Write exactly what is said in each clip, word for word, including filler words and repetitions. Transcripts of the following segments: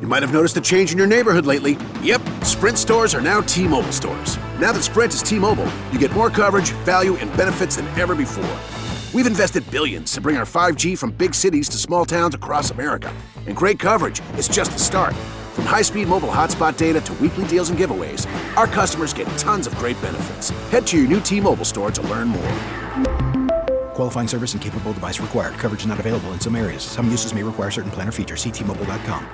You might have noticed a change in your neighborhood lately. Yep, Sprint stores are now T-Mobile stores. Now that Sprint is T-Mobile, you get more coverage, value, and benefits than ever before. We've invested billions to bring our five G from big cities to small towns across America. And great coverage is just the start. From high-speed mobile hotspot data to weekly deals and giveaways, our customers get tons of great benefits. Head to your new T-Mobile store to learn more. Qualifying service and capable device required. Coverage not available in some areas. Some uses may require certain plan or features. See T Mobile dot com.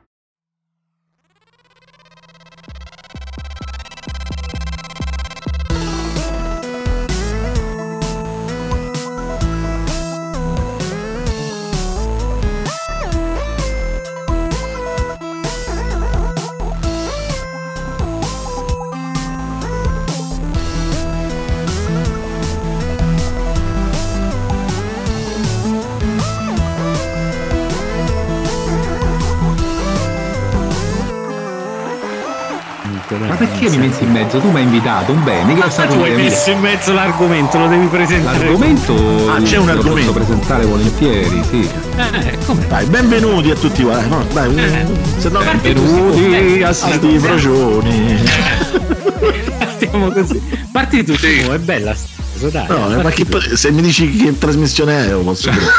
Ma perché mi metti in mezzo? Tu mi hai invitato, un bene. Che ma stato tu hai messo in mezzo l'argomento, lo devi presentare. L'argomento ah, c'è un lo argomento. posso presentare volentieri, sì. Eh, come? Dai, benvenuti a tutti, dai, no, dai, Eh, se no benvenuti a sti frocioni. Stiamo così. Parti tu, sì. È bella sta cosa, dai. No, ma che, se mi dici che trasmissione è, lo posso dire.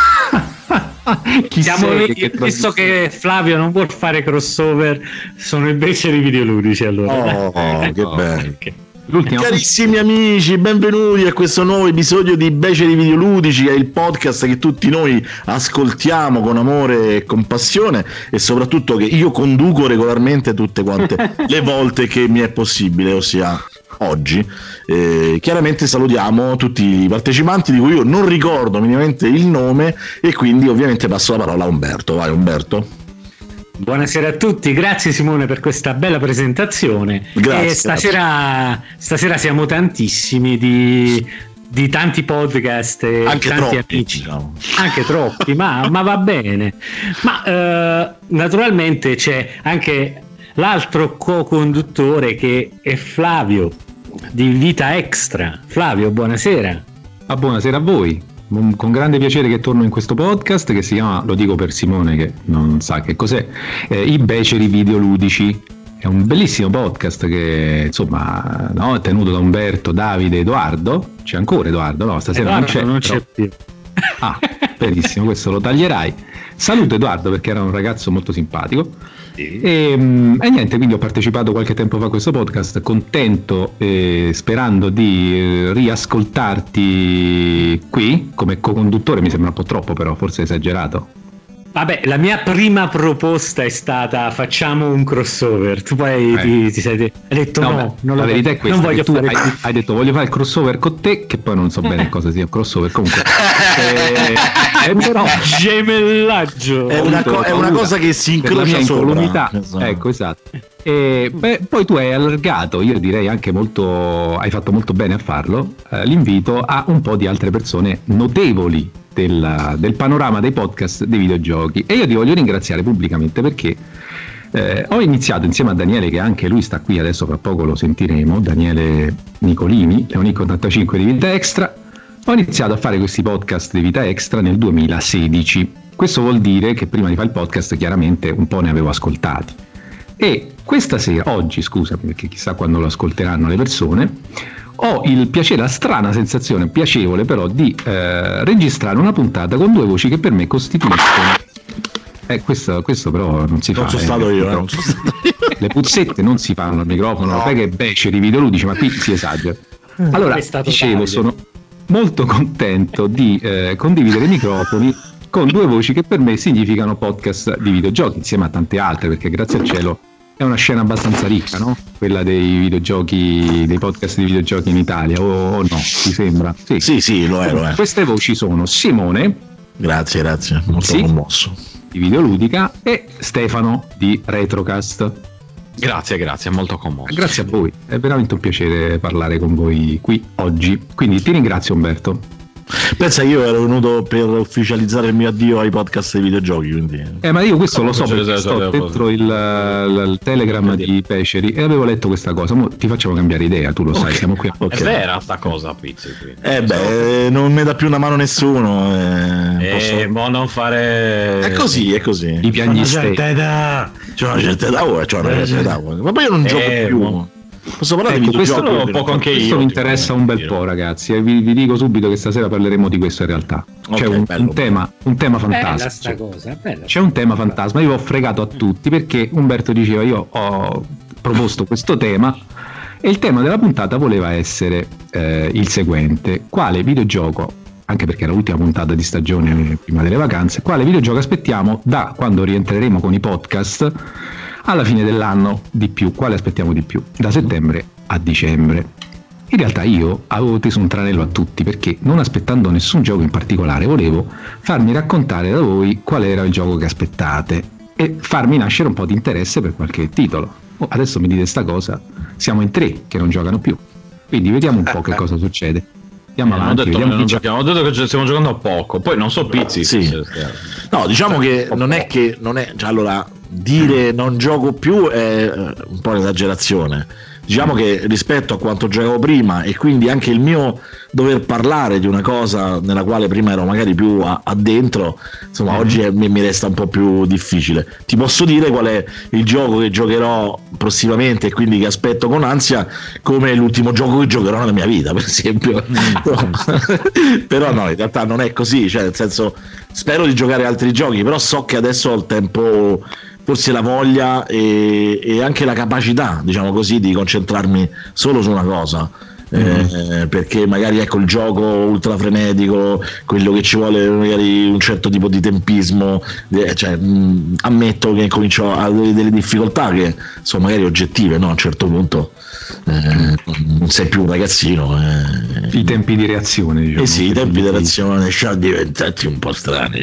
Chi Siamo sei, lì, che, che visto che Flavio non vuol fare crossover, sono invece i videoludici allora. Oh, che Oh, bello. Okay. l'ultimo Carissimi amici, benvenuti a questo nuovo episodio di Beceri Videoludici, che è il podcast che tutti noi ascoltiamo con amore e con passione, e soprattutto che io conduco regolarmente tutte quante le volte che mi è possibile, ossia oggi. Eh, chiaramente salutiamo tutti i partecipanti di cui io non ricordo minimamente il nome, e quindi ovviamente passo la parola a Umberto. Vai Umberto. Buonasera a tutti, grazie Simone per questa bella presentazione. Grazie, e stasera, stasera siamo tantissimi di, di tanti podcast e Anche tanti troppi, amici, diciamo. anche troppi, ma, ma va bene. Ma eh, naturalmente c'è anche l'altro co-conduttore che è Flavio di Vita Extra. Flavio, buonasera. Ah, buonasera a voi. Con grande piacere che torno in questo podcast che si chiama, lo dico per Simone che non sa che cos'è, eh, I Beceri Videoludici. È un bellissimo podcast che insomma, no, è tenuto da Umberto, Davide, Edoardo. C'è ancora Edoardo? No, stasera Edoardo non c'è. non però... c'è più. Ah, benissimo, questo lo taglierai. Saluto Edoardo perché era un ragazzo molto simpatico. Sì. E, e niente, quindi ho partecipato qualche tempo fa a questo podcast, contento e sperando di eh, riascoltarti qui come co-conduttore. Mi sembra un po' troppo, però forse esagerato. Vabbè, la mia prima proposta è stata facciamo un crossover. Tu poi Eh. ti, ti sei de- hai detto no, No, non la lo verità è non questa, voglio che tu fare hai, più. hai detto voglio fare il crossover con te, che poi non so bene cosa sia un crossover, comunque eh, eh, però Gemellaggio. È una, co- è una cosa che si per la mia incrocia sopra. incolumità, Esatto. ecco, esatto. E, beh, poi tu hai allargato, io direi anche molto, hai fatto molto bene a farlo, eh, l'invito a un po' di altre persone notevoli del, del panorama dei podcast dei videogiochi, e io ti voglio ringraziare pubblicamente perché eh, ho iniziato insieme a Daniele, che anche lui sta qui adesso, fra poco lo sentiremo, Daniele Nicolini, Leonic ottantacinque di Vita Extra. Ho iniziato a fare questi podcast di Vita Extra nel duemilasedici. Questo vuol dire che prima di fare il podcast chiaramente un po' ne avevo ascoltati. E questa sera, oggi scusami, perché chissà quando lo ascolteranno le persone, ho il piacere, la strana sensazione, piacevole però, di eh, registrare una puntata con due voci che per me costituiscono... Eh, questo, questo però non si fa. Non sono eh, stato io, eh, però. non sono stato io. Le puzzette non si fanno al microfono, No. sai che beceri videoludici, ma qui si esagera. Allora, È stato dicevo, Davide. sono molto contento di eh, condividere i microfoni con due voci che per me significano podcast di videogiochi, insieme a tante altre, perché grazie al cielo è una scena abbastanza ricca, no? Quella dei videogiochi, dei podcast di videogiochi in Italia, o, o no? Ti sembra? Sì, Sì, sì, lo è, lo è. Queste voci sono Simone, Grazie, grazie, molto Sì. commosso. di Videoludica, e Stefano di Retrocast. Grazie, grazie, molto commosso. Grazie a voi, è veramente un piacere parlare con voi qui oggi, quindi ti ringrazio Umberto. Pensa, io ero venuto per ufficializzare il mio addio ai podcast dei videogiochi, quindi... Eh, ma io questo lo so C'è- perché c'è- sto c'è- dentro il, il- il Telegram di Peceri e avevo letto questa cosa. Mo ti facciamo cambiare idea, tu lo sai, siamo qui. Ok. È vera sta cosa, Pizzi. Quindi. Eh beh, non mi dà più una mano nessuno. Eh, Eh, posso- mo non fare. È così, è così. I piagni stessi. età. C'è una certa età, oh, c'è una certa età. Ma poi io non gioco Eh, più. mo- Posso parlare Ecco, di questo videogiochi? lo poco anche Questo io, mi tipo, interessa eh, un bel dire. po', ragazzi, e vi, vi dico subito che stasera parleremo di questo in realtà. C'è Ok, un, bello. un tema, un tema Bella sta fantastico. cosa, bella. C'è un tema fantasma, io ho fregato a tutti perché Umberto diceva io ho proposto questo tema e il tema della puntata voleva essere eh, il seguente: quale videogioco, anche perché era l'ultima puntata di stagione prima delle vacanze, quale videogioco aspettiamo da quando rientreremo con i podcast alla fine dell'anno di più, quale aspettiamo di più, da settembre a dicembre. In realtà io avevo teso un tranello a tutti perché, non aspettando nessun gioco in particolare, volevo farmi raccontare da voi qual era il gioco che aspettate e farmi nascere un po' di interesse per qualche titolo. Oh, adesso mi dite sta cosa, siamo in tre che non giocano più, quindi vediamo un po' che cosa succede. Andiamo Hanno avanti, detto che vediamo non chi gioca. giochiamo, hanno detto che stiamo giocando a poco. Poi non so Pizzi. Sì. se- No, diciamo che non è che non è, cioè, allora, dire non gioco più è eh, un po' un'esagerazione. Diciamo che rispetto a quanto giocavo prima e quindi anche il mio dover parlare di una cosa nella quale prima ero magari più a- addentro, insomma, Mm-hmm. oggi è- mi, mi resta un po' più difficile. Ti posso dire qual è il gioco che giocherò prossimamente e quindi che aspetto con ansia, come l'ultimo gioco che giocherò nella mia vita, per esempio. Però no, in realtà non è così, cioè nel senso, spero di giocare altri giochi, però so che adesso ho il tempo, forse la voglia e, e anche la capacità, diciamo così, di concentrarmi solo su una cosa. Eh, perché magari ecco il gioco ultra frenetico, quello che ci vuole magari un certo tipo di tempismo, eh, cioè, mh, ammetto che comincio a avere delle difficoltà che sono magari oggettive, no? A un certo punto eh, non sei più un ragazzino, eh. I tempi di reazione, diciamo. Eh sì, i tempi di reazione sono diventati un po' strani.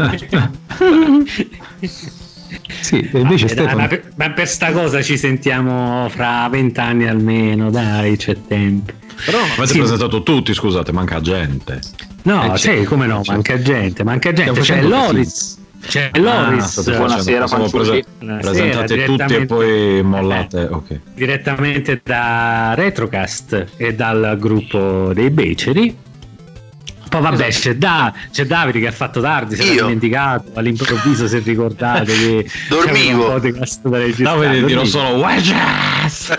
Sì, e invece Eh, dai, Stefano, ma, per, ma per sta cosa ci sentiamo fra vent'anni almeno, dai, c'è tempo. Però non avete Sì. presentato tutti, scusate, manca gente. No, Eh, sì, c'è- come no, c'è- manca gente, manca gente, Stiamo c'è facendo Loris, c'è Ah, Loris, state Buonasera, facendo- pensavo fanciulli. prese- presentate Buonasera, tutti e poi mollate. Ok. direttamente da Retrocast e dal gruppo dei Beceri. Poi vabbè, c'è, da, c'è Davide che ha fatto tardi, si era Io? dimenticato, all'improvviso si è ricordato che Dormivo. c'era un podcast da registrare. Davide dirò Dormivo. solo Wedges!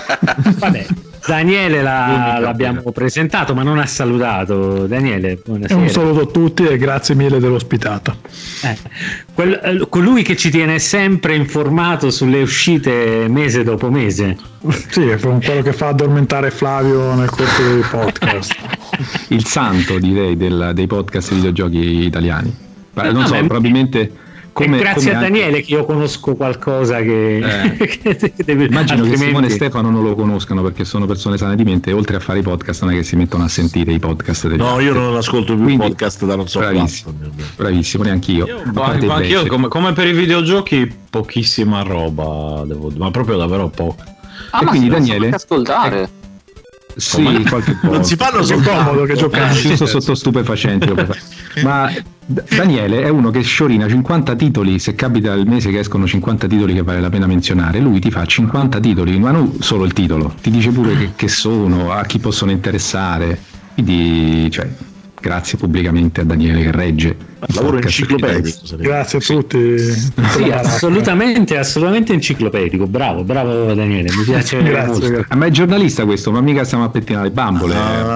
Vabbè, Daniele la- l'abbiamo presentato ma non ha salutato. Daniele, E buonasera. un saluto a tutti e grazie mille dell'ospitata. Eh, quel- eh, colui che ci tiene sempre informato sulle uscite mese dopo mese. Sì, è quello che fa addormentare Flavio nel corso dei podcast. il santo direi del- dei podcast videogiochi italiani. Ma non No, so, ma- probabilmente come, è grazie come a anche- Daniele che io conosco qualcosa che, Eh. che deve, Immagino che altrimenti- Simone e Stefano non lo conoscano perché sono persone sane di mente e oltre a fare i podcast non è che si mettono a sentire i podcast degli No, altri. io non ascolto più Quindi, podcast da non so bravissimo, quanto. bravissimo, neanche io. Io, A ma- parte ma anche io Becce. come, come per i videogiochi, pochissima roba, devo dire, ma proprio davvero poco. Ah, E ma quindi si possono Daniele? anche ascoltare. Sì, qualche Non si fanno È soltanto comodo che giocare. Ci sono sotto stupefacenti. Ma D- Daniele è uno che sciorina cinquanta titoli, se capita il mese che escono cinquanta titoli che vale la pena menzionare, lui ti fa cinquanta titoli, ma non solo il titolo, ti dice pure che, che sono, a chi possono interessare. Quindi, cioè, grazie pubblicamente a Daniele che regge il lavoro podcast enciclopedico. Grazie a tutti. Sì, assolutamente, assolutamente enciclopedico. Bravo, bravo Daniele, mi piace Grazie, molto. grazie. Ah, ma è giornalista questo, ma mica stiamo a pettinare le bambole.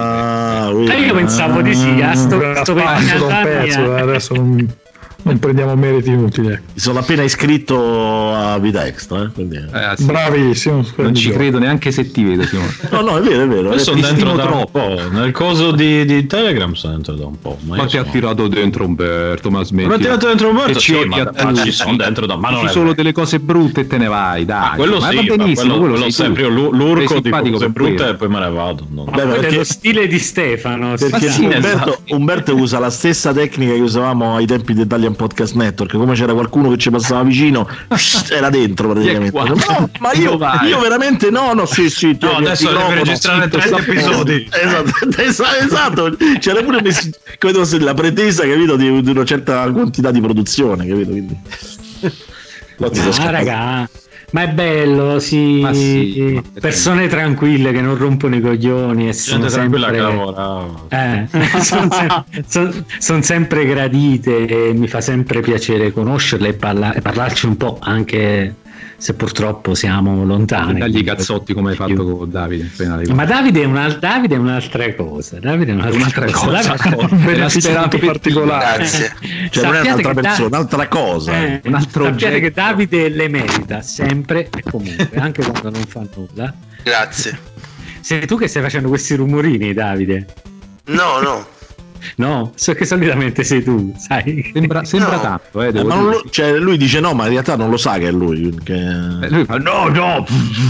Ah, oui. Eh, io pensavo di sì, a sto, Era sto spazio da un per pezzo, eh, adesso non, non prendiamo meriti inutili. ecco. Mi sono appena iscritto a Vita Extra. Eh, quindi... Eh, sì. Bravissimo. Non ci credo neanche se ti vedo, Simone. No, no, è vero, è vero. Io sono Ti dentro stimo da un troppo. po', nel coso di, di Telegram sono dentro da un po'. Ma, Ma io ti ha sono- tirato dentro Umberto, ma smetti. Ma ti ha tirato dentro Umberto? E ci Sì, odi ma- a ma tutti. ci sono dentro da- ma non Dici è solo vero. delle cose brutte e te ne vai, dai. Ah, quello ma sì, va ma benissimo, quello, quello quello sei sempre tu. io, l'u- Sei l'urco di simpatico cose per brutte quello. e poi me ne vado. No. Ma Beh, quello è perché- lo stile di Stefano. Perché Ma sì, Umberto, esatto. Umberto usa la stessa tecnica che usavamo ai tempi di Italia Italian Podcast Network, come c'era qualcuno che ci passava vicino era dentro praticamente. No, ma io, io veramente no, no, sì, sì. No, adesso devi registrare trenta episodi. Esatto, esatto. C'era pure credo, la pretesa, capito, di, di una certa quantità di produzione, capito? Quindi... Ah, raga, ma è bello, sì, ma sì, persone tranquille che non rompono i coglioni e sono sempre, che lavora. Eh, sono, sempre, son, son sempre gradite e mi fa sempre piacere conoscerle e, parla, e parlarci un po', anche se purtroppo siamo lontani. Dagli i cazzotti come hai fatto con Davide. Ma Davide è, una, Davide è un'altra cosa. Davide è un'altra, un'altra cosa. cosa. Un beneficio particolare. Grazie. Cioè, non è un'altra persona, da- un'altra cosa. Eh, un altro sappiate oggetto. che Davide le merita sempre e comunque, anche quando non fa nulla. Grazie. Sei tu che stai facendo questi rumorini, Davide? No, no. No, so che solitamente sei tu, sai? Sembra, sembra No. tanto, eh, Eh, devo ma non dire. lo, cioè, lui dice no, ma in realtà non lo sa che è lui. Che... Eh, lui fa no, no.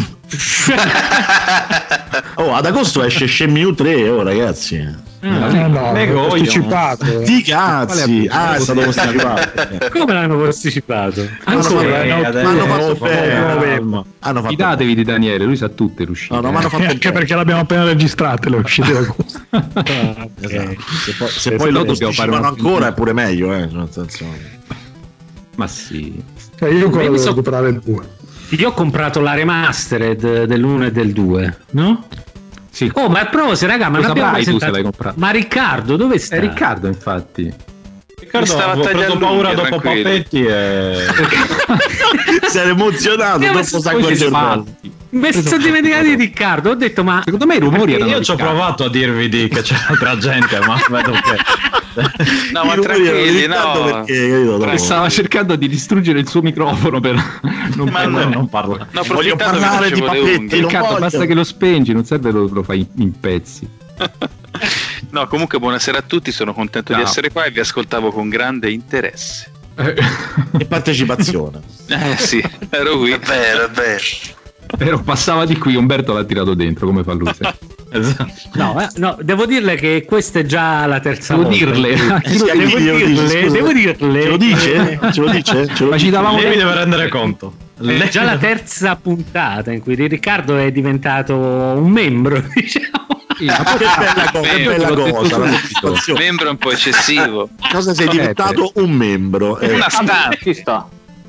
Oh, ad agosto esce Shenmue tre, oh ragazzi. Eh, no, Le è coglioni. posticipato. Di cazzi! Ah, è stato posticipato. Come l'hanno posticipato? Ancora, Eh, no, adesso- ma hanno fatto oh, bene. oh, Hanno fatto Fidatevi di Daniele, lui sa tutte le uscite. No, no, ma hanno fatto Anche bene. perché l'abbiamo appena registrate le uscite da gusto. Esatto. Se poi, se Eh, poi se no lo dobbiamo fare posticipano una- ancora è pure meglio, eh. Nel senso... Ma sì. Cioè, io ancora Io mi devo so- recuperare il due. Io ho comprato la remastered dell'uno e del due, no? Sì. Oh, ma a proposito, raga, ma Lo non abbiamo saprai tu se presentato- l'hai comprato. Ma Riccardo, dove sta? È Riccardo, infatti. Riccardo stava avevo preso tagliando paura l'unghia, dopo tranquillo. Pappetti e... Si era emozionato, Abbiamo troppo sangue Poi al ci cervello. sbatti. Mi sono dimenticato di Riccardo, ho detto ma... Secondo me i rumori erano Io di ci ho Riccardo. provato a dirvi di che c'è altra gente, ma vedo che... No, ma I rumori erano di tranquilli, Riccardo no. perché, capito, dopo- Che stava cercando di distruggere il suo microfono per non Ma parlare. no. non parla. No, Voglio approfittando che parlare di facevo le Pappetti, unghie. non Riccardo, voglio. basta che lo spengi, non serve lo, lo fai in, in pezzi. No, comunque buonasera a tutti, sono contento di Ciao. essere qua e vi ascoltavo con grande interesse. E partecipazione. Eh sì, ero qui. È vero, è vero. Però passava di qui, Umberto l'ha tirato dentro, come fa lui. Esatto. No, eh, no, devo dirle che questa è già la terza Devo volta. dirle. Eh, sì, Devo anche io lo dice, dirle, scusa. devo dirle. Ce lo dice? Ce lo dice? Ce lo Ma ci dice? davamo Lei mi dentro. deve rendere conto. È Lei già la terza puntata in cui Riccardo è diventato un membro, diciamo. Che bella cosa, che bella L'ho detto cosa, la subito. soddisfazione. Membro un po' eccessivo. Cosa sei Vabbè, diventato un membro? Eh, Una stanza. Ci sta.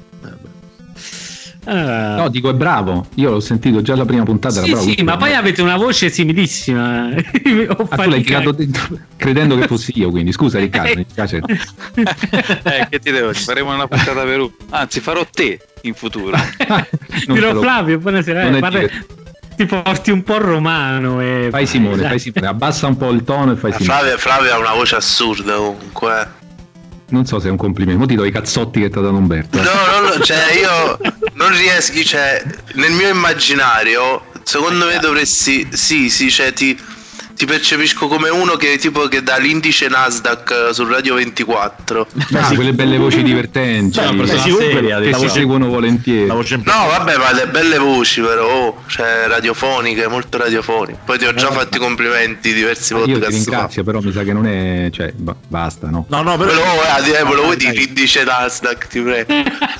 Ah. No, dico è bravo. Io l'ho sentito già la prima puntata. era Sì, bravo. sì, ma poi avete una voce similissima. Ho Ah, tu l'hai faticato. tirato dentro credendo che fossi io, quindi scusa Riccardo, mi dispiace. Eh, che ti devo dire? Faremo una puntata per uno. Anzi, farò te in futuro. Non te Dirò lo- Flavio, buonasera. non eh, è parla- divertito. ti porti un po' romano e Fai Simone, dai. fai Simone, abbassa un po' il tono e fai Simone. Flavio, Flavio ha una voce assurda comunque. Non so se è un complimento, mo ti do i cazzotti che ti ha dato Umberto. eh. No, no, no, cioè io non riesco, cioè nel mio immaginario, secondo me dovresti, sì, sì, cioè ti, ti percepisco come uno che tipo che dà l'indice Nasdaq sul Radio ventiquattro. Ah, quelle belle voci divertenti Cioè, una persona sì, comunque seria, che diciamo. si seguono volentieri. la voce in No, vabbè, ma le belle voci però, oh, cioè radiofoniche, molto radiofoniche. Poi ti ho già fatto i complimenti diversi Io ti podcast fa. ringrazio, però mi sa che non è, cioè, ba- basta, no? No, no, Ve però lo vuoi, ah, eh, ve lo vuoi Dai, dire l'indice Nasdaq, ti prego.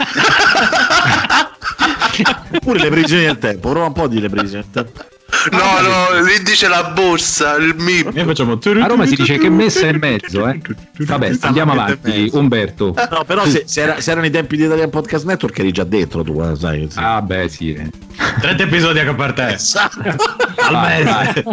pure le previsioni del tempo, prova un po' di le previsioni del tempo. No, no, l'indice la borsa, il M I P. Noi facciamo A Roma si dice che messa è mezzo, eh. Vabbè, andiamo avanti, Umberto. No, però se, se, era- se erano i tempi di Italian Podcast Network eri già dentro tu, eh, sai. Sì. Ah, beh, sì. eh. trenta episodi anche per te. Al Vai, mese.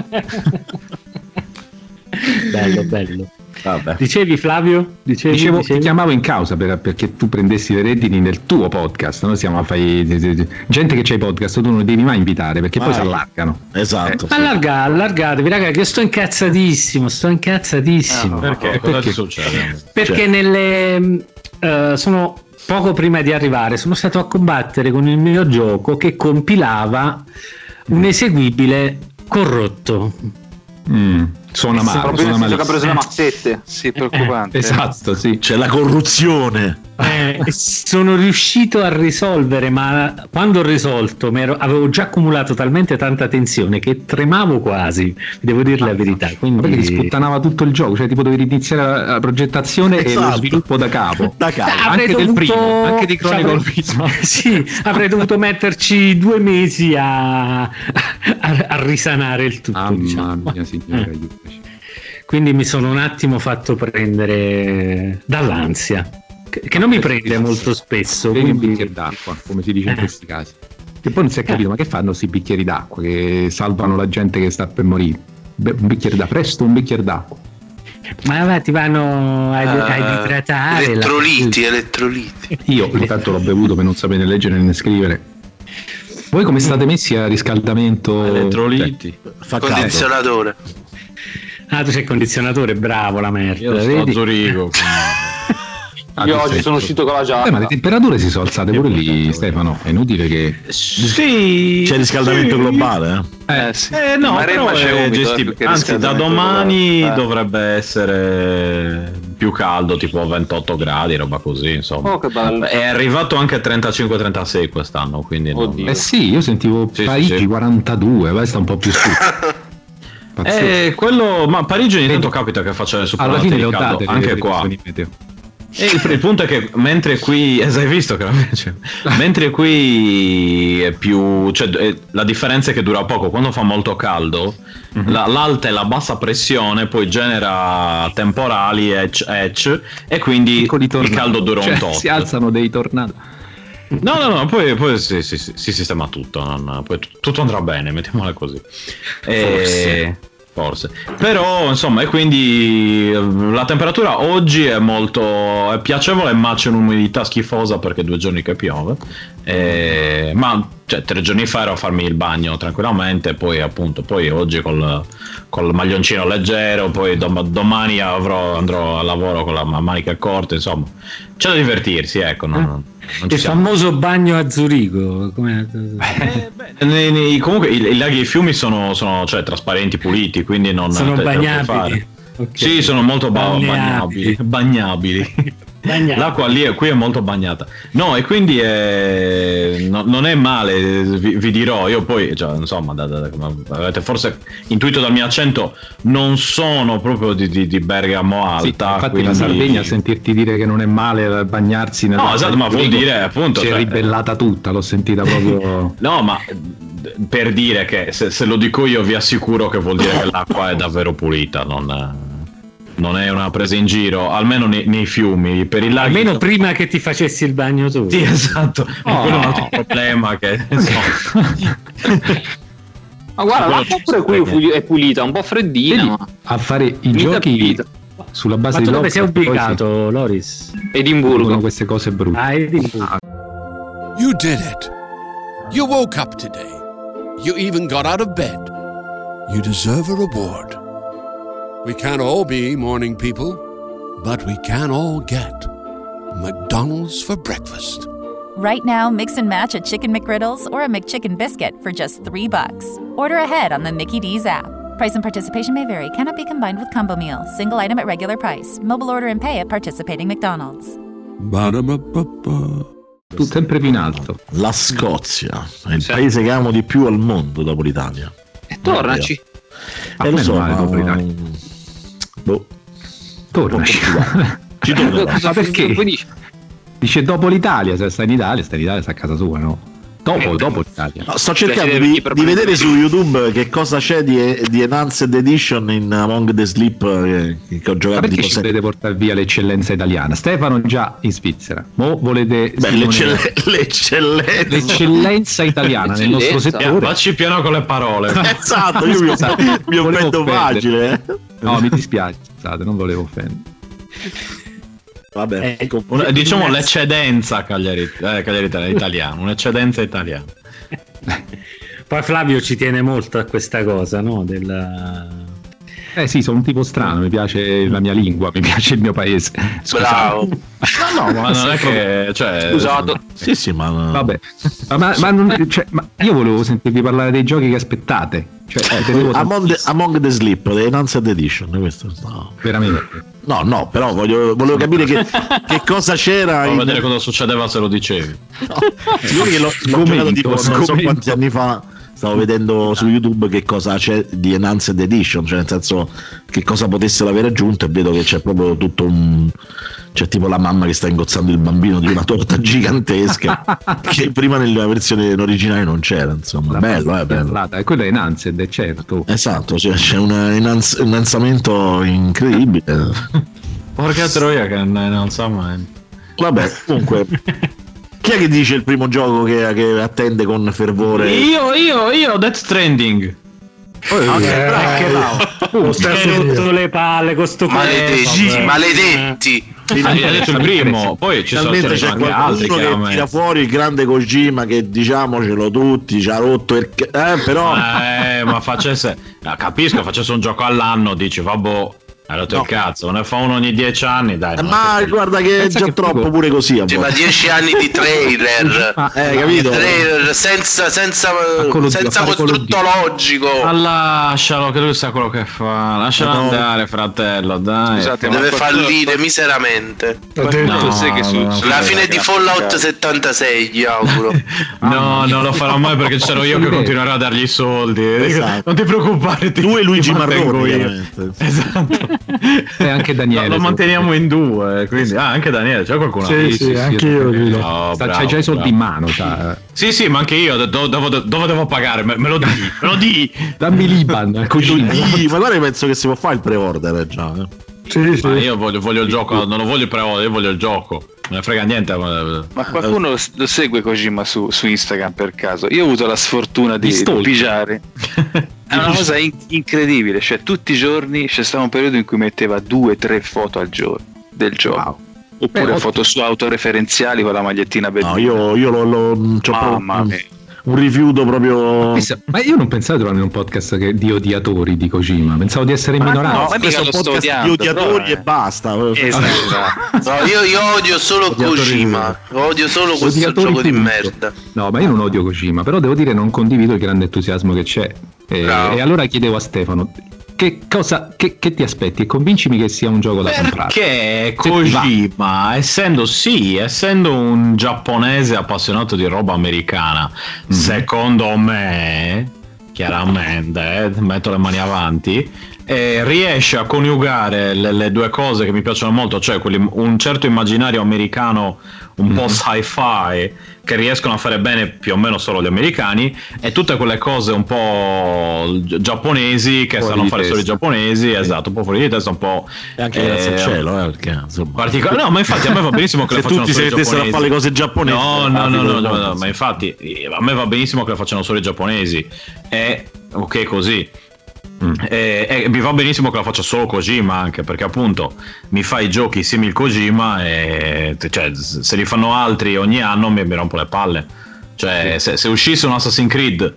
Bello, bello. Vabbè. Dicevi Flavio? Dicevi, Dicevo, ti dicevi? chiamavo in causa per- perché tu prendessi le redini nel tuo podcast. Noi siamo a fare gente che c'ha i podcast, tu non li devi mai invitare perché poi Vai. si allargano. Esatto. sì. Allarga, allargatevi, raga, che sto incazzatissimo, sto incazzatissimo. Ah, perché? Cosa ti succede? Perché Cioè. nelle eh, sono poco prima di arrivare, sono stato a combattere con il mio gioco che compilava un eseguibile corrotto. Mm, suona male, Proprio suona nel senso che ha male. preso le mazzette. Sì, preoccupante. Esatto, sì. C'è la corruzione. Eh, sono riuscito a risolvere, ma quando ho risolto ero, avevo già accumulato talmente tanta tensione che tremavo quasi, devo dire la verità. Quindi perché ti sputtanava tutto il gioco, cioè tipo dovevi iniziare la progettazione esatto. e lo sviluppo da capo, da capo. anche dovuto... del primo, anche di Chronicle of avrei... sì, avrei dovuto metterci due mesi a, a, a risanare il tutto. Mamma diciamo. mia, signore, eh. Quindi mi sono un attimo fatto prendere dall'ansia, che, che non mi prende molto spesso. Bevi quindi... un bicchiere d'acqua, come si dice in eh. questi casi. Che poi non si è capito, ma che fanno questi bicchieri d'acqua che salvano la gente che sta per morire? Be- un bicchiere da presto, un bicchiere d'acqua. Ma va, ti vanno a, uh, a idratare. Elettroliti, la... elettroliti. Io intanto l'ho bevuto per non sapere leggere né scrivere. Voi come state messi a riscaldamento? Elettroliti. Cioè, condizionatore. Ah, tu sei il condizionatore, bravo la merda. Io sto a Zurigo. Ah, io oggi sono uscito con la giacca. Eh, ma le temperature si sono alzate pure lì, Stefano. È inutile che. Sì, c'è riscaldamento sì. globale. Eh, eh, sì. eh no, però è gestibile. Anzi, da domani globale. Dovrebbe essere più caldo, tipo ventotto gradi, roba così. Insomma, oh, che bello. È arrivato anche a trentacinque trentasei quest'anno. Quindi non... Eh sì, io sentivo sì, Parigi sì, sì. quarantadue, ma sta un po' più su. Eh, quello, ma Parigi ogni tanto capita che faccia le superate di caldo, date, anche qua. E il, il punto è che mentre qui, eh, hai visto che cioè, mentre qui è più, cioè, è, la differenza è che dura poco. Quando fa molto caldo, mm-hmm. la, l'alta e la bassa pressione poi genera temporali, etch, etch e quindi il caldo dura cioè, un tot. Si alzano dei tornado. No, no, no, poi, poi si, si, si, si sistema tutto, non, poi t- tutto andrà bene, mettiamola così. E... Forse. Però insomma, e quindi la temperatura oggi è molto è piacevole, ma c'è un'umidità schifosa perché due giorni che piove. E... ma cioè, tre giorni fa ero a farmi il bagno tranquillamente, poi appunto poi oggi col, col maglioncino leggero, poi dom- domani avrò, andrò a lavoro con la manica corta, insomma c'è da divertirsi, ecco. Non, non il famoso bagno a Zurigo. Com'è? Eh, beh, nei, nei, comunque i, i laghi e i fiumi sono, sono cioè, trasparenti, puliti, quindi non sono te, bagnabili. Okay. Sì, sono molto ba- bagnabili. Bagnabili. L'acqua lì è, qui è molto bagnata. No, e quindi è, no, non è male, vi, vi dirò. Io poi, cioè, insomma, da, da, come avete forse intuito dal mio accento, non sono proprio di, di, di Bergamo Alta. Sì, infatti quindi... la Sardegna, sentirti dire che non è male bagnarsi nella no, esatto, ma vuol dire appunto si è cioè, ribellata tutta, l'ho sentita proprio. No, ma per dire che se, se lo dico io vi assicuro che vuol dire che l'acqua è davvero pulita, non non è una presa in giro, almeno nei, nei fiumi, per il lago. Almeno prima che ti facessi il bagno tu. Sì, esatto. Oh. Quello è un altro problema che insomma. Ma guarda, l'acqua pure qui è pulita, un po' freddina. Ma... a fare i pulita, giochi pulita. Sulla base ma di dove sei ubicato, sì. Loris? Edimburgo. Sono queste cose brutte. Ah, Edimburgo. You did it. You woke up today. You even got out of bed. You deserve a reward. We can't all be morning people, but we can all get McDonald's for breakfast. Right now, mix and match a Chicken McGriddles or a McChicken biscuit for just three bucks. Order ahead on the Mickey D's app. Price and participation may vary. Cannot be combined with combo meal. Single item at regular price. Mobile order and pay at participating McDonald's. Ba-da-ba-ba-ba. Tu sempre più in alto. La Scozia è il sì. paese che amo di più al mondo dopo l'Italia. E tornaci. Ah, eh, lo so, male, dopo l'Italia. Boh. Tornaci. Ci tornerò. Ma perché? Dice dopo l'Italia, se sta in Italia, sta in Italia, sta a casa sua, no? Dopo, dopo l'Italia. No, sto cercando di, di vedere su YouTube che cosa c'è di, di Enhanced Edition in Among the Sleep che, che ho giocato. Ma perché ci se... volete portare via l'eccellenza italiana? Stefano già in Svizzera. Mo volete Beh, l'eccell- l'eccellenza. l'eccellenza italiana nel nostro settore. Facci piano con le parole. Esatto, io mi, mi offendo facile. No, mi dispiace, scusate, non volevo offendere. Vabbè, eh, una, diciamo l'eccedenza Cagliari, eh, Cagliari italiano, un'eccedenza italiana. Poi Flavio ci tiene molto a questa cosa, no? Della... Eh sì, sono un tipo strano, mi piace la mia lingua, mi piace il mio paese. Bravo. No, no, ma non è che, cioè, Scusato. Sì, sì, ma Vabbè, ma, ma, non, cioè, ma io volevo sentirvi parlare dei giochi che aspettate. Cioè, eh, tenevo Among, the, Among the Sleep, the Enhanced Edition, questo no. veramente. No, no, però voglio, volevo capire che, che cosa c'era. Volevo in... vedere cosa succedeva se lo dicevi. No. Io che l'ho, l'ho giocato tipo non so quanti anni fa. Stavo vedendo su YouTube che cosa c'è di Enhanced Edition, cioè nel senso che cosa potessero aver aggiunto, e vedo che c'è proprio tutto un... c'è tipo la mamma che sta ingozzando il bambino di una torta gigantesca che prima nella versione originale non c'era, insomma. La bello, eh, bello. E quello è Enhanced, certo. Esatto, cioè, c'è un enhance- innalzamento incredibile. Porca troia che non so mai. Vabbè, comunque... Chi è che dice il primo gioco che, che attende con fervore? Io, io, io, Death Stranding. Oh, okay, eh, bravo. Lo stesso rotto le palle con sto maledetti, coso, maledetti. Ah, hai detto il primo, poi ci sono c'è anche altri che tira fuori il grande Kojima che diciamocelo tutti ci ha rotto il c- eh, però eh, ma facesse capisco, facesse un gioco all'anno, dici vabbè. Hai rotto no. il cazzo, ne fa uno ogni dieci anni, dai. Eh, ma guarda che è già che troppo figo. Pure così. Cioè, ma dieci anni di trailer, eh, capito? Trailer senza, senza, senza costrutto logico. Ma lascialo, che lui sa quello che fa. Lascialo no. andare, fratello, dai. Scusate, deve fallire lo... miseramente. No, sai che su, su la fine di Fallout settantasei, gli auguro. No, non lo farò mai perché c'ero io che continuerò a dargli i soldi. Esatto. Non ti preoccupare, ti, tu e Luigi Marrone. Esatto. E anche Daniele. No, lo manteniamo in due, quindi ah, anche Daniele, c'è qualcuno? Sì, sì, sì, anche io. io. No, bravo, c'hai già i soldi bravo. in mano, cioè. Sì, sì, ma anche io dove, dove, dove devo pagare? Me, me lo di, me lo di. Dammi l'Iban, così. Ma guarda, penso che si può fare il pre-order già, eh. Sì, sì. Ma io voglio, voglio il gioco, non lo voglio il pre-order, io voglio il gioco. Non ne frega niente. Ma qualcuno lo segue Kojima su, su Instagram per caso? Io ho avuto la sfortuna di, di, di pigiare. È una cosa in- incredibile, cioè tutti i giorni c'è stato un periodo in cui metteva due tre foto al giorno del gioco. Wow. Oppure Beh, foto su autoreferenziali con la magliettina bellina. No, io, io lo, lo c'ho Mamma mia. Un rifiuto proprio. Ma io non pensavo di trovare in un podcast che di odiatori di Kojima, pensavo di essere in minoranza. No, ma questo è un podcast odiando, di odiatori però, e basta. Esatto. No, io, io odio solo odiatori Kojima, odio solo questo odiatori gioco di merda. No, ma io non odio Kojima, però devo dire non condivido il grande entusiasmo che c'è. E, e allora chiedevo a Stefano, che cosa che, che ti aspetti? E convincimi che sia un gioco da comprare. Perché Kojima, essendo sì, essendo un giapponese appassionato di roba americana, mm-hmm. secondo me, chiaramente, eh, metto le mani avanti, eh, riesce a coniugare le, le due cose che mi piacciono molto, cioè quelli, un certo immaginario americano un mm-hmm. po' sci-fi che riescono a fare bene più o meno solo gli americani, e tutte quelle cose un po' giapponesi che fuori sanno fare testa. Solo i giapponesi, esatto, un po' fuori di testa, un po' e anche eh, grazie al cielo, eh, perché insomma partico- no, ma infatti a me va benissimo che le facciano solo i giapponesi. Se tutti si mettessero a fare le cose giapponesi, no, no, no, no, no, no, ma infatti a me va benissimo che le facciano solo i giapponesi, e ok così. Mm. E, e mi va benissimo che la faccia solo Kojima, anche perché appunto mi fa i giochi simil Kojima, e cioè, se li fanno altri ogni anno mi, mi rompo le palle, cioè sì. se, se uscisse un Assassin's Creed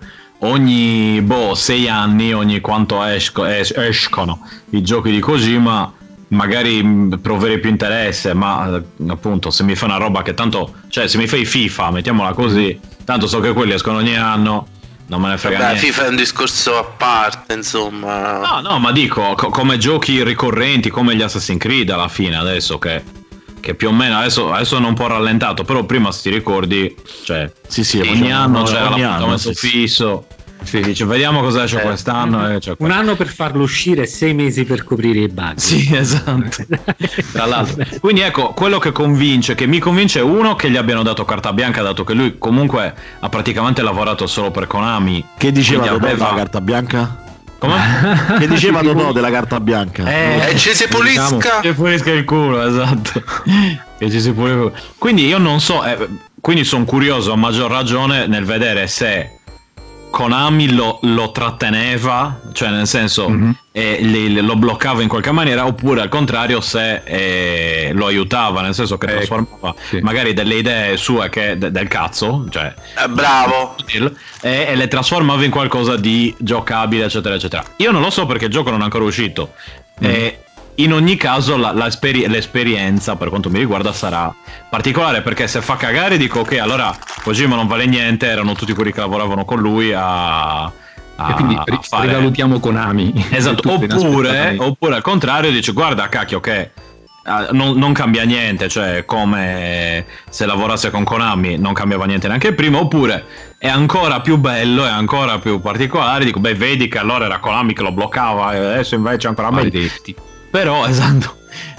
ogni boh sei anni, ogni quanto esco, es, escono i giochi di Kojima, magari proverei più interesse, ma appunto se mi fa una roba che tanto, cioè se mi fai FIFA, mettiamola così, tanto so che quelli escono ogni anno, non me ne frega Vabbè, niente. FIFA è un discorso a parte, insomma. No, no, ma dico, co- come giochi ricorrenti, come gli Assassin's Creed alla fine, adesso che, che più o meno, adesso, adesso hanno un po' rallentato, però prima se ti ricordi, cioè, sì, sì, ogni anno c'era ogni l'appuntamento anno, sì, fisso. Sì, dice, vediamo cosa c'è eh. quest'anno. Eh, c'è un anno per farlo uscire e sei mesi per coprire i bug. Sì, esatto. Tra l'altro. Quindi ecco, quello che convince, che mi convince è uno che gli abbiano dato carta bianca, dato che lui comunque ha praticamente lavorato solo per Konami. Che diceva Dodò aveva... della carta bianca? Come? Che diceva Dodò della carta bianca? Eh, eh ci si pulisca. Diciamo, ci pulisca il culo, esatto. Che ci si pulisca. Quindi io non so, eh, quindi sono curioso a maggior ragione nel vedere se Konami lo, lo tratteneva, cioè nel senso Mm-hmm. eh, li- lo bloccava in qualche maniera, oppure al contrario se eh, lo aiutava, nel senso che trasformava sì. magari delle idee sue che de- del cazzo, cioè Eh, bravo. e, e le trasformava in qualcosa di giocabile, eccetera eccetera. Io non lo so perché il gioco non è ancora uscito. Mm. E in ogni caso la, la esperi- l'esperienza per quanto mi riguarda sarà particolare, perché se fa cagare dico ok, allora Kojima non vale niente, erano tutti quelli che lavoravano con lui a, a, E quindi a ri- fare... rivalutiamo Konami. Esatto, Tutte oppure, inaspettatamente. oppure al contrario dice guarda cacchio che eh, non, non cambia niente, cioè come se lavorasse con Konami non cambiava niente neanche prima, oppure è ancora più bello, è ancora più particolare, dico beh vedi che allora era Konami che lo bloccava e adesso invece è ancora meglio. Maledetti. Però esatto,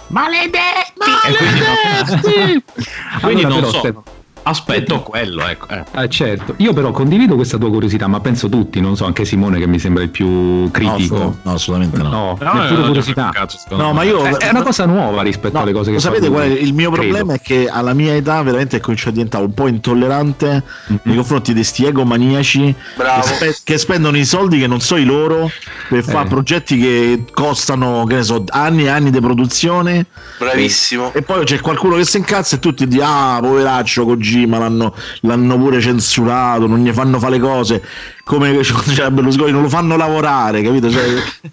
maledetti, quindi, quindi Allora, non però, so, Stefano, aspetto quello, ecco. eh. Eh, certo, io però condivido questa tua curiosità, ma penso tutti, non so, anche Simone che mi sembra il più critico. No, no, assolutamente no. No, No, neppure no, curiosità. cazzo, secondo No, me. ma io È, è una cosa nuova rispetto No, alle cose che lo sapete fa qual è lui, il mio credo. problema? È che alla mia età veramente comincio a diventare un po' intollerante nei confronti di sti egomaniaci Bravo. che, spe- che spendono i soldi che non so i loro per fare Eh. progetti che costano, che ne so, anni e anni di produzione. Bravissimo. E poi c'è qualcuno che si incazza e tutti dicono ah poveraccio Kojima, l'hanno, l'hanno pure censurato, non gli fanno fare le cose come c'era Berlusconi, non lo fanno lavorare, capito? Cioè,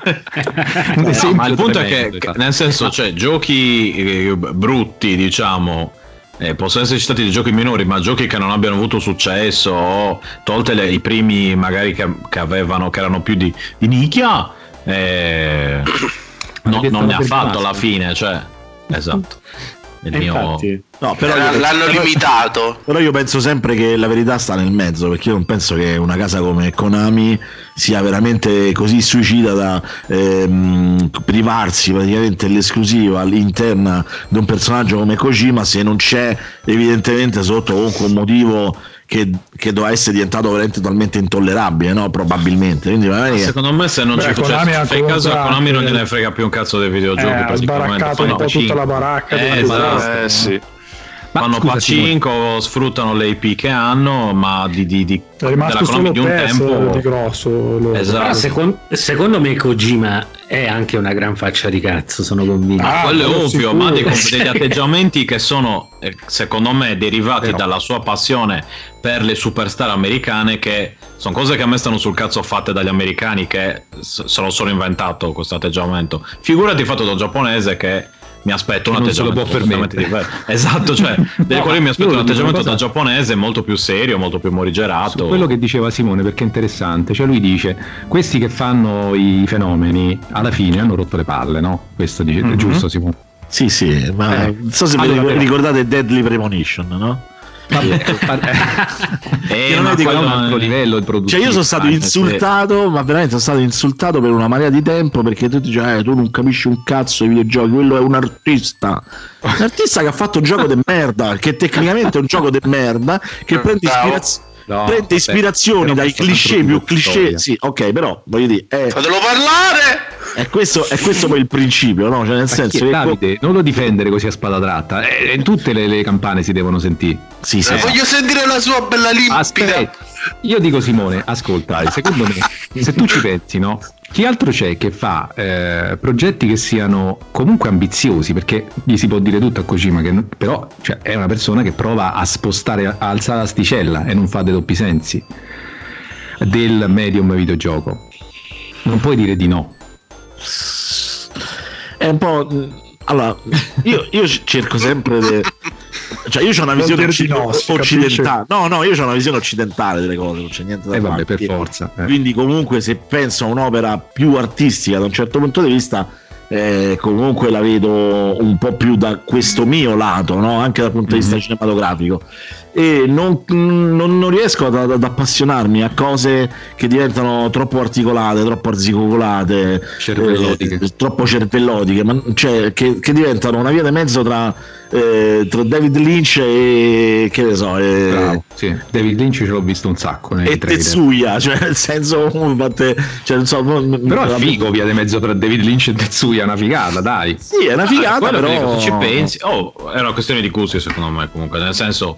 Un No, esempio ma il punto è tremendo, che, esatto. nel senso, cioè, giochi eh, brutti, diciamo, eh, possono esserci stati dei giochi minori, ma giochi che non abbiano avuto successo, o tolte le- i primi magari che, che avevano, che erano più di, di nicchia, eh, no- non ne ha fatto alla fine, cioè, esatto. Il E mio... infatti, no, però Era- io- l'hanno però- limitato. Però io penso sempre che la verità sta nel mezzo, perché io non penso che una casa come Konami sia veramente così suicida da ehm, privarsi praticamente l'esclusiva all'interna di un personaggio come Kojima se non c'è evidentemente sotto comunque un motivo che, che doveva essere diventato veramente totalmente intollerabile, no? Probabilmente. Quindi magari Secondo me se non Beh, ci Konami ha fosse, fai caso a comunque Konami non anche- gliene frega più un cazzo dei videogiochi, Eh, ha praticamente. sbaraccato un Fanno po' tutta pacinco. la baracca Eh, del esatto. disastro. Eh sì. Ma Fanno scusa, pacinco, sfruttano le I P che hanno, ma di, di, di È rimasto della Konami solo di un P E S tempo. di grosso. loro. Esatto. però secondo, secondo me Kojima è anche una gran faccia di cazzo, sono convinto. Ah, Quello è quello ovvio, sicuro. ma dei, degli atteggiamenti che sono, eh, secondo me, derivati Però. dalla sua passione per le superstar americane, che sono cose che a me stanno sul cazzo fatte dagli americani, che s- se lo sono inventato questo atteggiamento. Figurati fatto da un giapponese che mi aspetto un Non se lo atteggiamento può completamente permettere. diverso. Esatto, cioè, del No, quale mi io aspetto un volevo dire atteggiamento una da cosa- giapponese molto più serio, molto più morigerato. Su quello che diceva Simone, perché è interessante, cioè lui dice questi che fanno i fenomeni alla fine hanno rotto le palle, no? Questo dice, Mhm. è giusto Simone? sì, sì, ma Eh, non so se allora, vi però- ricordate Deadly Premonition, no? Vabbè, Eh, Che non ma è di quello è un quello altro è- livello di produzione. Cioè io sono stato Eh, insultato, ma veramente sono stato insultato per una marea di tempo perché tu dici eh, tu non capisci un cazzo di videogiochi, quello è un artista. Un artista che ha fatto un gioco de merda, che tecnicamente è un gioco de merda, che prende, Bravo. ispiraz- No, prende vabbè, ispirazioni però dai questo è un cliché altro più tipo di cliché. storia. Sì, ok, però voglio dire, è, Fatelo parlare! è questo, è questo poi il principio, no? Cioè nel Ma senso chi è che Davide, non lo difendere così a spada tratta, eh, eh, tutte le, le campane si devono sentire. sì, sì, Eh, sì. voglio sentire la sua bella limpida. Aspetta, io dico Simone, ascolta, secondo me, se tu ci pensi, no? Chi altro c'è che fa eh, progetti che siano comunque ambiziosi, perché gli si può dire tutto a Kojima, che, però cioè, è una persona che prova a spostare, a alzare l'asticella e non fa dei doppi sensi del medium videogioco. Non puoi dire di no. È un po'. Allora, io, io cerco sempre de... cioè io ho una Non visione dire di occ- no, si occidentale. No, no, io ho una visione occidentale delle cose, non c'è niente da E fare. vabbè, per Quindi- forza. eh. Quindi, comunque, se penso a un'opera più artistica da un certo punto di vista, eh, comunque la vedo un po' più da questo mio lato, no? Anche dal punto di vista Mhm. cinematografico. E non, non- non riesco ad, ad appassionarmi a cose che diventano troppo articolate, troppo arzicolate, Cervellotiche. eh, troppo cervellotiche, ma cioè, che, che diventano una via di mezzo tra, eh, tra David Lynch e che ne so, e, Bravo, sì. David Lynch ce l'ho visto un sacco nei e trailer. Tetsuya, cioè nel senso, fatte, cioè, non so, non- Però è la- figo via di mezzo tra David Lynch e Tetsuya, è una figata, dai. Sì, è una figata, Quello che però dico, se ci pensi, oh, è una questione di gusti secondo me, comunque, nel senso Io dico,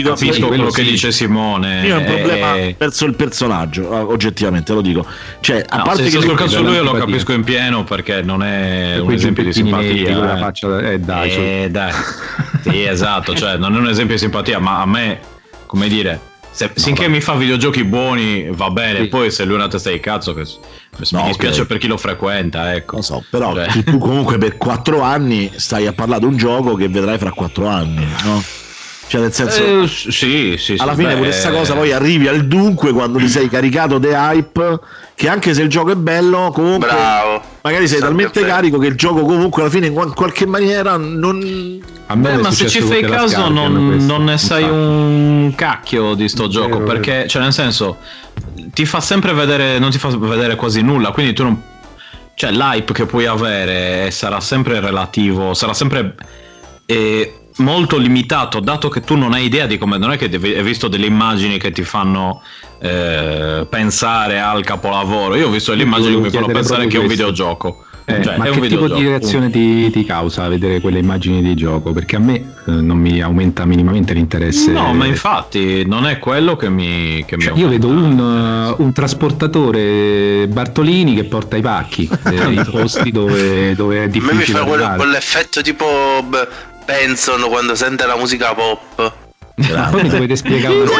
dico capisco quello che sì. dice Simone. Io ho un problema è... verso il personaggio, oggettivamente lo dico. Cioè, a no, parte se che sul cazzo lui lo capisco in pieno perché non è un esempio di simpatia. Con la faccia, eh, dai, eh, dai. Sì, esatto, cioè non è un esempio di simpatia, ma a me, come dire, se, no, finché no. mi fa videogiochi buoni va bene, sì. Poi se lui è una testa di cazzo che no, mi dispiace okay. per chi lo frequenta, ecco. Lo so, però cioè. tu comunque per quattro anni stai a parlare di un gioco che vedrai fra quattro anni, no? Cioè nel senso eh, sì, sì, alla sì, fine beh, questa cosa poi arrivi al dunque quando ti sei caricato di hype, che anche se il gioco è bello comunque bravo, magari sei talmente carico che il gioco comunque alla fine in qualche maniera non a me eh, ma se ci fai caso non, non ne sai un cacchio di sto gioco vero, perché vero. Cioè nel senso ti fa sempre vedere, non ti fa vedere quasi nulla, quindi tu non, cioè l'hype che puoi avere sarà sempre relativo, sarà sempre eh, molto limitato, dato che tu non hai idea di come, non è che hai visto delle immagini che ti fanno eh, pensare al capolavoro. Io ho visto delle immagini che mi fanno pensare che è un videogioco. Eh, cioè, ma è che un tipo di reazione ti, ti causa vedere quelle immagini di gioco? Perché a me eh, non mi aumenta minimamente l'interesse. No, ma infatti non è quello che mi, che cioè, mi io vedo un, uh, un trasportatore Bartolini che porta i pacchi eh, in posti dove, dove è difficile. A me mi fa quello, quell'effetto tipo Benson quando sente la musica pop. Ma poi mi dovete spiegare una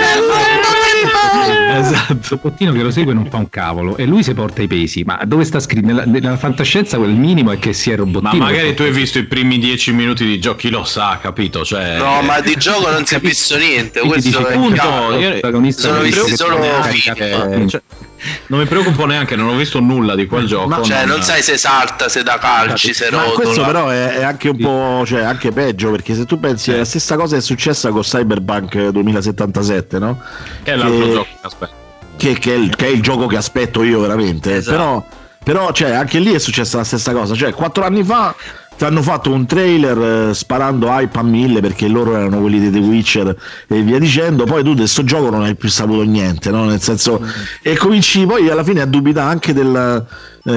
cosa. Esatto, Pottino che lo segue non fa un cavolo e lui si porta i pesi, ma dove sta scritto? Nella, nella fantascienza quel minimo è che sia il robottino. Ma magari tu hai visto i primi dieci minuti di giochi, lo sa, capito? Cioè... no, ma di gioco non si è visto niente. Questo è punto. Io sono visto solo video. Cioè, non mi preoccupo neanche, non ho visto nulla di quel gioco. Ma cioè, non, non sai se salta, se da calci, se rotola. Ma questo però è, è anche un po', cioè anche peggio, perché se tu pensi eh. la stessa cosa è successa con Cyberpunk duemilasettantasette, no? Che è l'altro che, gioco che aspetto. Che, che, è il, che è il gioco che aspetto io veramente. Esatto. Però, però cioè, anche lì è successa la stessa cosa. Cioè, quattro anni fa ti hanno fatto un trailer eh, sparando hype a mille perché loro erano quelli di The Witcher e via dicendo, poi tu di questo gioco non hai più saputo niente, no? Nel senso, mm. e cominci poi alla fine a dubitare anche del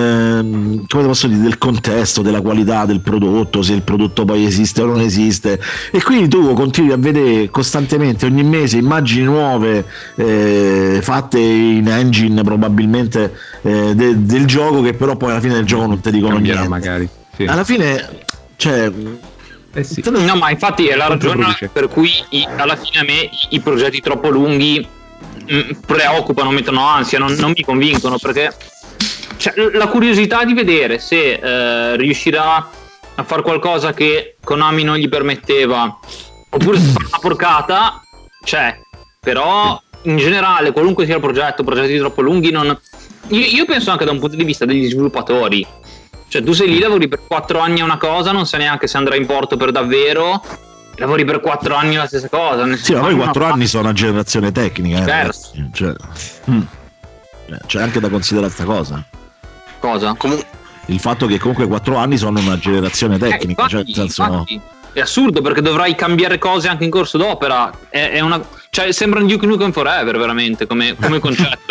ehm, come posso dire, del contesto, della qualità del prodotto, se il prodotto poi esiste o non esiste, e quindi tu continui a vedere costantemente ogni mese immagini nuove eh, fatte in engine probabilmente eh, de- del gioco, che però poi alla fine del gioco non ti dicono Cambierà niente magari. Sì. Alla fine, cioè, eh sì. No, ma infatti è la ragione per cui i, alla fine a me i, i progetti troppo lunghi mh, preoccupano, mettono ansia, non, non mi convincono, perché cioè, la curiosità di vedere se eh, riuscirà a fare qualcosa che Konami non gli permetteva, oppure se fa una porcata, c'è. Però in generale, qualunque sia il progetto, progetti troppo lunghi non... Io, io penso anche da un punto di vista degli sviluppatori. Cioè tu sei lì, lavori per quattro anni a una cosa, non sai neanche se andrà in porto per davvero, lavori per quattro anni la stessa cosa. Sì, ma poi quattro anni sono una generazione tecnica, eh, certo. Cioè, mm. C'è anche da considerare sta cosa. Cosa? Comun- il fatto che comunque quattro anni sono una generazione tecnica, eh, infatti, cioè nel senso... infatti, è assurdo perché dovrai cambiare cose anche in corso d'opera. È, è una... Cioè sembra un Duke Nukem Forever veramente come, come concetto.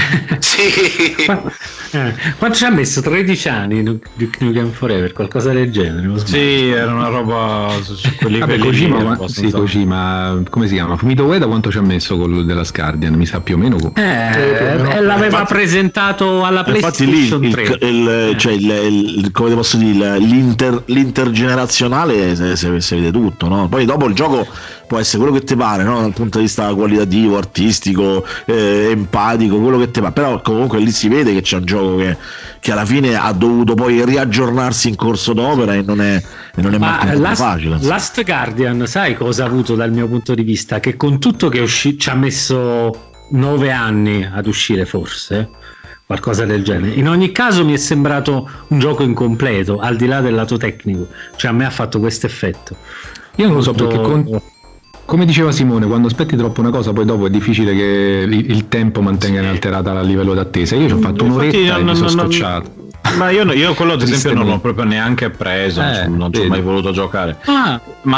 Sì. Quanto, eh, quanto ci ha messo? tredici anni Duke Nukem Forever, qualcosa del genere? Sì, era una roba su, su quelli Vabbè, Kojima, ma, sì, Kojima, come si chiama? Fumito Ueda quanto ci ha messo quello della Scardian? Mi sa più o meno. Eh, eh, l'aveva infatti, presentato alla PlayStation lì, tre. Il, il, cioè il, il, come posso dire, l'inter, l'intergenerazionale se, se, se vede tutto, no? Poi dopo il gioco può essere quello che ti pare, no? Dal punto di vista qualitativo, artistico, eh, empatico, quello che ti pare, però comunque lì si vede che c'è un gioco che, che alla fine ha dovuto poi riaggiornarsi in corso d'opera e non è, e non è mai Last, facile. Last Guardian, sai cosa ha avuto dal mio punto di vista? Che con tutto che usci- ci ha messo nove anni ad uscire, forse qualcosa del genere, in ogni caso mi è sembrato un gioco incompleto, al di là del lato tecnico. Cioè a me ha fatto questo effetto. Io non lo so perché con... come diceva Simone, quando aspetti troppo una cosa poi dopo è difficile che il tempo mantenga inalterata a livello d'attesa. Io ci ho fatto un'oretta Infatti, e mi sono scocciato. Ma io, io quello ad esempio non l'ho proprio neanche preso, eh, non ci ho mai voluto giocare. Ah. Ma c'è,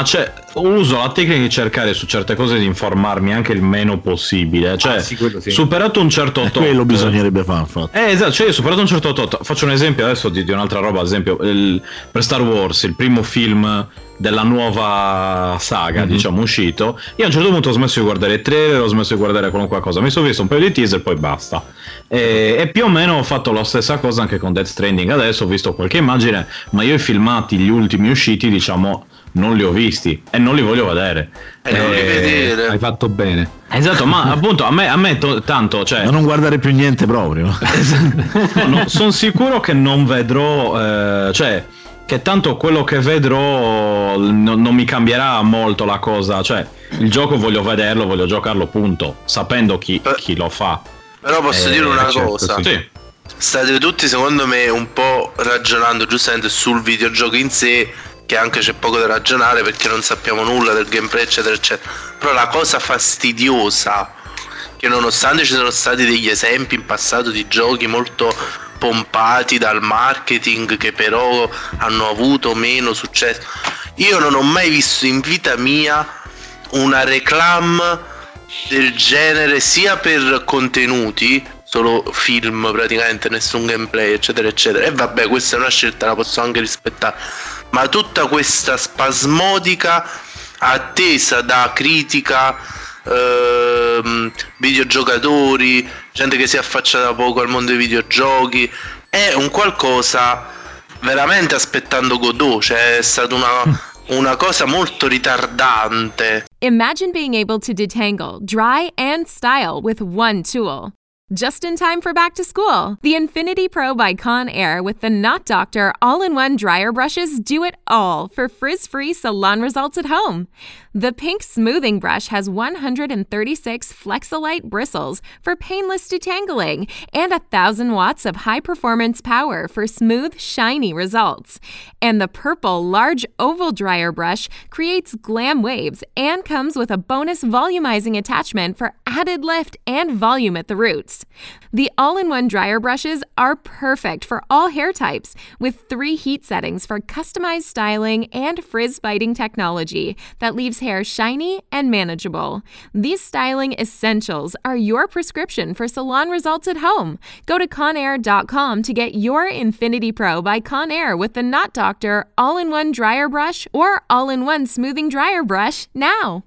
uso la tecnica di cercare su certe cose di informarmi anche il meno possibile, cioè ah, sì, sì. superato un certo tot, quello bisognerebbe fare, infatti. Eh, esatto, cioè superato un certo tot, faccio un esempio adesso di, di un'altra roba, ad esempio il, per Star Wars, il primo film della nuova saga, mm-hmm. diciamo, uscito, io a un certo punto ho smesso di guardare il trailer, ho smesso di guardare qualunque cosa, mi sono visto un paio di teaser e poi basta. E, e più o meno ho fatto la stessa cosa anche con Death Stranding. Adesso ho visto qualche immagine, ma io i filmati, gli ultimi usciti, diciamo, non li ho visti e non li voglio vedere. E non li vedere. Hai fatto bene. Esatto, ma appunto a me, a me to- tanto, cioè, ma non guardare più niente proprio. no, no, sono sicuro che non vedrò, eh, cioè che tanto quello che vedrò no, non mi cambierà molto la cosa, cioè il gioco voglio vederlo, voglio giocarlo, punto, sapendo chi, Beh, chi lo fa. Però posso eh, dire una certo, cosa, sì. State tutti secondo me un po' ragionando giustamente sul videogioco in sé, che anche c'è poco da ragionare perché non sappiamo nulla del gameplay eccetera eccetera, però la cosa fastidiosa che nonostante ci sono stati degli esempi in passato di giochi molto pompati dal marketing che però hanno avuto meno successo, io non ho mai visto in vita mia una reclame del genere, sia per contenuti, solo film praticamente, nessun gameplay eccetera eccetera, e vabbè, questa è una scelta, la posso anche rispettare, ma tutta questa spasmodica attesa da critica, ehm, videogiocatori, gente che si affaccia da poco al mondo dei videogiochi, è un qualcosa veramente aspettando Godot, cioè è stata una, una cosa molto ritardante. Imagine being able to detangle, dry, and style with one tool. Just in time for back to school, the Infinity Pro by Conair with the Knot Doctor all-in-one dryer brushes do it all for frizz-free salon results at home. The pink smoothing brush has one hundred thirty-six Flexolite bristles for painless detangling and one thousand watts of high-performance power for smooth, shiny results. And the purple large oval dryer brush creates glam waves and comes with a bonus volumizing attachment for added lift and volume at the roots. The all-in-one dryer brushes are perfect for all hair types with three heat settings for customized styling and frizz-fighting technology that leaves hair shiny and manageable. These styling essentials are your prescription for salon results at home. Go to Conair dot com to get your Infinity Pro by Conair with the Knot Doctor all-in-one dryer brush or all-in-one smoothing dryer brush now.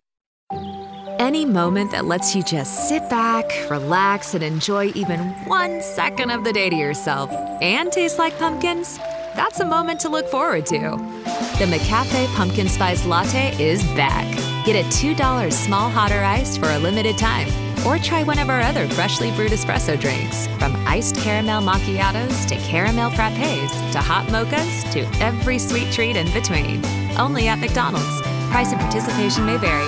Any moment that lets you just sit back, relax, and enjoy even one second of the day to yourself and taste like pumpkins, that's a moment to look forward to. The McCafe Pumpkin Spice Latte is back. Get a two dollars small hot or iced for a limited time. Or try one of our other freshly brewed espresso drinks, from iced caramel macchiatos to caramel frappes to hot mochas to every sweet treat in between. Only at McDonald's. Price and participation may vary.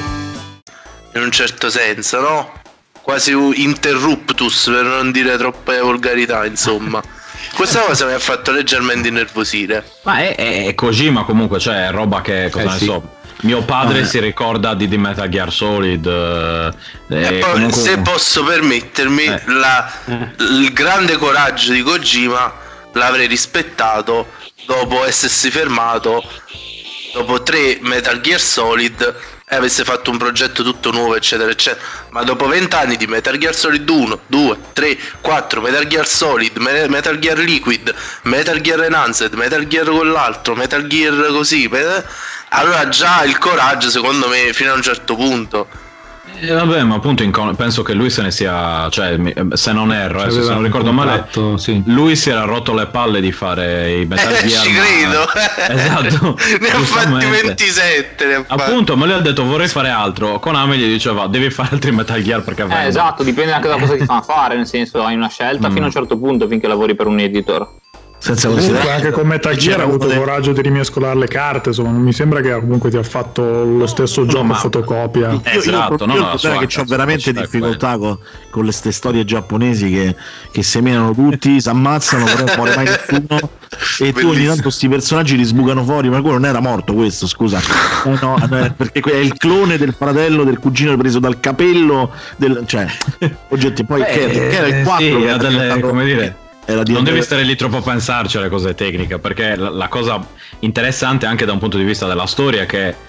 In un certo senso, no? Quasi un interruptus, per non dire troppe volgarità, insomma. Questa cosa mi ha fatto leggermente innervosire. Ma è, è, è Kojima comunque, cioè è roba che, cosa eh, ne sì. so, mio padre no, si ricorda di, di Metal Gear Solid. Eh, e poi, comunque... se posso permettermi, eh. la, il grande coraggio di Kojima l'avrei rispettato dopo essersi fermato dopo tre Metal Gear Solid e avesse fatto un progetto tutto nuovo eccetera eccetera, ma dopo vent'anni di Metal Gear Solid uno, due, tre, quattro, Metal Gear Solid, Metal Gear Liquid, Metal Gear Enhanced, Metal Gear con l'altro, Metal Gear così, allora già il coraggio secondo me fino a un certo punto. Eh, vabbè, ma appunto in con- penso che lui se ne sia, cioè se non erro, eh, se non ricordo male, sì. Lui si era rotto le palle di fare i Metal eh, Gear. Ci credo. Esatto. Ne ha fatti ventisette. Ne ha fatti. Appunto, ma lui ha detto vorrei fare altro. Konami gli diceva devi fare altri Metal Gear perché eh, esatto, dipende anche da cosa ti fanno fare, nel senso hai una scelta mm. fino a un certo punto finché lavori per un editor. Senza comunque anche con Metal Gear ha avuto il coraggio di rimescolare le carte, insomma non mi sembra che comunque ti ha fatto lo stesso no, gioco ma... fotocopia. Io, esatto, io, io no, il problema è che ho veramente difficoltà con, con le ste storie giapponesi che, che seminano tutti, si ammazzano, però non muore mai nessuno e tu ogni tanto sti personaggi li sbucano fuori, ma quello non era morto questo, scusa. No, no, perché è il clone del fratello del cugino preso dal capello del, cioè oggetti poi Beh, che, che era il quattro sì, che era delle, come dire non devi stare lì troppo a pensarci alle cose tecniche, perché la, la cosa interessante anche da un punto di vista della storia è che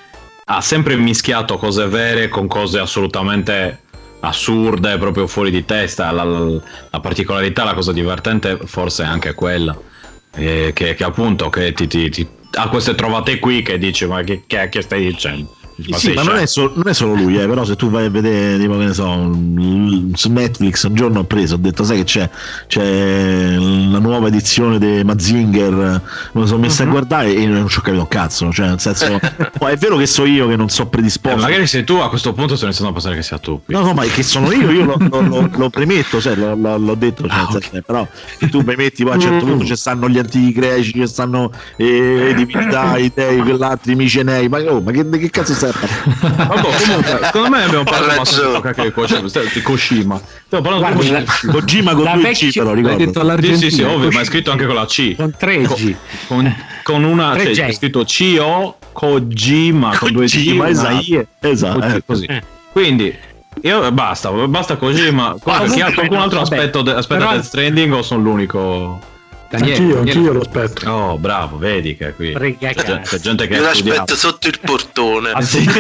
ha sempre mischiato cose vere con cose assolutamente assurde, proprio fuori di testa. La, la, la particolarità, la cosa divertente forse è anche quella, eh, che, che appunto che ti, ti, ti ha queste trovate qui che dici ma che, che, che stai dicendo? Ma, sì, ma non, è so, non è solo lui, eh, però se tu vai a vedere tipo, che ne so, su Netflix un giorno ho preso, ho detto sai che c'è c'è la nuova edizione di Mazinger, me lo sono messo uh-huh. a guardare e non ci ho capito un cazzo, cioè nel senso è vero che so io che non so predisposto, eh, magari sei tu, a questo punto sto iniziando a pensare che sia tu. No no, ma che sono io, io lo, lo, lo, lo premetto, cioè, lo, lo, l'ho detto, cioè, ah, okay. Però che tu premetti poi a un certo punto ci stanno gli antichi greci, ci stanno eh, divinità, i dei, quell'altri micenei, ma, oh, ma che, che cazzo stai? Vabbè, comunque, secondo me abbiamo parlato di Koshima. Stiamo parlando di Kojima con due C, però ricordo. Sì, sì, sì, ovvio, ma è scritto anche con la C. Con tre G. Con, con una, cioè, è scritto C O Kojima con due G. Esatto, esatto. Così. Quindi io basta, basta Kojima. Qualcun altro aspetta Death Stranding o sono l'unico? Daniele, anch'io, Daniele. anch'io lo aspetto. Oh, bravo, vedi che qui c'è, c'è gente che io l'aspetto sotto il portone. Ah, sì.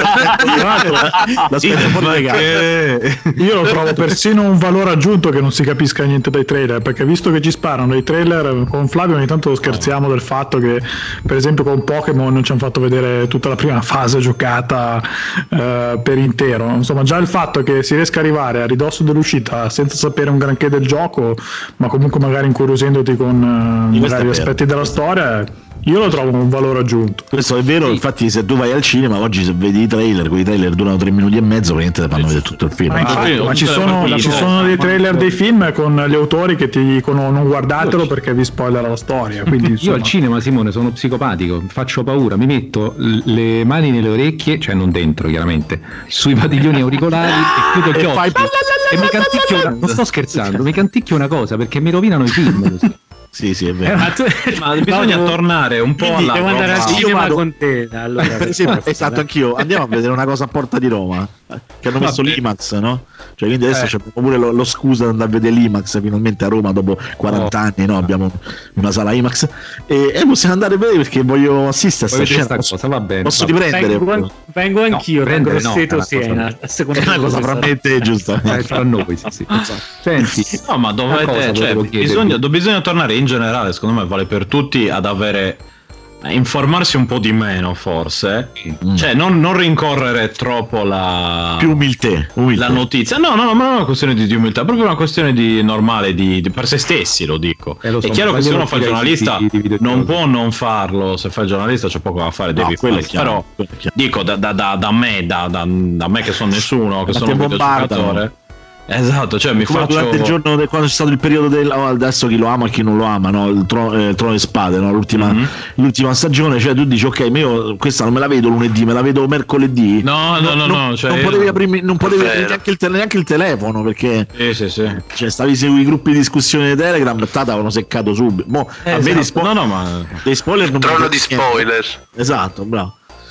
L'aspetto fuori che... Io lo trovo persino un valore aggiunto che non si capisca niente dai trailer, perché visto che ci sparano i trailer, con Flavio ogni tanto scherziamo del fatto che per esempio con Pokémon non ci hanno fatto vedere tutta la prima fase giocata eh, per intero. Insomma, già il fatto che si riesca a arrivare a ridosso dell'uscita senza sapere un granché del gioco, ma comunque magari incuriosendoti con uh, magari aspetti della storia, io lo trovo un valore aggiunto. Questo è vero, sì. Infatti se tu vai al cinema oggi, se vedi i trailer, quei trailer durano tre minuti e mezzo, praticamente ti fanno vedere tutto il film. Ma, infatti, ah, ma ci sono, ci sono dei trailer dei film con gli autori che ti dicono non guardatelo perché vi spoilerà la storia. Quindi, io al cinema, Simone, sono psicopatico, faccio paura, mi metto le mani nelle orecchie, cioè non dentro chiaramente, sui padiglioni auricolari e chiudo gli occhi e mi canticchio una... non sto scherzando, mi canticchio una cosa perché mi rovinano i film. Sì, sì, è vero. Eh, ma, tu... ma bisogna no, tornare un po' alla devo andare al cinema vado... con te. Allora, sì, esatto, anch'io. Andiamo a vedere una cosa a Porta di Roma che hanno messo l'IMAX, no? Cioè, quindi adesso eh. c'è pure lo, lo scusa di andare a vedere l'IMAX finalmente a Roma dopo quaranta oh. anni, no? Abbiamo una sala IMAX e, e possiamo andare a vedere perché voglio assistere a questa scena. Posso, cosa, va bene, posso va riprendere? Vengo, vengo anch'io, no, prendere Grosseto no, Siena. È una cosa veramente giusta. Eh, tra noi, sì, sì. Senti, no, ma dovete, cioè, bisogna, bisogna tornare in generale, secondo me vale per tutti, ad avere a informarsi un po' di meno forse, mm. cioè non, non rincorrere troppo la più umiltà, la notizia, no no no, ma non è una questione di, di umiltà, è proprio una questione di normale di, di per se stessi, lo dico. Eh, lo so, è chiaro che se uno fa il giornalista di, di non può non farlo, se fa il giornalista c'è poco da fare, no, devi farlo, però dico da, da, da, da me da, da, da me che sono nessuno, che ma sono un videogiocatore. Esatto, cioè mi come faccio durante il giorno de, quando c'è stato il periodo del oh, adesso chi lo ama e chi non lo ama, no? Il trono, eh, trono e spade, no? L'ultima, mm-hmm. l'ultima stagione, cioè tu dici ok, ma io questa non me la vedo lunedì, me la vedo mercoledì. No, no, no, no, no cioè non potevi io... aprirmi, non potevi aprire neanche il, tele, neanche il telefono perché sì, sì, sì. Cioè stavi sui gruppi di discussione di Telegram, tata avevano seccato subito. Mo, eh, a esatto. spo- no, no, ma dei spoiler non trono di spoiler. Esatto, bravo.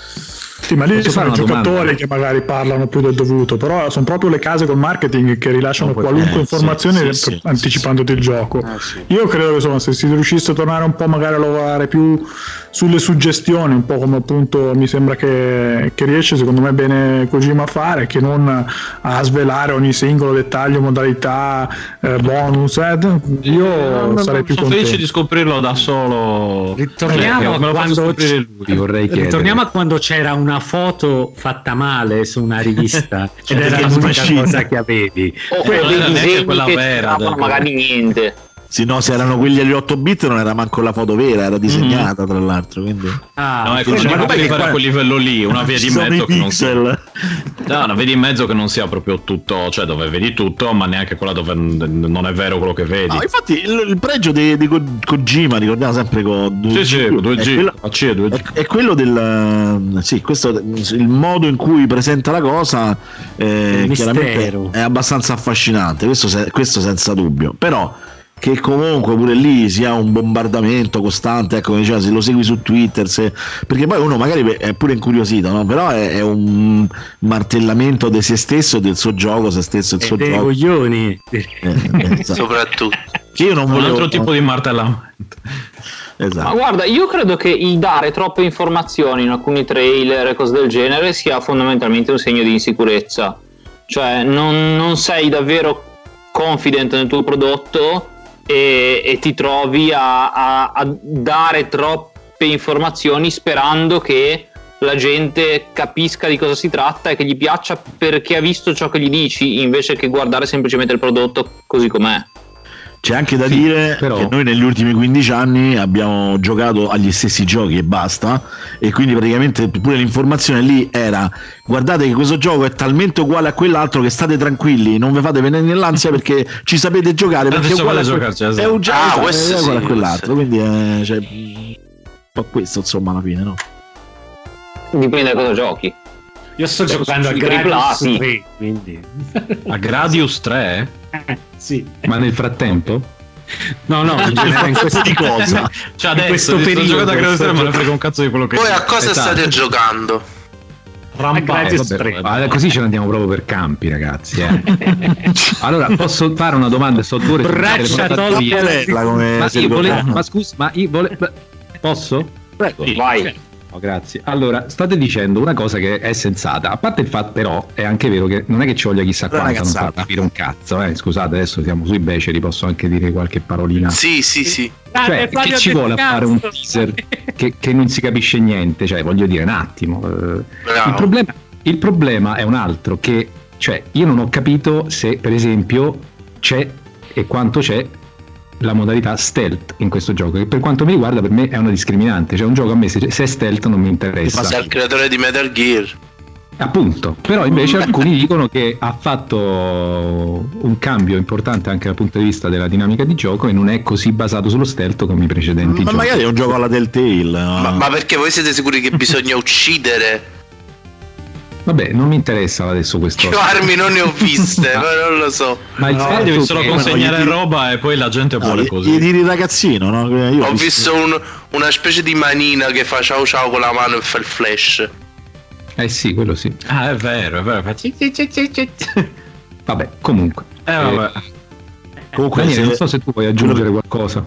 Sì, ma lì ci sono i giocatori domanda. Che magari parlano più del dovuto, però sono proprio le case col marketing che rilasciano no, qualunque eh, informazione sì, sì, anticipandoti sì, il gioco. Eh, sì. Io credo che insomma, se si riuscisse a tornare un po' magari a lavorare più sulle suggestioni, un po' come appunto mi sembra che, che riesce secondo me bene Kojima a fare, che non a svelare ogni singolo dettaglio, modalità, eh, bonus, eh, io no, sarei più sono contento. felice di scoprirlo da solo. Ritorniamo, a quando, c- lui, vorrei ritorniamo a quando c'era una foto fatta male su una rivista ed era l'unica cosa che avevi o quei disegni quella che vera, magari niente. Sì, no, se erano quelli agli otto bit non era manco la foto vera, era disegnata mm-hmm. tra l'altro, quindi ah, no, ecco, cioè, ma devi fare a quel livello lì, una via di mezzo che non sia no, una via di mezzo che non sia proprio tutto, cioè dove vedi tutto, ma neanche quella dove non è vero quello che vedi. No, infatti il, il pregio di, di Kojima, ricordiamo sempre con due G, sì, sì, due G, è, quello, C, due G. È, è quello del sì, questo il modo in cui presenta la cosa eh, chiaramente è abbastanza affascinante, questo, questo senza dubbio, però che comunque pure lì sia un bombardamento costante, ecco, come diceva, se lo segui su Twitter, se... perché poi uno magari è pure incuriosito, no? Però è, è un martellamento di se stesso, del suo gioco, se stesso il suo e gioco. Dei coglioni. Eh, esatto. Soprattutto. Che io non volevo... un altro tipo di martellamento. Esatto. Ma guarda, io credo che il dare troppe informazioni in alcuni trailer e cose del genere sia fondamentalmente un segno di insicurezza. Cioè non, non sei davvero confident nel tuo prodotto e, e ti trovi a, a, a dare troppe informazioni sperando che la gente capisca di cosa si tratta e che gli piaccia perché ha visto ciò che gli dici, invece che guardare semplicemente il prodotto così com'è. C'è anche da Sì, dire però- che noi negli ultimi quindici anni abbiamo giocato agli stessi giochi e basta, e quindi praticamente pure l'informazione lì era: guardate che questo gioco è talmente uguale a quell'altro che state tranquilli, non vi fate venire nell'ansia perché ci sapete giocare, perché è Adesso uguale, a, volete que- giocarci, è esatto. uguale, Ah, esatto, questo è uguale sì, a quell'altro, quindi è, cioè, un po' questo insomma alla fine, no? Dipende da cosa giochi. Io sto Beh, giocando a sui Gradius tripla A, sì. tre, quindi A Gradius tre? sì. Ma nel frattempo? No, no, in generale in questo di cosa? Cioè in adesso questo sto periodo giocando a Gradius tre, sto ma ne gio- frega un cazzo di quello che Voi c'è. a cosa Esatto. state giocando? Rampante Eh, vabbè, tre. ma così ce ne andiamo proprio per campi, ragazzi. eh. Allora, posso fare una domanda? Sto due ore sul Braccia telefono, tolte via. Bella come Ma si io volevo, ricorda. ma scusa, ma io volevo, posso? Prego. Vai. Oh, grazie. Allora, state dicendo una cosa che è sensata. A parte il fatto, però, è anche vero che non è che ci voglia chissà Non è una quanto, non fa cazzata. capire un cazzo. Eh. Scusate, adesso siamo sui beceri, posso anche dire qualche parolina. Sì, sì, sì. Cioè, che ci vuole a fare un teaser che, che non si capisce niente? Cioè, voglio dire, un attimo. eh, Bravo. Il problema, il problema è un altro, che cioè io non ho capito se per esempio c'è e quanto c'è la modalità stealth in questo gioco, che per quanto mi riguarda per me è una discriminante. Cioè un gioco a me se, se è stealth non mi interessa, Sei il creatore di Metal Gear. appunto. Però invece alcuni dicono che ha fatto un cambio importante anche dal punto di vista della dinamica di gioco e non è così basato sullo stealth come i precedenti Ma giochi. magari è un gioco alla Telltale. Ma, ma perché voi siete sicuri che bisogna uccidere? Vabbè, non mi interessa adesso questo. Io armi non ne ho viste, ma non lo so. Ma il No, fatto devi che- solo no, consegnare gli tiri- roba e poi la gente No, vuole gli- così. gli tiri ragazzino, no? Io Ho visto un- una specie di manina che fa ciao ciao con la mano e fa il flash. Eh sì, quello sì. Ah, è vero, è vero. Fa ci- ci- ci- ci- ci- Vabbè, comunque. Eh, vabbè. Comunque, Daniele, se- non so se tu vuoi aggiungere qualcosa.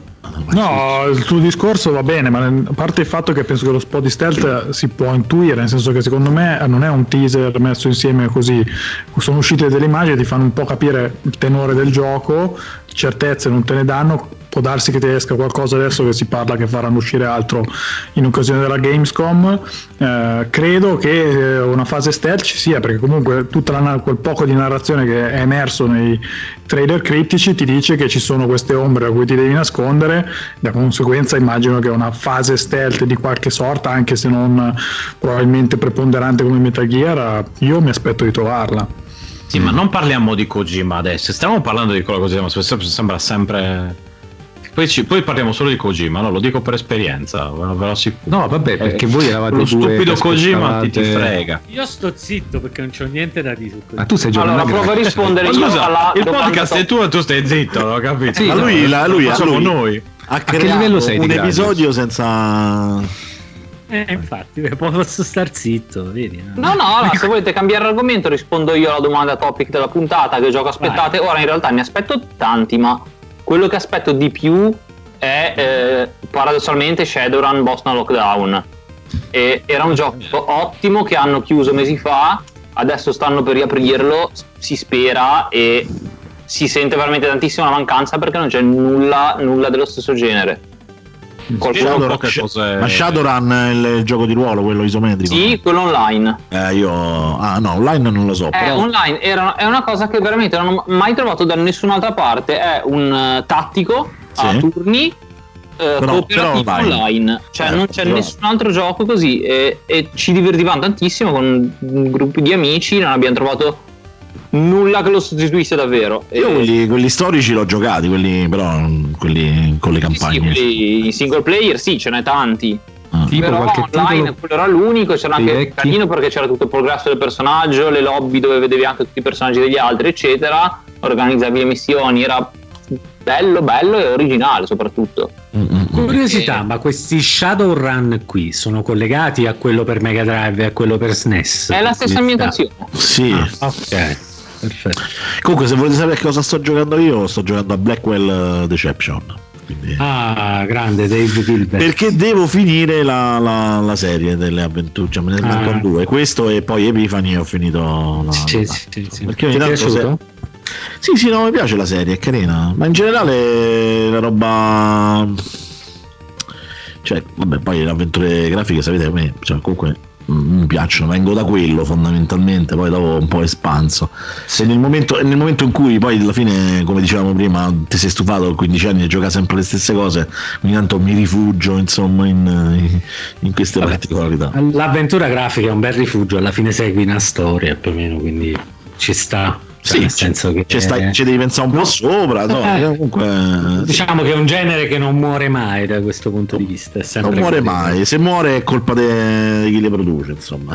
No, il tuo discorso va bene, ma a parte il fatto che penso che lo spot di stealth si può intuire, nel senso che secondo me non è un teaser messo insieme così, sono uscite delle immagini che ti fanno un po' capire il tenore del gioco, certezze non te ne danno, può darsi che ti esca qualcosa adesso che si parla che faranno uscire altro in occasione della Gamescom. Eh, credo che eh, una fase stealth ci sia, perché comunque tutta la, quel poco di narrazione che è emerso nei trailer criptici ti dice che ci sono queste ombre a cui ti devi nascondere, di conseguenza immagino che una fase stealth di qualche sorta, anche se non probabilmente preponderante come Metal Gear, io mi aspetto di trovarla. Sì, ma non parliamo di Kojima adesso, stiamo parlando di quello così, ma sembra sempre... Poi, ci, poi parliamo solo di Kojima, no? Lo dico per esperienza, ve lo, ve lo assicuro. No, vabbè, perché voi eravate lo due stupido che Kojima ti, ti aspettavate- frega. Io sto zitto perché non c'ho niente da dire su questo. Ma tu sei giocando Allora, alla provo a grande. rispondere Ma io scusa, alla il domanda podcast top. è tuo e tu stai zitto, no? Capito? Sì, ma no, lui, la, lui, lo facciamo lui noi. ha che livello creato sei di un Gradius? episodio senza... Eh, infatti, posso star zitto, vedi? No, no, allora, se volete cambiare argomento rispondo io alla domanda topic della puntata, che gioco aspettate. Ora in realtà ne aspetto tanti, ma quello che aspetto di più è eh, paradossalmente Shadowrun Boston Lockdown. E era un gioco ottimo che hanno chiuso mesi fa, adesso stanno per riaprirlo, si spera, e si sente veramente tantissimo la mancanza perché non c'è nulla, nulla dello stesso genere. Qualcuno Shadowrun- che cos'è? Ma Shadowrun è il, il gioco di ruolo, quello isometrico? Sì, quello online. Eh, io... Ah, no, online non lo so. È però... online, era, è una cosa che veramente non ho mai trovato da nessun'altra parte. È un uh, tattico a Sì. turni uh, Però- cooperativo però online. online. Cioè Certo, non c'è però- nessun altro gioco così, e, e ci divertivamo tantissimo con un gruppo di amici. Non abbiamo trovato nulla che lo sostituisse davvero. Io E- quelli, quelli storici l'ho giocati, quelli però mm, quelli con le sì, sì, campagne. quelli in single player sì, ce n'è tanti. Ah. Tipo Però qualche online titolo quello era l'unico, c'era dei anche vecchi? carino perché c'era tutto il progresso del personaggio, le lobby dove vedevi anche tutti i personaggi degli altri, eccetera, organizzavi le missioni, era bello, bello e originale soprattutto. Curiosità, ma questi Shadowrun qui sono collegati a quello per Mega Drive e a quello per S N E S? È la stessa ambientazione. Sì. Ah, ok, perfetto. Comunque, se volete sapere cosa sto giocando io, sto giocando a Blackwell Deception. Quindi... Ah, grande Dave Gilbert. Perché devo finire la, la, la serie delle avventure, cioè me ne mancano ah. due, questo e poi Epifani, ho finito la, sì, la, sì, sì. perché ogni tanto se... sì sì no mi piace la serie, è carina, ma in generale la roba, cioè vabbè, poi le avventure grafiche sapete a me, cioè comunque mi piacciono, vengo da quello fondamentalmente, poi dopo un po' espanso. Se nel momento, nel momento in cui poi alla fine, come dicevamo prima, ti sei stufato a quindici anni e gioca sempre le stesse cose, ogni tanto mi rifugio insomma in, in queste Vabbè, particolarità. L'avventura grafica è un bel rifugio, alla fine segui una storia più o meno, quindi ci sta. Cioè, sì, nel senso che ci, stai, ci devi pensare un po' sopra, no? eh, comunque... diciamo che è un genere che non muore mai da questo punto di vista, è sempre non muore così. mai, se muore è colpa di chi le produce, insomma.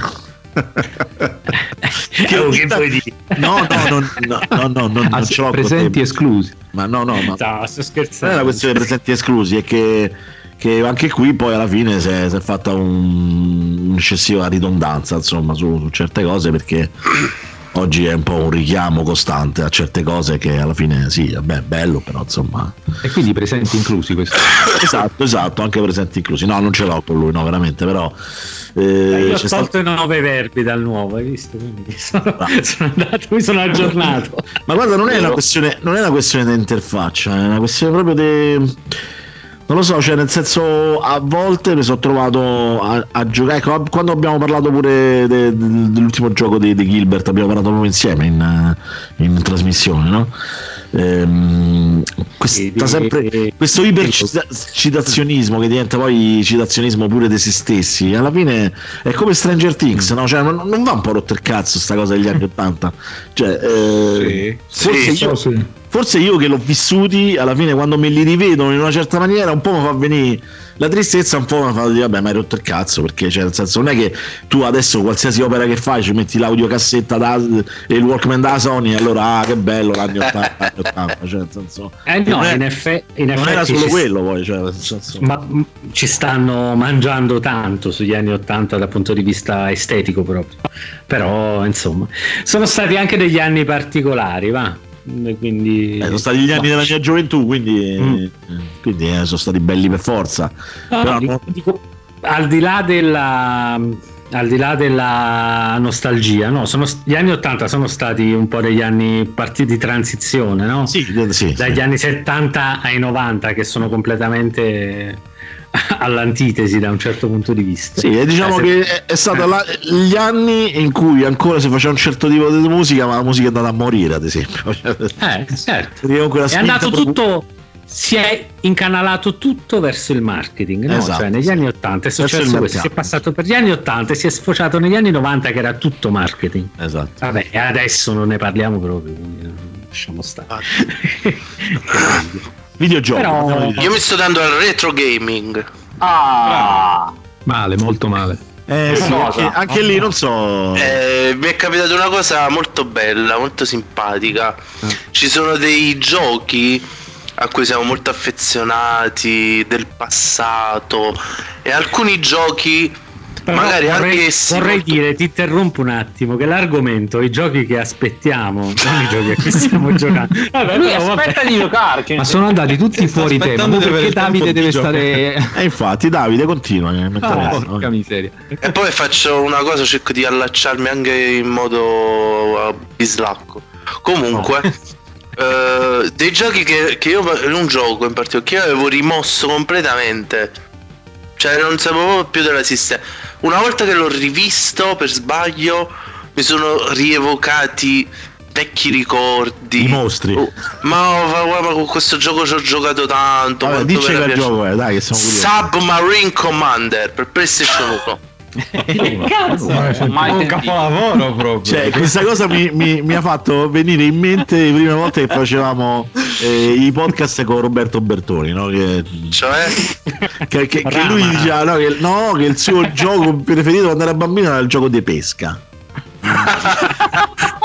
che oh, che puoi dire? No, no, no, no, no, no, no non ce l'ho presenti esclusi. Ma no, no, ma no, sto scherzando. Non è una questione di presenti esclusi, è che che anche qui poi alla fine si è, si è fatta un, un'eccessiva ridondanza, insomma, su, su certe cose, perché oggi è un po' un richiamo costante a certe cose che alla fine sì, vabbè, bello, però insomma. E quindi presenti inclusi questo? Esatto, esatto, anche presenti inclusi. No, non ce l'ho con lui, no, veramente, però eh, io ho tolto stato... i nove verbi dal nuovo, hai visto? Quindi sono, ah. sono andato, mi sono aggiornato. Ma guarda, non è una questione, non è una questione di interfaccia, è una questione proprio di... non lo so, cioè nel senso, a volte mi sono trovato a, a giocare, ecco, quando abbiamo parlato pure de, de, dell'ultimo gioco di, di Gilbert, abbiamo parlato proprio insieme in, in trasmissione, no? Ehm, questa sempre, questo ipercitazionismo che diventa poi citazionismo pure di se stessi, alla fine è come Stranger Things, no? Cioè non, non va un po' rotto il cazzo sta cosa degli anni ottanta, cioè eh, sì, forse sì, io sì. Forse io che l'ho vissuti, alla fine quando me li rivedo in una certa maniera, un po' mi fa venire la tristezza, un po' mi fa dire vabbè, ma hai rotto il cazzo, perché cioè, nel senso, non è che tu adesso qualsiasi opera che fai ci metti l'audiocassetta da, e il Walkman da Sony e allora ah che bello l'anni ottanta, ottanta, cioè nel senso, eh no, è, in, effe- in non effetti era solo ci quello st- poi, cioè, nel senso. Ma ci stanno mangiando tanto sugli anni ottanta dal punto di vista estetico proprio, però insomma sono stati anche degli anni particolari, va. Quindi eh, sono stati gli anni della mia gioventù, quindi, mm. quindi eh, sono stati belli per forza. No, però dico, non... dico, al di là della al di là della nostalgia, no, sono, gli anni ottanta sono stati un po' degli anni partiti di transizione, no? Sì, sì, dagli sì. anni settanta ai novanta, che sono completamente all'antitesi da un certo punto di vista. Sì, e diciamo eh, che è, è stato eh. la, gli anni in cui ancora si faceva un certo tipo di musica, ma la musica è andata a morire, ad esempio. Eh, certo. È andato proprio... tutto, si è incanalato tutto verso il marketing, no? Esatto, cioè negli sì. anni ottanta è successo questo, si è passato per gli anni ottanta e si è sfociato negli anni novanta che era tutto marketing. Esatto. Vabbè, e adesso non ne parliamo proprio, quindi lasciamo stare. Ah. Videogiochi. Però... io mi sto dando al retro gaming. Ah, male, molto male. Eh, sì, anche, anche lì non so. Eh, mi è capitata una cosa molto bella, molto simpatica. Eh. Ci sono dei giochi a cui siamo molto affezionati del passato e alcuni giochi però magari vorrei, anche essi vorrei molto... dire, ti interrompo un attimo, che l'argomento, i giochi che aspettiamo, non i giochi a cui stiamo giocando. Vabbè, lui però, aspetta vabbè. di giocare. Ma sono andati tutti fuori tema, perché Davide deve stare... E eh, infatti Davide continua. Ah, porca miseria. E poi faccio una cosa, cerco di allacciarmi anche in modo bislacco. Comunque... Oh. Uh, dei giochi che, che io un gioco in particolare che io avevo rimosso completamente, cioè non sapevo più dell'esistenza. Una volta che l'ho rivisto per sbaglio mi sono rievocati vecchi ricordi, i mostri. Oh, ma, ma, ma con questo gioco ci ho giocato tanto. Vabbè, dici che il gioco è, dai, che siamo curiosi. Submarine Commander per PlayStation uno. Che cazzo, mai un capolavoro proprio. Cioè, questa cosa mi, mi, mi ha fatto venire in mente le prime volte che facevamo eh, i podcast con Roberto Bertoni, no? Che, cioè che, che, che lui diceva no che, no, che il suo gioco preferito quando era bambino era il gioco di pesca.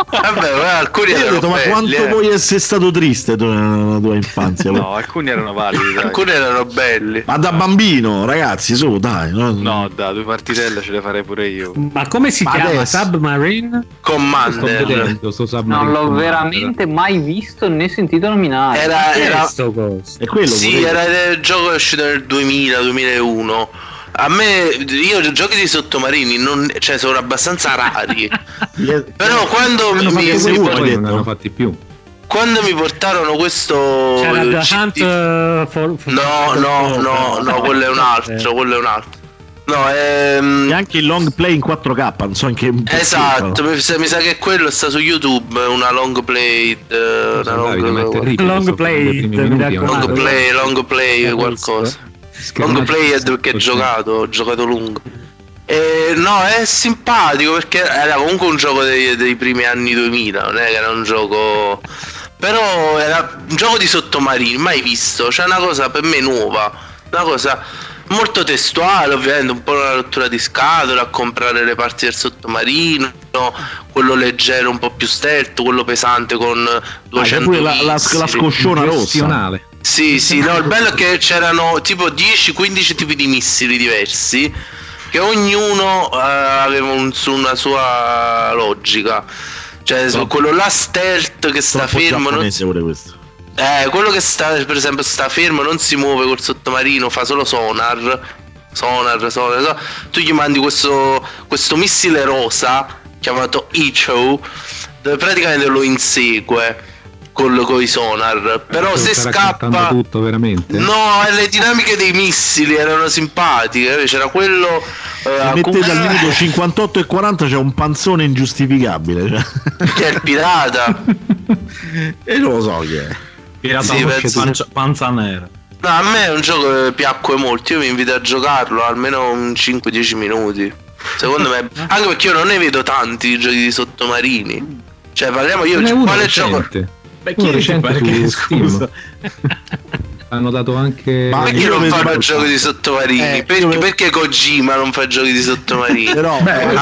Vabbè, alcuni io ho detto, ma belli, quanto eh. puoi essere stato triste tu nella tua infanzia? No, alcuni erano validi, dai. Alcuni erano belli. Ma da bambino, ragazzi, su, dai. No, no dai, due partitelle ce le farei pure io. Ma come si ma chiama? adesso... Submarine? Commander. Sto vedendo, sto Submarine non l'ho Commander. veramente mai visto né sentito nominare. Era, era... È quello, sì, quello. era il gioco uscito nel duemila duemilauno. A me, io giochi di sottomarini non, cioè, sono abbastanza rari. Però quando mi, mi, mi port- non hanno fatti più. Quando mi portarono questo c'era The C D... Hunt uh, for, for no, no, no, no, quello è un altro, quello è un altro. No, ehm... e anche il long play in quattro K, non so in che. Esatto, mi sa, mi sa che quello sta su YouTube, una long play, uh, una long, long, long play, long play, long play, qualcosa. Long play è che ho giocato, ho giocato lungo. E no, è simpatico perché era comunque un gioco dei, dei primi anni duemila, non è che era un gioco. Però era un gioco di sottomarini, mai visto, cioè una cosa per me nuova, una cosa molto testuale, ovviamente, un po' una rottura di scatola a comprare le parti del sottomarino, quello leggero un po' più stealth, quello pesante con duecento ah, la, la, la scosciona rossa. Sì, sì, no, il bello è che c'erano tipo dieci quindici tipi di missili diversi, che ognuno uh, aveva un, una sua logica. Cioè, no, quello là stealth che sta fermo, non... pure questo. Eh, quello che sta, per esempio, sta fermo, non si muove col sottomarino, fa solo sonar. Sonar, sonar, sonar. Tu gli mandi questo, questo missile rosa chiamato Icho, dove praticamente lo insegue con, con i sonar. Però se scappa tutto veramente. No, le dinamiche dei missili erano simpatiche. C'era quello uh, mettete al minuto cinquantotto e quaranta c'è un panzone ingiustificabile, cioè. Che è il pirata. E non lo so chi è. Pirata sì, penso... pancia, panza nera. No, a me è un gioco che piacque molto. Io mi invito a giocarlo almeno un cinque dieci minuti. Secondo me, anche perché io non ne vedo tanti giochi di sottomarini. Cioè, parliamo io quale gioco. Beh, chi recente perché, scusa. Hanno dato anche. Ma perché non fanno giochi di sottomarini? Eh, perché, io... perché Kojima non fa giochi di sottomarini? Però, beh, no,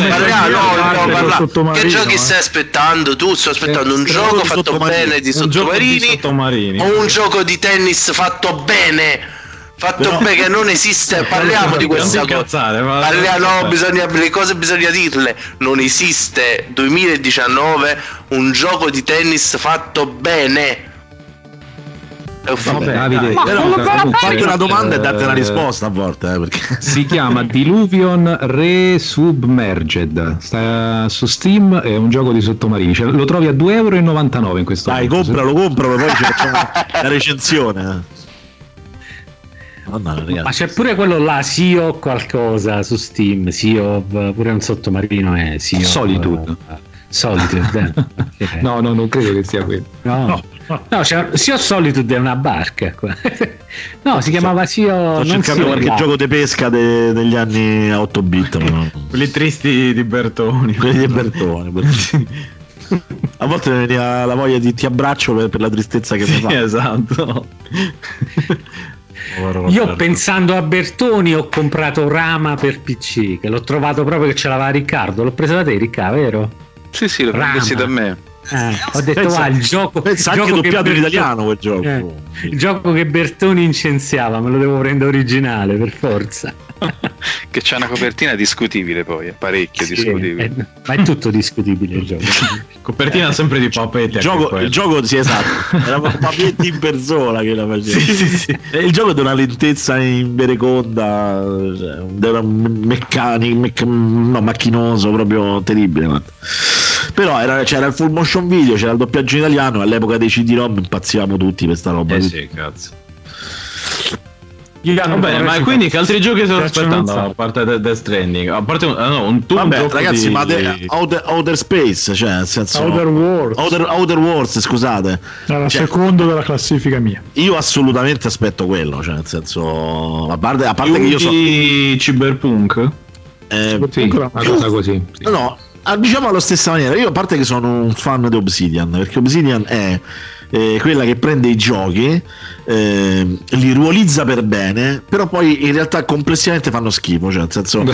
no, no, no, che giochi stai aspettando? Tu stai aspettando un gioco fatto bene di sottomarini o un gioco di tennis fatto bene? Fatto però... bene, che non esiste. Parliamo di questa cosa. Parliamo, no, bisogna, le cose bisogna dirle. Non esiste duemiladiciannove un gioco di tennis fatto bene. Vabbè, Davide, ma però fate una domanda e date una risposta a volte, eh, perché... si chiama Diluvion Resubmerged, sta su Steam, è un gioco di sottomarini, cioè, lo trovi a due virgola novantanove euro in questo dai momento. Dai, compralo, compralo, poi ci facciamo la recensione. Oh, no, ma c'è pure quello là, Sea of qualcosa su Steam, Sea of, pure un sottomarino è Sea of Solitude. Uh, Solitude. eh. No, no, non credo che sia quello. No. no. No, c'è Sea of Solitude è una barca qua. No, si chiamava Sea of... Sto cercando qualche là. Gioco di pesca de, degli anni a otto bit. No? Quelli tristi di Bertoni. Quelli di Bertoni. A volte mi veniva la voglia di ti abbraccio per, per la tristezza che sì, mi fa. Esatto. Io pensando a Bertoni ho comprato Rama per P C, che l'ho trovato proprio che ce l'aveva Riccardo. L'ho preso da te, Riccardo, vero? Sì, sì, l'ho preso da me. Eh, ho detto pensa, va, il gioco, pensa il anche gioco doppiato in Bertoni, italiano quel gioco. Eh, il gioco che Bertoni incensiava, me lo devo prendere originale per forza. Che c'è una copertina discutibile, poi è parecchio sì, discutibile. È, ma è tutto discutibile il gioco. Copertina eh, sempre di Papetti. Il gioco, il gioco sì, esatto. Era Papetti in persona che la faceva. Sì, sì, sì. Il gioco è di una lentezza invereconda, cioè, era meccanico, mecc- no, macchinoso, proprio terribile. Ma. Però era, c'era il full motion video, c'era il doppiaggio in italiano. All'epoca dei C D-ROM impazzivamo tutti per sta roba. Eh sì, cazzo. Va bene, ma quindi che altri giochi sto aspettando a parte Death de Stranding? A parte un, no, un tu vabbè, un ragazzi, di... ma de, outer, outer Space, cioè nel senso Outer Wars. Outer, outer Wars, scusate. Era il cioè, secondo della classifica mia. Io assolutamente aspetto quello, cioè nel senso a parte, a parte che io so Cyberpunk. Eh, sì, una cosa così. Sì. No, diciamo alla stessa maniera. Io a parte che sono un fan di Obsidian, perché Obsidian è eh, quella che prende i giochi, eh, li ruolizza per bene, però poi in realtà complessivamente fanno schifo, cioè nel senso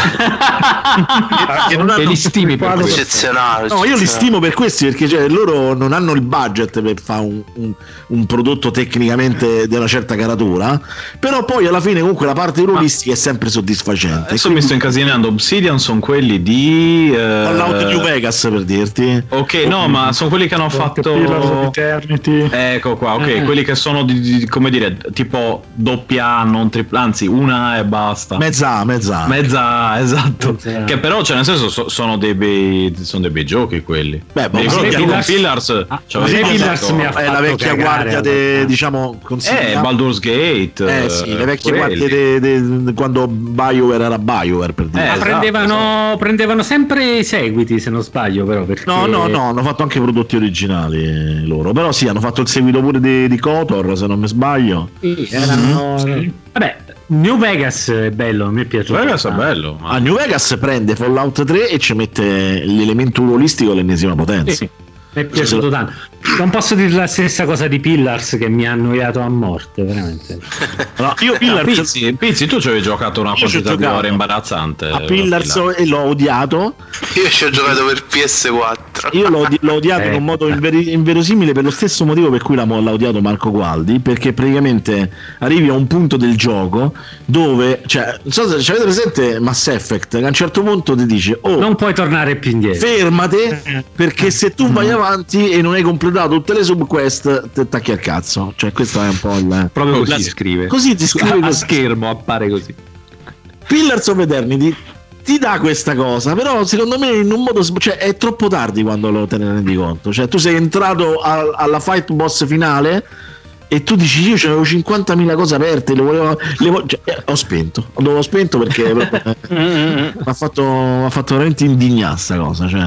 che non hanno... li stimi per eccezionale. No, io li stimo per questi, perché cioè, loro non hanno il budget per fare un, un, un prodotto tecnicamente di una certa caratura, però poi alla fine comunque la parte ruolistica è sempre soddisfacente. Adesso quindi... mi sto incasinando. Obsidian sono quelli di eh... Fallout New Vegas, per dirti. Ok, no, ma sono quelli che hanno fatto Pillars of Eternity. Ecco qua, ok, Eh. quelli che sono di, di- come dire, tipo doppia A, non tripla, anzi una A e basta. Mezza A, mezza A. Mezza A, esatto. Mezza A. Che però, cioè, nel senso, so- sono dei bei sono dei bei giochi quelli. Beh, Mi boh, ricordo sì, che con Pillars- Pillars Ah, c'aveva sì, il Pillars fatto- mi ha è la fatto vecchia cagare, guardia de, abbastanza. diciamo Eh, consigliata. Baldur's Gate. Eh sì, le vecchie quelli. guardie de, de, quando BioWare era BioWare, per dire. Eh, Ma esatto, prendevano, prendevano sempre i seguiti, se non sbaglio, però. Perché... No, no, no, hanno fatto anche prodotti originali eh, loro. Però sì, hanno fatto il seguito pure di, di KOTOR, se non mi sbaglio. Sì, erano... Vabbè, New Vegas è bello, mi è piaciuto. Vegas è bello. Ma... A New Vegas prende Fallout tre e ci mette l'elemento ruolistico all'ennesima potenza. Sì, mi è piaciuto tanto. Non posso dire la stessa cosa di Pillars, che mi ha annoiato a morte, veramente. No, io No, Pillars, Pizzi, Pizzi, tu ci avevi giocato una Io ci ho quantità di giocato ore imbarazzante. a Pillars e l'ho odiato. Io ci ho giocato per P S quattro. Io l'ho, l'ho odiato in Eh. un modo inveri- inverosimile, per lo stesso motivo per cui l'ha, l'ha odiato Marco Gualdi, perché praticamente arrivi a un punto del gioco dove, cioè, non so se ci avete presente Mass Effect, che a un certo punto ti dice oh, Non puoi tornare più indietro. fermate, perché se tu vai avanti e non hai completato tutte le subquest ti attacchi al cazzo. Cioè questo è un po' il... Proprio così la- si scrive. Così ti scrive a così. schermo, appare così. Pillars of Eternity ti dà questa cosa, però secondo me in un modo, cioè è troppo tardi quando lo te ne rendi conto. Cioè tu sei entrato a- alla fight boss finale e tu dici io c'avevo cinquantamila cose aperte, le volevo, le vo- cioè, eh, ho spento, l'ho spento perché proprio, eh, mi ha fatto, m'ha fatto veramente indignare sta cosa, cioè,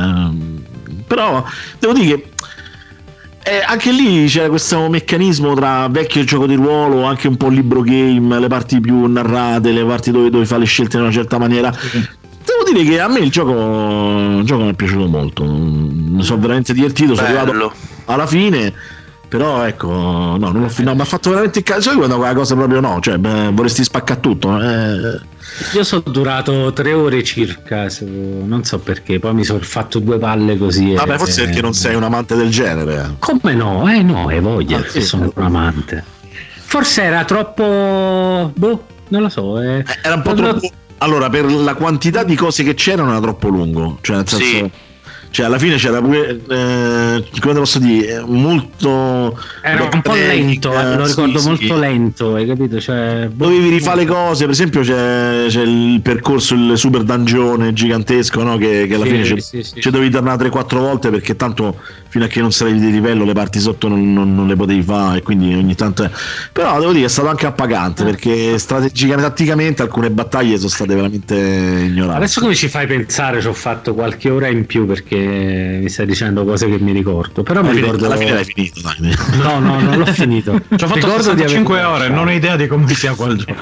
però devo dire che eh, anche lì c'era questo meccanismo tra vecchio gioco di ruolo, anche un po' libro game, le parti più narrate, le parti dove, dove fare le scelte in una certa maniera. Devo dire che a me il gioco, il gioco mi è piaciuto molto, mi sono veramente divertito, sono Bello. arrivato alla fine, però ecco, no, non l'ho finito, mi ha fatto veramente il cazzo. Sai quando quella cosa proprio no, cioè beh, vorresti spaccare tutto. Eh. Io sono durato tre ore circa, se- non so perché, poi mi sono fatto due palle così. Vabbè, e- forse perché non sei un amante del genere. Come no? Eh no, hai voglia, Ah, che sì. sono un amante. Forse era troppo... boh, non lo so. Eh. Eh, Era un po' troppo. Allora, per la quantità di cose che c'erano era troppo lungo, cioè nel senso, Sì. cioè alla fine c'era pure eh, come te posso dire, molto Era un po' lento, eh, lo sì, ricordo sì. molto lento, hai capito? Cioè, boh, Dovevi rifare le cose, per esempio c'è, c'è il percorso, il super dungeone gigantesco, no? Che, che alla Sì, fine ci sì, sì. ci dovevi tornare tre quattro volte, perché tanto fino a che non sarevi di livello le parti sotto non, non- non le potevi fare, e quindi ogni tanto è... Però devo dire che è stato anche appagante, perché strategicamente, tatticamente alcune battaglie sono state veramente ignorate. Adesso come ci fai pensare? Ci ho fatto qualche ora in più perché mi stai dicendo cose che mi ricordo. Però alla mi fine, ricordo. alla fine l'hai finito, dai. No, no, non l'ho finito. Ci ho fatto Ricordo di aver- sessantacinque ore, non ho idea di come sia quel gioco.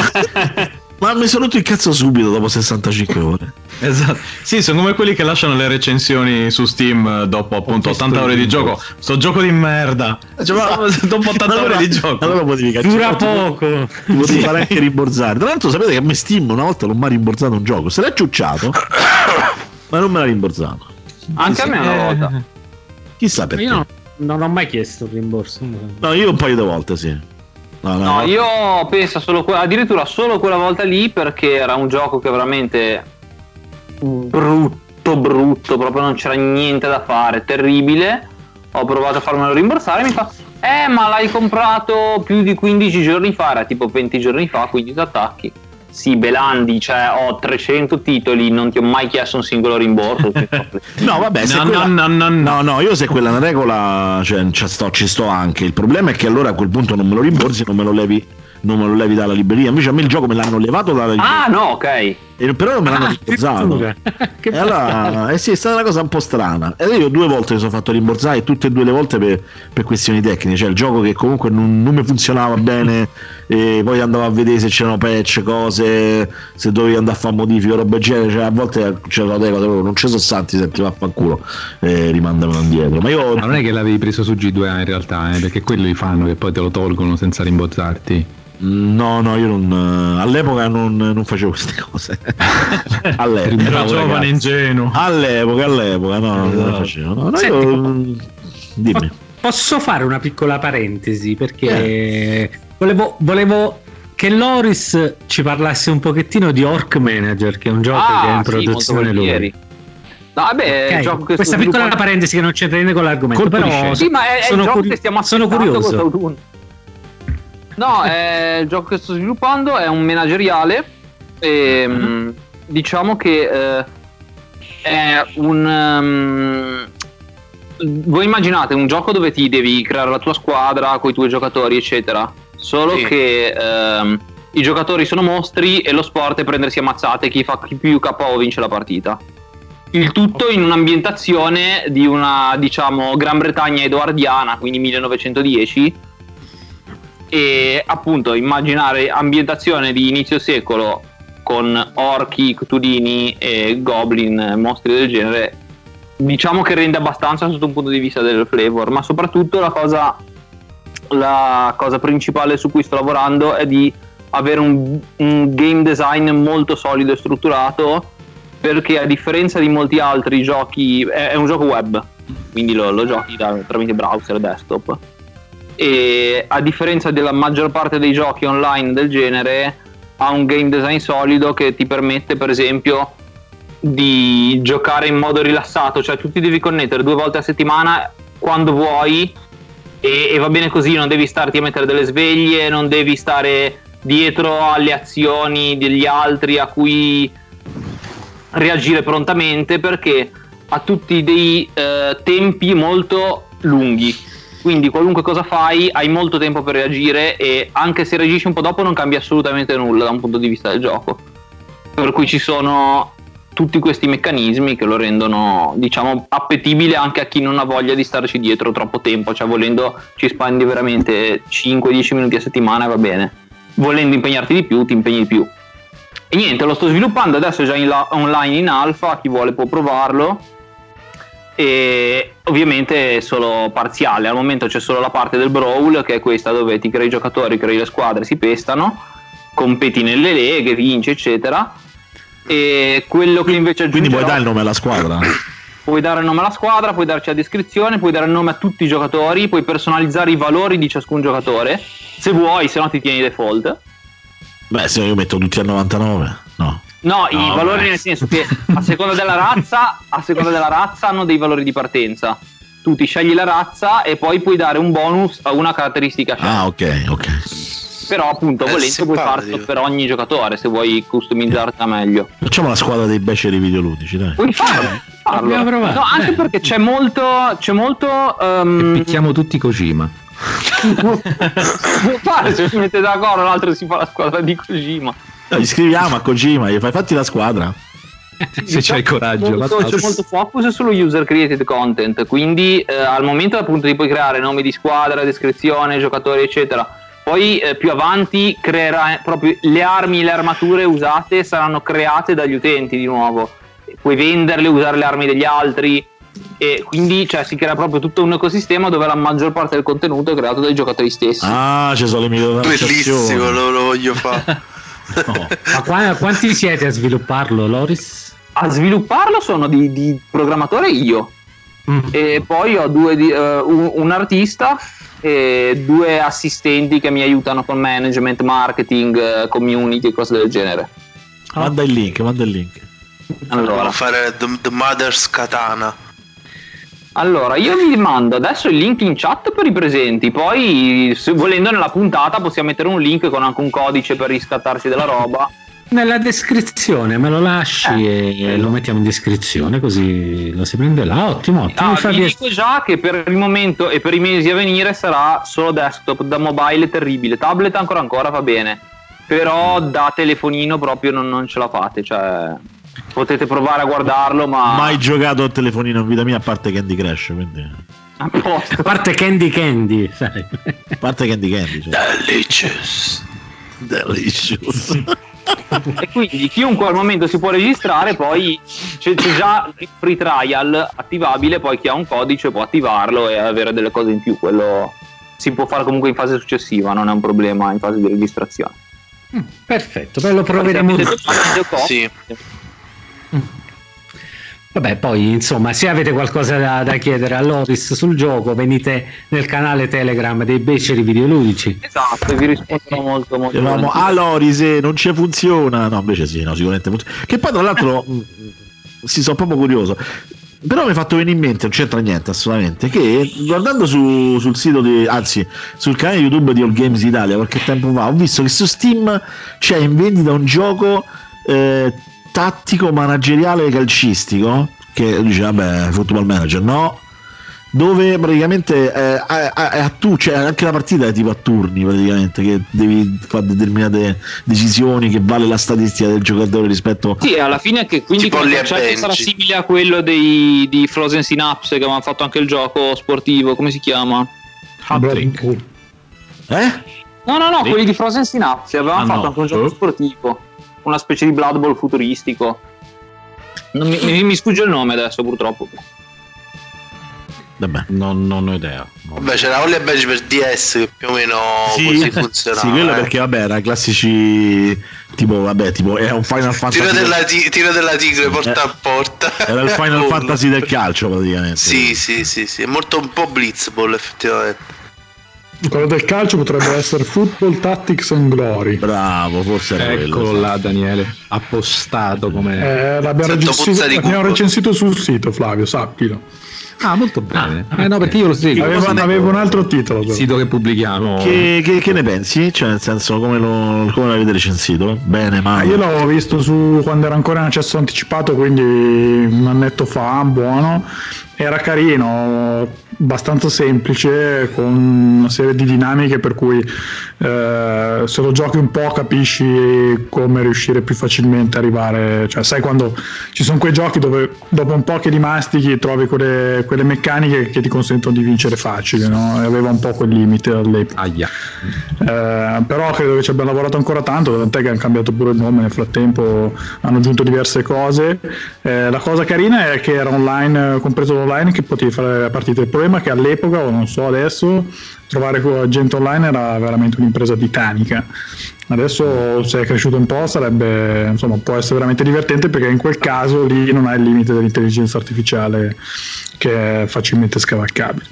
Ma mi sono rotto il cazzo subito dopo sessantacinque ore. Esatto. Sì, sono come quelli che lasciano le recensioni su Steam eh, dopo appunto ottanta ore di gioco. Sto gioco di merda. Cioè, ma dopo ottanta Allora- ore di gioco. Allora potevi cacciare. Dura poco. Ti potevi fare anche rimborsare. Tra l'altro sapete che a me Steam una volta non mi ha rimborsato un gioco. Se l'ha ciucciato, ma non me l'ha rimborsato. Anche a me una volta. Chissà perché. Io non, non ho mai chiesto il rimborso. No, io un paio di volte sì. No, no, No, no. io penso solo que- addirittura solo quella volta lì, perché era un gioco che veramente brutto, brutto, proprio non c'era niente da fare, terribile. Ho provato a farmelo rimborsare e mi fa eh ma l'hai comprato più di quindici giorni fa, era tipo venti giorni fa, quindi ti attacchi. Sì, Belandi, cioè ho trecento titoli, non ti ho mai chiesto un singolo rimborso. No, vabbè, se No, quella... no, no, no, no, no, io se quella è una regola, cioè, ci sto, ci sto anche. Il problema è che allora a quel punto non me lo rimborsi, non me lo levi, non me lo levi dalla libreria. Invece a me il gioco me l'hanno levato dalla libreria. Ah, no, ok. E però non me l'hanno Ah, rimborsato. Che E allora, eh sì, è stata una cosa un po' strana. E io due volte mi sono fatto rimborsare, e tutte e due le volte per, per questioni tecniche. Cioè il gioco che comunque non, non mi funzionava bene, e poi andavo a vedere se c'erano patch, cose, se dovevi andare a fare modifiche, roba del genere. Cioè a volte c'erano delle cose, non ci sono santi, se ti va a fanculo, e rimandamelo indietro. Ma io Ma non è che l'avevi preso su G due A in realtà, eh, perché quelli li fanno che poi te lo tolgono senza rimborsarti. No, no, io non, all'epoca non, non facevo queste cose. All'epoca, Era giovane ingenuo. All'epoca, all'epoca, no, non lo facevo. No, no, Senti, io, dimmi. Posso fare una piccola parentesi perché eh. volevo, volevo che Loris ci parlasse un pochettino di Orc Manager, che è un gioco Ah, che è in sì, produzione molto lui. volentieri. No, vabbè, Ok, è il gioco che questa sto piccola sviluppando- parentesi che non c'entra niente con l'argomento, però Sì, ma è, è sono, il gioco curi- che stiamo sono aspettando curioso. quest'autunno. No, è il gioco che sto sviluppando è un manageriale e mm, diciamo che eh, è un um, voi immaginate un gioco dove ti devi creare la tua squadra con i tuoi giocatori eccetera, solo Sì. che ehm, i giocatori sono mostri e lo sport è prendersi ammazzate, chi fa chi più K O vince la partita. Il tutto in un'ambientazione di una, diciamo, Gran Bretagna edoardiana, quindi millenovecentodieci. E appunto immaginare ambientazione di inizio secolo con orchi, cthulhini e goblin, mostri del genere, diciamo che rende abbastanza sotto un punto di vista del flavor, ma soprattutto la cosa, la cosa principale su cui sto lavorando è di avere un, un game design molto solido e strutturato, perché a differenza di molti altri giochi è, è un gioco web, quindi lo, lo giochi da, tramite browser desktop, e a differenza della maggior parte dei giochi online del genere ha un game design solido che ti permette per esempio di giocare in modo rilassato, cioè tu ti devi connettere due volte a settimana quando vuoi e, e va bene così, non devi starti a mettere delle sveglie, non devi stare dietro alle azioni degli altri a cui reagire prontamente, perché ha tutti dei eh, tempi molto lunghi. Quindi qualunque cosa fai hai molto tempo per reagire, e anche se reagisci un po' dopo non cambia assolutamente nulla da un punto di vista del gioco, per cui ci sono tutti questi meccanismi che lo rendono, diciamo, appetibile anche a chi non ha voglia di starci dietro troppo tempo. Cioè volendo ci spendi veramente cinque dieci minuti a settimana e va bene, volendo impegnarti di più ti impegni di più. E niente, lo sto sviluppando adesso, è già in la- online in alfa, chi vuole può provarlo, e ovviamente è solo parziale. Al momento c'è solo la parte del brawl, che è questa dove ti crei i giocatori, crei le squadre, si pestano, competi nelle leghe, vinci eccetera. E quello che invece Quindi puoi aggiungerò- dare il nome alla squadra? puoi dare il nome alla squadra, puoi darci la descrizione, puoi dare il nome a tutti i giocatori, puoi personalizzare i valori di ciascun giocatore se vuoi, se no ti tieni default. Beh, se io metto tutti a novantanove, no. No, i No, valori beh. nel senso che a seconda della razza, a seconda della razza hanno dei valori di partenza. Tu ti scegli la razza e poi puoi dare un bonus a una caratteristica scelta. Ah, ok, ok. Però appunto È volendo puoi farlo simpatico. per ogni giocatore se vuoi customizzarla meglio. Facciamo la squadra dei beceri videoludici, dai. Puoi farlo, farlo. Dobbiamo provare. No, anche perché c'è molto c'è molto ehm, Picchiamo tutti Kojima. può fare, se si mette d'accordo l'altro si fa la squadra di Kojima. No, gli scriviamo a Kojima, gli fai fatti la squadra. Se c'hai il coraggio. Molto, c'è molto focus sullo user created content, quindi eh, al momento appunto ti puoi creare nomi di squadra, descrizione, giocatori eccetera. Poi eh, più avanti creerai proprio le armi e le armature usate saranno create dagli utenti di nuovo, puoi venderle, usare le armi degli altri, e quindi cioè, si crea proprio tutto un ecosistema dove la maggior parte del contenuto è creato dai giocatori stessi. Ah, ci sono le Bellissimo, microtransazioni. lo, lo voglio fare. No. Ma qua- quanti siete a svilupparlo, Loris? A svilupparlo sono di, di programmatore io, Mm. e poi ho due di, eh, un, un artista e due assistenti che mi aiutano con management, marketing, eh, community e cose del genere. Manda il link, manda il link. Allora, Dobbiamo fare the, the Mother's Katana. allora io vi mando adesso il link in chat per i presenti, poi se volendo nella puntata possiamo mettere un link con anche un codice per riscattarsi della roba. nella descrizione, me lo lasci eh. e lo mettiamo in descrizione così lo si prende là. Ottimo, ottimo. No, vi dico già che per il momento e per i mesi a venire sarà solo desktop, da mobile è terribile, tablet ancora ancora va bene, però da telefonino proprio non, non ce la fate, cioè potete provare a guardarlo ma... Mai giocato a telefonino in vita mia a parte Candy Crush, quindi... A, a parte Candy Candy, sai. A parte Candy Candy, cioè. Delicious. Delicious. E quindi chiunque al momento si può registrare, poi c'è, c'è già il free trial attivabile, poi chi ha un codice può attivarlo e avere delle cose in più, quello si può fare comunque in fase successiva, non è un problema in fase di registrazione. Mm, perfetto, poi lo proveremo. Sì. Mm. Vabbè, poi insomma, se avete qualcosa da, da chiedere a Loris sul gioco, venite nel canale Telegram dei Beceri Videoludici. Esatto, vi rispondono molto molto. Dicevamo, ah Loris, non ci funziona. No, invece sì, no, sicuramente funziona. Che poi tra l'altro si sono proprio curioso. Però mi è fatto venire in mente, non c'entra niente assolutamente, che guardando su, sul sito di, anzi sul canale YouTube di All Games Italia qualche tempo fa, ho visto che su Steam c'è in vendita un gioco eh, tattico manageriale calcistico che dice vabbè Football Manager, no, dove praticamente eh, a, a, a tu, cioè anche la partita è tipo a turni praticamente, che devi fare determinate decisioni, che vale la statistica del giocatore rispetto. Sì, alla fine è che quindi il concetto sarà simile a quello dei, di Frozen Synapse, che avevano fatto anche il gioco sportivo, come si chiama? Hat-trick. Eh? No no no, sì. Quelli di Frozen Synapse avevano ah, fatto no. anche un gioco sportivo, una specie di Blood Bowl futuristico. Non mi, mi, mi sfugge il nome adesso purtroppo. Vabbè, non, non ho idea. Vabbè, c'era Only Badge per D S che più o meno sì, così funzionava. Sì, quello eh. perché vabbè, era classici tipo, vabbè, tipo è un Final Fantasy. Tiro della, ti- tiro della tigre porta eh, a porta. Era il Final Fantasy del calcio praticamente. Sì, sì, sì, sì, è molto un po' Blitzball effettivamente. Quello del calcio potrebbe essere Football Tactics and Glory. Bravo, forse era eccolo quello, là, Daniele, appostato come eh, l'abbiamo recensito, l'abbiamo recensito sul sito, Flavio, sappilo. Ah, molto bene. Ah, eh no, perché io lo seguo. Avevo, avevo un altro titolo. Il sito che pubblichiamo. Che, che, che ne pensi? Cioè, nel senso, come, lo, come l'avete recensito? Bene, male? Io l'avevo visto su quando era ancora in accesso anticipato, quindi un annetto fa, buono. Era carino, abbastanza semplice, con una serie di dinamiche per cui eh, se lo giochi un po' capisci come riuscire più facilmente a arrivare, cioè sai quando ci sono quei giochi dove dopo un po' che li mastichi trovi quelle, quelle meccaniche che ti consentono di vincere facile, no? E aveva un po' quel limite all'epoca. Aia. Eh, però credo che ci abbiano lavorato ancora tanto, tant'è che hanno cambiato pure il nome nel frattempo, hanno aggiunto diverse cose. Eh, la cosa carina è che era online, compreso online, che potevi fare la partita. Il problema è che all'epoca, o non so adesso, trovare gente online era veramente un'impresa titanica. Adesso se è cresciuto un po' sarebbe, insomma, può essere veramente divertente, perché in quel caso lì non hai il limite dell'intelligenza artificiale che è facilmente scavalcabile.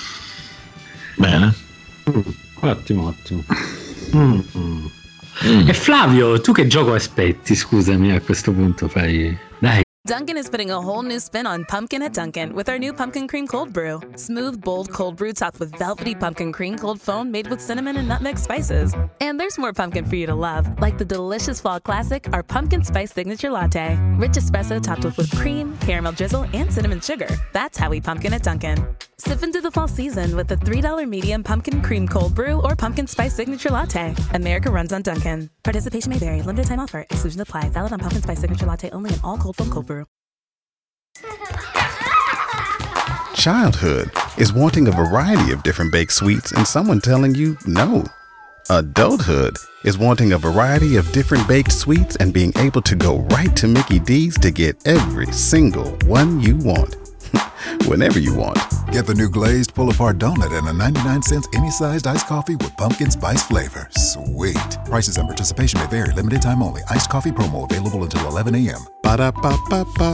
Bene. Mm, ottimo, ottimo. Mm, mm. Mm. E Flavio, tu che gioco aspetti? Scusami, a questo punto fai... Dai. Dunkin' is putting a whole new spin on pumpkin at Dunkin' with our new Pumpkin Cream Cold Brew. Smooth, bold cold brew topped with velvety pumpkin cream cold foam made with cinnamon and nutmeg spices. And there's more pumpkin for you to love, like the delicious fall classic, our Pumpkin Spice Signature Latte. Rich espresso topped with whipped cream, caramel drizzle, and cinnamon sugar. That's how we pumpkin at Dunkin'. Sip into the fall season with the three dollar medium Pumpkin Cream Cold Brew or Pumpkin Spice Signature Latte. America runs on Dunkin'. Participation may vary. Limited time offer. Exclusions apply. Valid on Pumpkin Spice Signature Latte only and all cold foam cold brew. Childhood is wanting a variety of different baked sweets and someone telling you no. Adulthood is wanting a variety of different baked sweets and being able to go right to Mickey D's to get every single one you want. Whenever you want. Get the new glazed pull-apart donut and a ninety-nine cents any-sized iced coffee with pumpkin spice flavor. Sweet. Prices and participation may vary. Limited time only. Iced coffee promo available until eleven a.m. Ba-da-ba-ba-ba.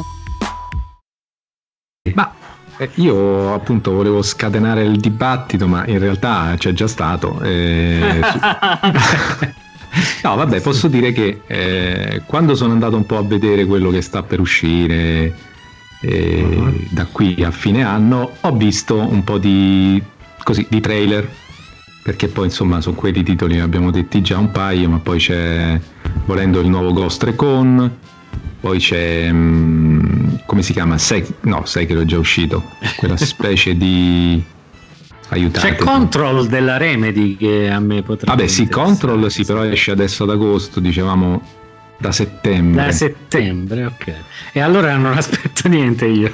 Ma eh, io appunto volevo scatenare il dibattito, ma in realtà c'è già stato. Eh, su... No, vabbè, posso dire che eh, quando sono andato un po' a vedere quello che sta per uscire e uh-huh. da qui a fine anno, ho visto un po' di così di trailer, perché poi insomma sono quelli titoli che abbiamo detti già un paio, ma poi c'è volendo il nuovo Ghost Recon, poi c'è um, come si chiama? Sek- no, Sekiro è già uscito, quella specie di aiutate. C'è Control della Remedy che a me potrebbe vabbè sì, Control sì, però esce adesso ad agosto, dicevamo da settembre. Da settembre, ok. E allora non aspetto niente io.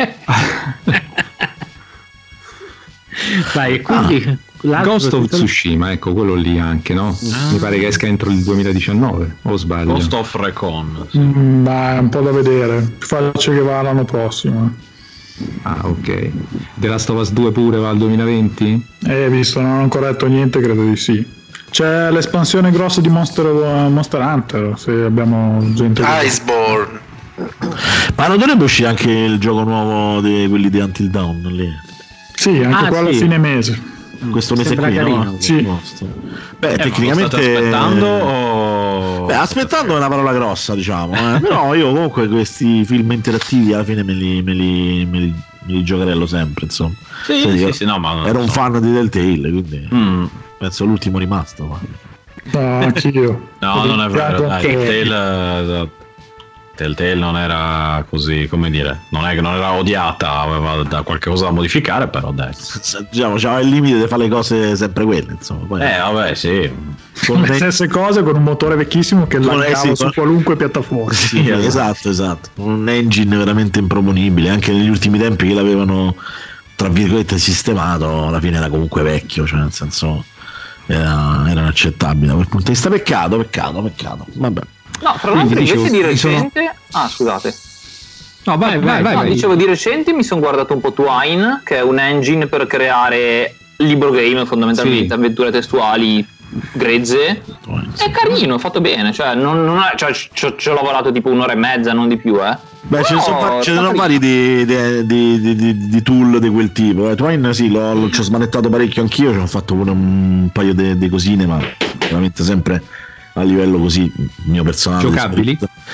Vai, quindi ah, Ghost of Tsushima, ecco, quello lì anche, no? Ah. Mi pare che esca entro il duemiladiciannove, o sbaglio? Ghost of Recon. Sì. Mm, ma è un po' da vedere, più facile che va l'anno prossimo. Ah, ok. The Last of Us due pure va al duemilaventi? Eh, visto, non ho ancora detto niente, credo di sì. C'è l'espansione grossa di Monster, Monster Hunter, se abbiamo gente. Iceborne. Ma non dovrebbe uscire anche il gioco nuovo di quelli di Until Dawn lì? Sì, anche ah, quello sì. a fine mese. Questo mese qui, carino, no? Sì. Beh, eh, tecnicamente state aspettando o... Beh, aspettando è una parola grossa, diciamo, eh. Però io comunque questi film interattivi alla fine me li, me li, me li, me li giocherello sempre, insomma. Sì, cioè, sì, io sì, no, ma ero un so. fan di Telltale, quindi mm. penso l'ultimo rimasto. Ma. No, anch'io. No, non è vero, dai, Telltale, Telltale non era così, come dire, non è che non era odiata, aveva da qualche cosa da modificare, però dai. Diciamo, c'era il limite di fare le cose sempre quelle, insomma. Poi... Eh, vabbè, sì. Con le stesse cose con un motore vecchissimo che lanciava sì, su qualunque piattaforma. Sì, esatto, esatto. Un engine veramente improponibile, anche negli ultimi tempi che l'avevano, tra virgolette, sistemato, alla fine era comunque vecchio, cioè nel senso era, era inaccettabile da quel punto di vista. Peccato, peccato, peccato. Vabbè. No, tra l'altro invece di recente sono... ah scusate no vai vai vai, no, vai. dicevo di recente mi sono guardato un po' Twine, che è un engine per creare libro game, fondamentalmente sì. avventure testuali grezze. È carino, è fatto bene, cioè non, non è, cioè, ci, ci ho lavorato tipo un'ora e mezza, non di più, eh. Beh, ce ne sono, ce ne sono vari di, di, di, di, di tool di quel tipo. Eh. Twine sì, l'ho, l'ho, ci ho smanettato parecchio anch'io, ci ho fatto pure un paio di cosine, ma veramente sempre a livello così mio personale. Giocabili?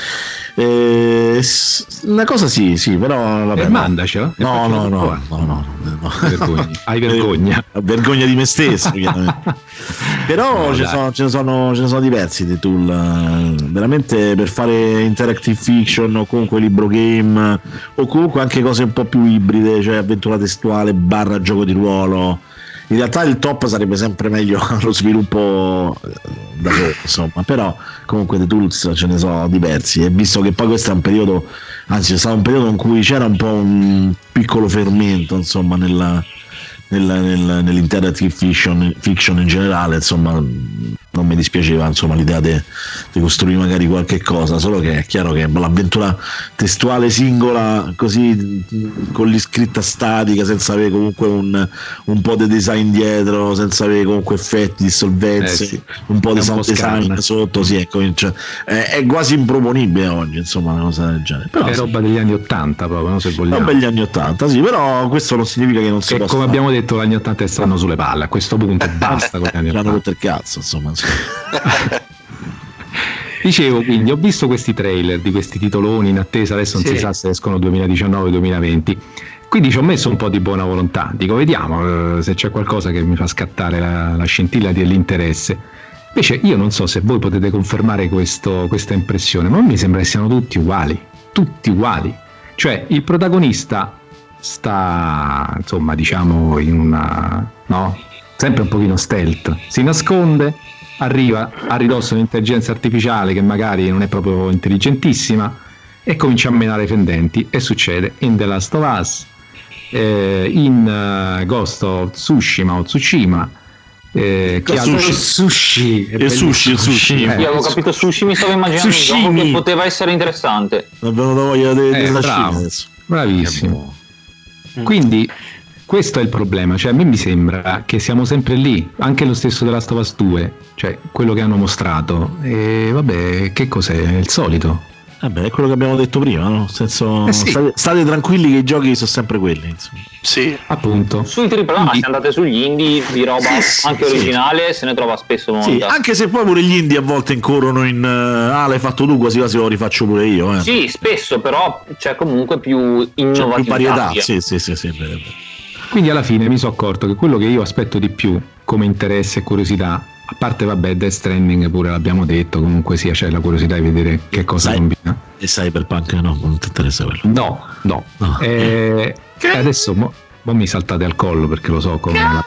Eh, una cosa sì, sì, però vabbè, eh, mandacela. No, no, no, no, no, no. Vergogna. Hai vergogna. Vergogna di me stesso, chiaramente. Però no, ce, sono, ce, ne sono, ce ne sono diversi dei tool, veramente per fare interactive fiction o comunque libro game o comunque anche cose un po' più ibride, cioè avventura testuale barra gioco di ruolo. In realtà il top sarebbe sempre meglio lo sviluppo da solo, insomma, però comunque dei tools ce ne sono diversi, e visto che poi questo è un periodo, anzi è stato un periodo in cui c'era un po' un piccolo fermento, insomma, nella, nella, nella, nell'interactive fiction, fiction in generale, insomma, non mi dispiaceva, insomma, l'idea di costruire magari qualche cosa, solo che è chiaro che l'avventura testuale singola così con l'iscritta statica, senza avere comunque un, un po' di design dietro, senza avere comunque effetti, dissolvenze, eh sì. un po' di sound design scan. Sotto, sì, ecco, cioè, è, è quasi improponibile oggi, insomma, una cosa del genere. Però, è sì. roba degli anni ottanta proprio, no? Se vogliamo. Roba degli anni ottanta, sì, però questo non significa che non si che possa. Come abbiamo detto, gli anni ottanta stanno sulle palle, a questo punto basta con gli anni ottanta. Hanno rotto il cazzo, insomma. Dicevo, quindi ho visto questi trailer di questi titoloni in attesa, adesso non sì. si sa se escono duemiladiciannove duemilaventi, quindi ci ho messo un po' di buona volontà, dico vediamo eh, se c'è qualcosa che mi fa scattare la, la scintilla dell'interesse. Invece io non so se voi potete confermare questo, questa impressione, ma mi sembra che siano tutti uguali, tutti uguali, cioè il protagonista sta, insomma, diciamo in una, no? Sempre un pochino stealth, si nasconde, arriva a ridosso un'intelligenza artificiale che magari non è proprio intelligentissima e comincia a menare i fendenti, e succede in The Last of Us, eh, in uh, Ghost of Tsushima o Tsushima, eh, che sushi, sushi il sushi, il sushi. Eh, io avevo capito sushi, mi stavo immaginando Sushimi. Un gioco che poteva essere interessante. Non venuto voglia di eh, bravo, bravissimo. Quindi questo è il problema, cioè a me mi sembra che siamo sempre lì, anche lo stesso The Last of Us due, cioè quello che hanno mostrato, e vabbè, che cos'è? È il solito. Vabbè, è quello che abbiamo detto prima, no? Nel senso, eh sì. state, state tranquilli che i giochi sono sempre quelli, insomma. Sì, appunto. Sui tripla A, se andate sugli indie di roba sì, anche sì. originale, se ne trova spesso molta. Sì, anche se poi pure gli indie a volte incorrono in uh, ah, l'hai fatto tu, quasi quasi lo rifaccio pure io, eh. Sì, spesso, però c'è comunque più innovatività. C'è più varietà, sì, sì, sì, sì, vero. Quindi alla fine mi sono accorto che quello che io aspetto di più come interesse e curiosità a parte vabbè Death Stranding pure l'abbiamo detto, comunque sia c'è la curiosità di vedere che cosa Sai, combina. E Cyberpunk no, non ti interessa quello. No, no. no. Eh, adesso mo, mo mi saltate al collo perché lo so come la...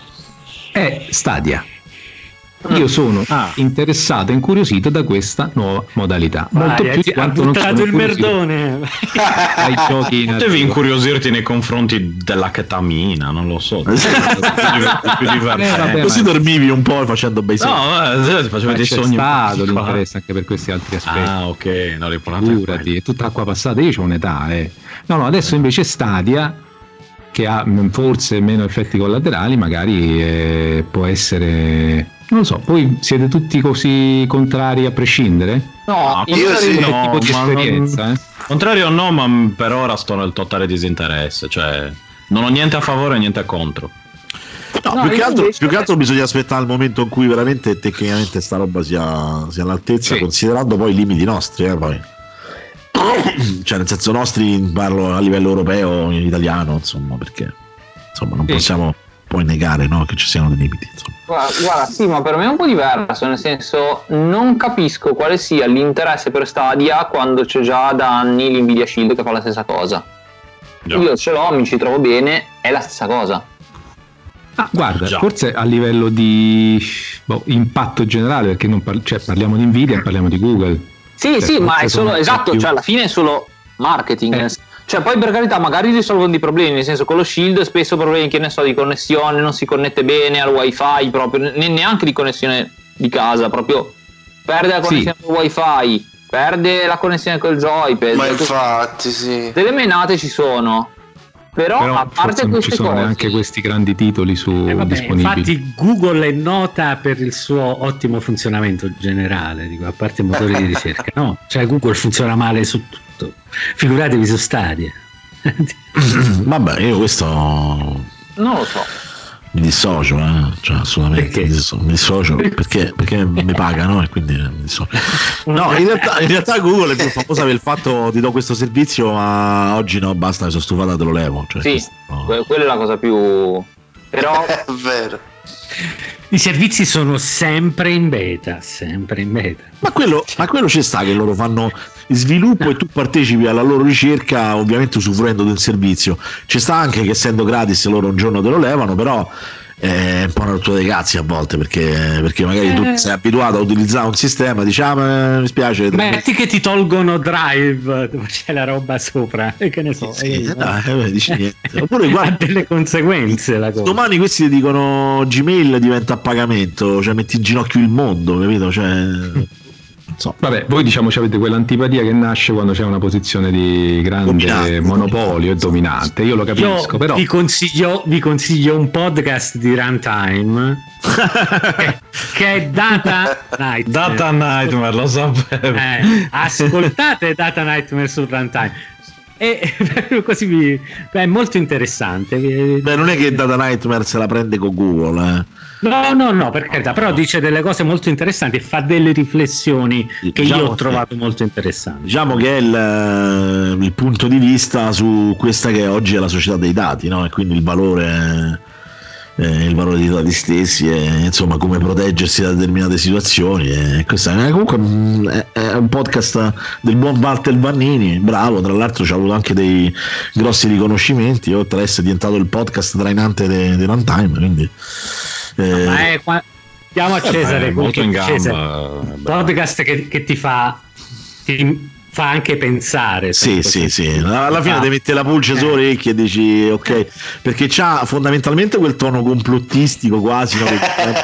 È Stadia. Io sono ah. interessato e incuriosito da questa nuova modalità. Vai, molto più di quanto non sono il merdone ai giochi. Devi incuriosirti nei confronti della ketamina, non lo so. più eh, così dormivi un po' facendo bei sogni. No, eh, facevo dei sogni. Stato l'interesse anche per questi altri aspetti. Ah, ok, no, figurati, è tutta acqua passata. Io ho un'età, eh. No, no, adesso invece Stadia, che ha forse meno effetti collaterali, magari eh, può essere. Non lo so, voi siete tutti così contrari a prescindere? No, no io sì, no, tipo di esperienza, non, eh? Contrario no, ma per ora sto nel totale disinteresse, cioè non ho niente a favore e niente contro. No, no più, che altro, più che altro bisogna aspettare il momento in cui veramente tecnicamente sta roba sia, sia all'altezza, sì. Considerando poi i limiti nostri, eh, poi. Cioè nel senso nostri, parlo a livello europeo, in italiano, insomma, perché insomma non sì. possiamo poi negare, no, che ci siano dei limiti, insomma. Guarda, guarda, sì, ma per me è un po' diverso, nel senso non capisco quale sia l'interesse per Stadia quando c'è già da anni l'Nvidia Shield che fa la stessa cosa. Già. Io ce l'ho, mi ci trovo bene, è la stessa cosa. Ah, guarda, già. Forse a livello di boh, impatto generale, perché non parli- cioè, parliamo di Nvidia e parliamo di Google. Sì, cioè, sì, ma è solo esatto, più... cioè alla fine è solo marketing. Eh. Cioè poi per carità magari risolvono dei problemi, nel senso con lo Shield spesso problemi che ne so di connessione, non si connette bene al wifi proprio, neanche di connessione di casa, proprio perde la connessione sì. al wifi, perde la connessione col joypad. Ma infatti sì. Delle menate ci sono. Però, Però a parte non queste ci sono cose, neanche questi grandi titoli su eh vabbè, disponibili. Infatti Google è nota per il suo ottimo funzionamento generale, dico, a parte i motori di ricerca, no? Cioè Google funziona male su tutto, figuratevi su Stadia. Vabbè, io questo non lo so. Mi dissocio, eh? Cioè assolutamente perché? Mi, dissocio, mi dissocio perché, perché mi pagano e quindi mi dissocio. No, in realtà, in realtà Google è più famosa per il fatto ti do questo servizio, ma oggi no, basta, mi sono stufata, te lo levo. Cioè, sì, questo, no. que- quella è la cosa più. Però è vero. I servizi sono sempre in beta, sempre in beta. Ma quello, ma quello ci sta che loro fanno sviluppo no. e tu partecipi alla loro ricerca, ovviamente usufruendo del servizio. Ci sta anche che essendo gratis loro un giorno te lo levano, però è un po' una rottura dei cazzi a volte, perché, perché magari eh. tu sei abituato a utilizzare un sistema, diciamo, mi spiace. Metti che ti tolgono Drive dove c'è la roba sopra, che ne so. Sì, eh, no, eh, dici niente. Oppure guarda, ha delle conseguenze la cosa. Domani questi ti dicono Gmail diventa a pagamento, cioè metti in ginocchio il mondo, capito? Cioè So. Vabbè, voi diciamo avete quell'antipatia che nasce quando c'è una posizione di grande dominante, monopolio e dominante. Io lo capisco, Io però vi consiglio, vi consiglio un podcast di Runtime che, che è Data Nightmare. Data Nightmare, lo sapevo. Eh, ascoltate Data Nightmare su Runtime. E così vi, è molto interessante. Beh, non è che Data Nightmare se la prende con Google, eh. No, no, no, per carità, però dice delle cose molto interessanti e fa delle riflessioni che diciamo, io ho trovato molto interessanti. Diciamo che è il, il punto di vista su questa che oggi è la società dei dati, no? E quindi il valore, eh, il valore dei dati stessi e insomma come proteggersi da determinate situazioni. E questo è, comunque è, è un podcast del buon Walter Vannini, bravo, tra l'altro ci ha avuto anche dei grossi riconoscimenti, oltre ad essere diventato il podcast trainante di Runtime, quindi Eh, ma è qua... Chiamo a Cesare, eh, molto in gamba, Cesare. Podcast che, che ti fa ti fa anche pensare. Sì, sì, sì. Alla fine ah. ti mette la pulce eh. su orecchie e dici ok, perché c'ha fondamentalmente quel tono complottistico quasi. No?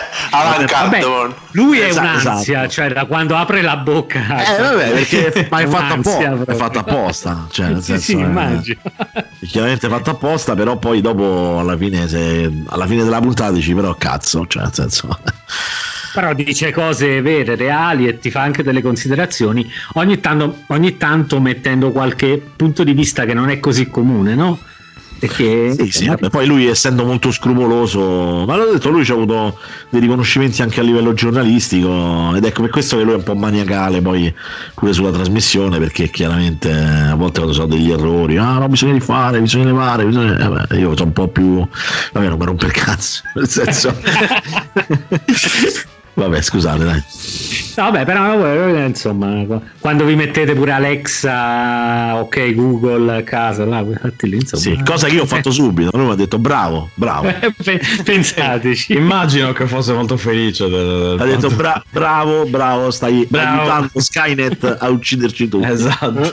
Vabbè, lui è esatto, un'ansia, esatto. Cioè da quando apre la bocca. Eh, vabbè, perché ma è fatto apposta, è fatto apposta, cioè nel sì, senso sì, è, immagino. È chiaramente fatto apposta, però poi dopo alla fine se alla fine della puntata dici però cazzo, cioè nel senso però dice cose vere, reali e ti fa anche delle considerazioni ogni tanto, ogni tanto mettendo qualche punto di vista che non è così comune, no? Perché sì, sì, vabbè, poi lui essendo molto scrupoloso, ma l'ho detto, lui ci ha avuto dei riconoscimenti anche a livello giornalistico ed ecco per questo che lui è un po' maniacale poi pure sulla trasmissione, perché chiaramente a volte quando sono degli errori, ah no, bisogna rifare, bisogna levare, bisogna... Eh, vabbè, io sono un po' più, vabbè, non mi rompe il cazzo, nel senso Vabbè, scusate, dai. No, vabbè, però insomma, quando vi mettete pure Alexa, ok, Google a casa, là, lì, insomma. Sì, cosa che io ho fatto subito. Lui mi ha detto bravo, bravo. Pensateci. Immagino che fosse molto felice. Del, del ha detto bra- bravo, bravo, stai bravo. aiutando Skynet a ucciderci tutti. Esatto.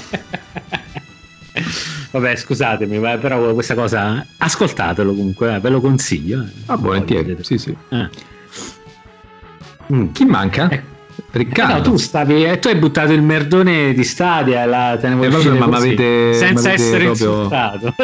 Vabbè, scusatemi, però questa cosa ascoltatelo comunque, eh, ve lo consiglio. Eh. Ah, volentieri, sì, sì. Eh. Mm. Chi manca? Eh. Riccardo. Eh no, tu stavi e tu hai buttato il merdone di Stadia e la te ne vuoi eh, uscire ma così, m'avete, senza m'avete essere proprio... insultato.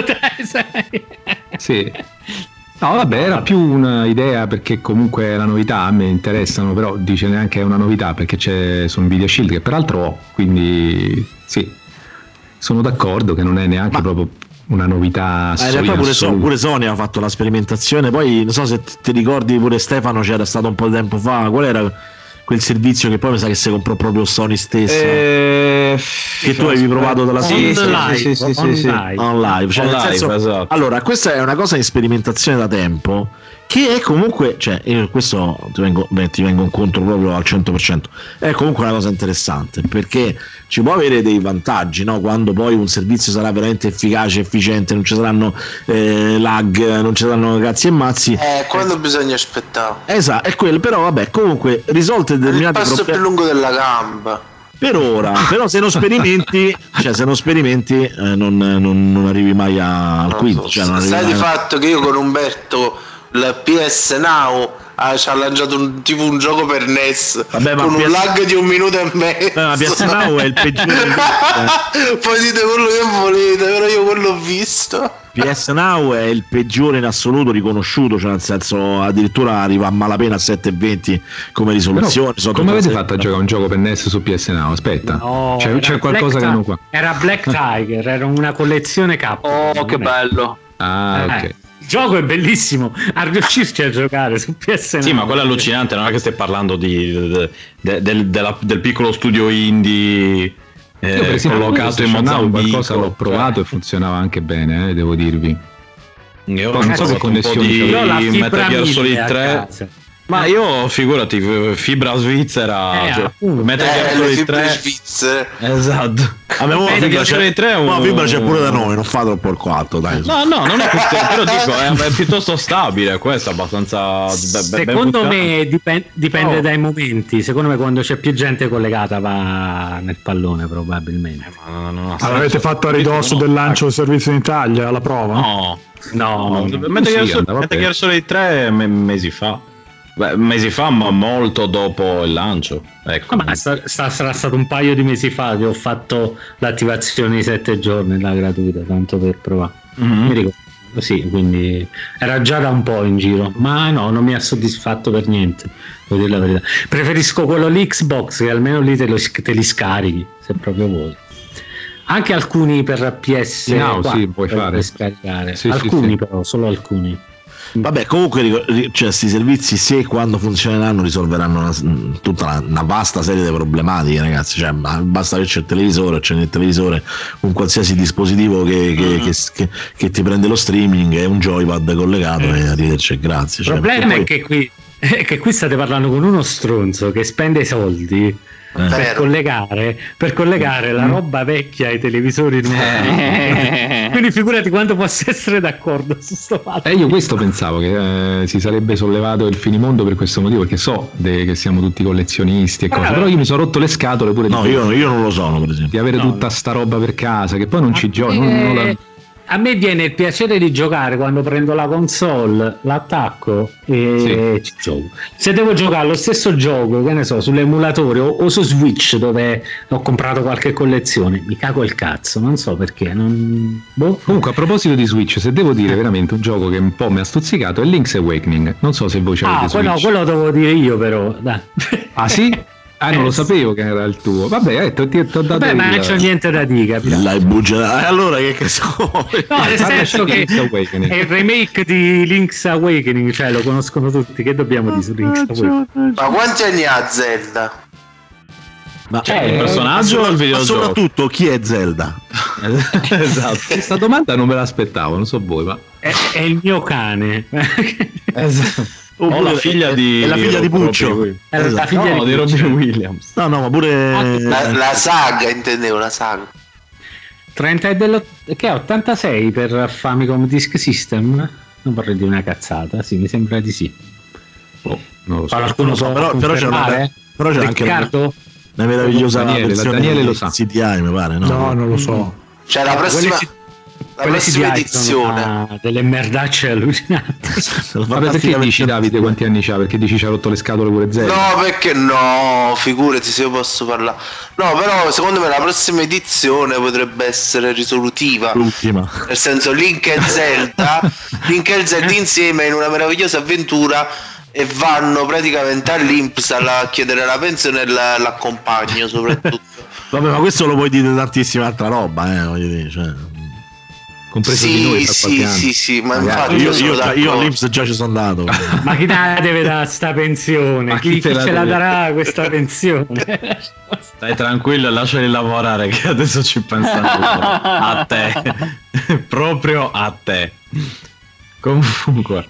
Sì. No, vabbè, era più un'idea perché comunque la novità a me interessano, però dice neanche è una novità perché c'è su Nvidia Shield che peraltro ho, quindi sì, sono d'accordo che non è neanche ma... proprio una novità. Ma in realtà pure, so, pure Sony ha fatto la sperimentazione, poi non so se ti ricordi pure Stefano, c'era stato un po' di tempo fa, qual era quel servizio che poi mi sa che si comprò proprio Sony stessa, eh, che tu avevi provato dalla Sony? Sì, sì, sì, sì, sì. On live, cioè on nel live, senso, esatto. Allora, questa è una cosa in sperimentazione da tempo, che è comunque, cioè io questo ti vengo, beh, ti vengo incontro proprio al cento per cento, è comunque una cosa interessante perché ci può avere dei vantaggi, no? Quando poi un servizio sarà veramente efficace, efficiente, non ci saranno eh, lag, non ci saranno cazzi e mazzi, eh, quello bisogna aspettare, esatto, è quello, però vabbè, comunque risolte determinati problemi. Il passo problemi... più lungo della gamba per ora, però se non sperimenti, cioè se non sperimenti eh, non, non, non arrivi mai a, al quinto, cioè non sai di mai... fatto che io con Umberto il P S Now ah, ci ha lanciato un, tipo un gioco per N E S. Vabbè, con un P S... lag di un minuto e mezzo. Ma P S Now è il peggiore poi dite quello che volete, però io quello ho visto. P S Now è il peggiore in assoluto riconosciuto, cioè nel senso addirittura arriva a malapena a sette e venti come risoluzione. Però, come avete fatto a giocare un gioco per N E S su P S Now? Aspetta, no, c'è, c'è qualcosa Black che non qua. Era Black Tiger, era una collezione K. Oh, che bello. Ah, ok. Eh. Il gioco è bellissimo, a riuscirci a giocare su P S Now. Sì, ma quello è allucinante, non è che stai parlando di, de, de, de, de la, del piccolo studio indie eh, io per esempio, collocato in Mozambico. Qualcosa l'ho provato cioè. E funzionava anche bene, eh, devo dirvi. Io non so che connessioni di Metal Gear Solid tre. Ma io figurati, fibra svizzera, eh, cioè, Metal Gear Solid tre svizzere. Esatto. A me Metal Gear Solid tre un... no, fibra c'è pure da noi, non fa troppo il quattro, dai. No, no, non è questione, però dico è, è piuttosto stabile, questo è abbastanza be- secondo ben me dipende, dipende oh. dai momenti. Secondo me quando c'è più gente collegata va nel pallone probabilmente. Eh, ma non, non allora, avete fatto a ridosso no, del lancio del servizio in Italia alla prova? No. No, no, Metal Gear Solid tre mesi fa. Beh, mesi fa, ma molto dopo il lancio. Ecco. Ma sta, sta, sarà stato un paio di mesi fa che ho fatto l'attivazione di sette giorni la gratuita, tanto per provare. Mm-hmm. Mi ricordo, sì, quindi era già da un po' in giro, ma no, non mi ha soddisfatto per niente, devo dire la verità. Preferisco quello lì Xbox, che almeno lì te, lo, te li scarichi, se proprio vuoi. Anche alcuni per P S no, sì, puoi fare scaricare. Sì, alcuni sì, sì. però, solo alcuni. Vabbè, comunque, cioè, sti servizi, se quando funzioneranno, risolveranno una, tutta una, una vasta serie di problematiche, ragazzi. Cioè, basta averci il televisore, c'è nel televisore un qualsiasi dispositivo che, che, mm. che, che, che ti prende lo streaming e un joypad collegato mm. e arrivederci e grazie. Il problema cioè, è, poi... che qui, è che qui state parlando con uno stronzo che spende i soldi Eh. Per collegare, per collegare la roba vecchia ai televisori nuovi. Eh. Quindi figurati quanto posso essere d'accordo su sto fatto. Eh, io questo pensavo che eh, si sarebbe sollevato il finimondo per questo motivo, perché so de- che siamo tutti collezionisti e cose, allora, però io mi sono rotto le scatole pure no, di io, io non lo sono, per esempio, di avere no, tutta no. sta roba per casa che poi non ci gioco. Non, non la... A me viene il piacere di giocare quando prendo la console, l'attacco e sì. ci gioco. Se devo giocare lo stesso gioco, che ne so, sull'emulatore o, o su Switch dove ho comprato qualche collezione, mi cago il cazzo, non so perché. Non... Boh. Comunque, a proposito di Switch, se devo dire veramente un gioco che un po' mi ha stuzzicato è Link's Awakening. Non so se voi ce l'avete. Ah, quello, quello devo dire io, però. Dai. Ah, sì? Ah, non lo sapevo che era il tuo. Vabbè, eh, ti ho dato. Vabbè, ma non c'è niente da dire. L'hai bugiata. Allora che cazzo? No, nel senso che è il remake di Link's Awakening, cioè lo conoscono tutti. Che dobbiamo dire su Link's Awakening? Ma quanti anni ha Zelda? Ma cioè, il personaggio o il videogioco? Ma soprattutto chi è Zelda? Esatto. Questa domanda non me l'aspettavo, non so voi, ma è, è il mio cane. Esatto. O la figlia di è la figlia di Puccio, è la esatto. figlia no, di, di Robin Williams. No, no, ma pure la, la saga, intendevo la saga. trenta è dello, che è ottantasei per Famicom Disk System. Non vorrei dire una cazzata, sì, mi sembra di sì. Oh, non lo so. Qualcuno so, però, però c'è, una, però c'è anche Riccardo? una meravigliosa Daniele, versione la Daniele di lo sa. C D I, mi pare, no? No, non lo so. Cioè la prossima la prossima edizione delle merdacce allucinanti. Ma perché dici, Davide, quanti anni c'ha? Perché dici ci ha rotto le scatole pure zero? No, perché no, figurati se io posso parlare. No, però secondo me la prossima edizione potrebbe essere risolutiva. L'ultima. Nel senso Link e Zelda, Link e Zelda insieme in una meravigliosa avventura e vanno praticamente all'I N P S a chiedere la pensione e la, l'accompagno soprattutto. Vabbè, ma questo lo puoi dire tantissima altra roba, eh, voglio dire, cioè... compreso sì, di noi tra sì, anno. sì, sì, ma Magari, infatti io, io, io, io all'I N P S già ci sono andato. Ma chi te la deve dare sta pensione? Ma Chi, chi chi te la ce la deve- darà questa pensione? Stai tranquillo e lasciali lavorare che adesso ci pensano a te. Proprio a te. Comunque.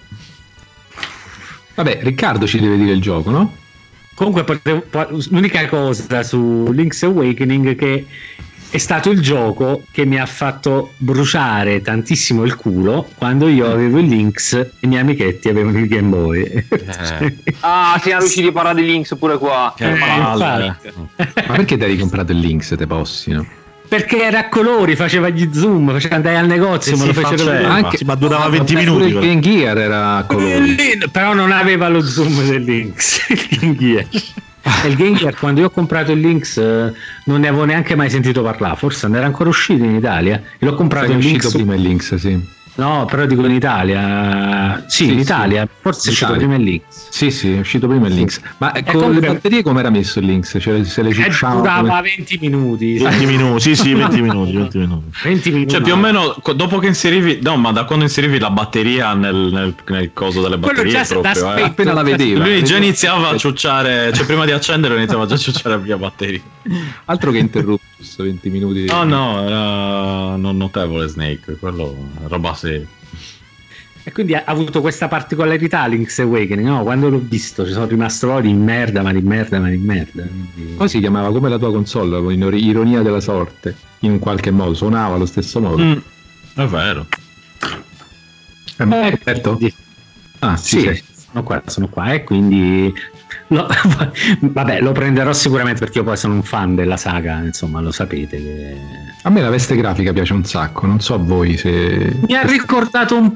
Vabbè, Riccardo ci deve dire il gioco, no? Comunque potevo- po- l'unica cosa su Link's Awakening che è stato il gioco che mi ha fatto bruciare tantissimo il culo quando io avevo il Lynx e i miei amichetti avevano il Game Boy. Eh. Ah, siamo riusciti a parlare di Lynx pure qua. Che Eh, palle. Ma perché ti hai comprato il Lynx, te possi, no? Perché era a colori, faceva gli zoom, faceva andare al negozio, Sì, me lo sì, fecero faccio- vedere. anche- sì, ma durava venti Pure minuti. il però. Game Gear era a colori. Eh, però non aveva lo zoom del Lynx il Game Gear. E il Game Gear, quando io ho comprato il Lynx, eh, non ne avevo neanche mai sentito parlare, forse non era ancora uscito in Italia e l'ho comprato Sai che è in uscito Lynx. prima il Lynx, sì. No, però dico in Italia. Sì, Sì, in sì. Italia, forse è uscito Italia. prima il Lynx. Sì, sì, è uscito prima il Lynx. Ma E con comunque- le batterie come era messo il Lynx? Cioè, se le Eh, ciucciava durava come... venti minuti. venti minuti, sì, sì, venti minuti, venti minuti. venti minuti. Cioè più o meno co- dopo che inserivi, no, ma da quando inserivi la batteria nel, nel, nel coso delle Quello batterie già da proprio, eh. spento. Appena la vedeva. Lui già vedeva- iniziava a ciucciare, cioè prima di accendere iniziava già a ciucciare via batteria. Altro che interruptus, venti minuti. No, no, era non notevole Snake, quello roba seria. E quindi ha avuto questa particolarità Link's Awakening, no? Quando l'ho visto ci sono rimasto proprio di merda, ma di merda, ma di merda. Quindi... Poi si chiamava come la tua console, con ironia della sorte, in qualche modo, suonava allo stesso modo. Mm, è vero. Eh, Eh, Roberto? quindi- Ah, sì, Sì, sì. sono qua, sono qua e quindi lo- vabbè, lo prenderò sicuramente perché io poi sono un fan della saga, insomma, lo sapete che... A me la veste grafica piace un sacco, non so a voi se... Mi ha ricordato un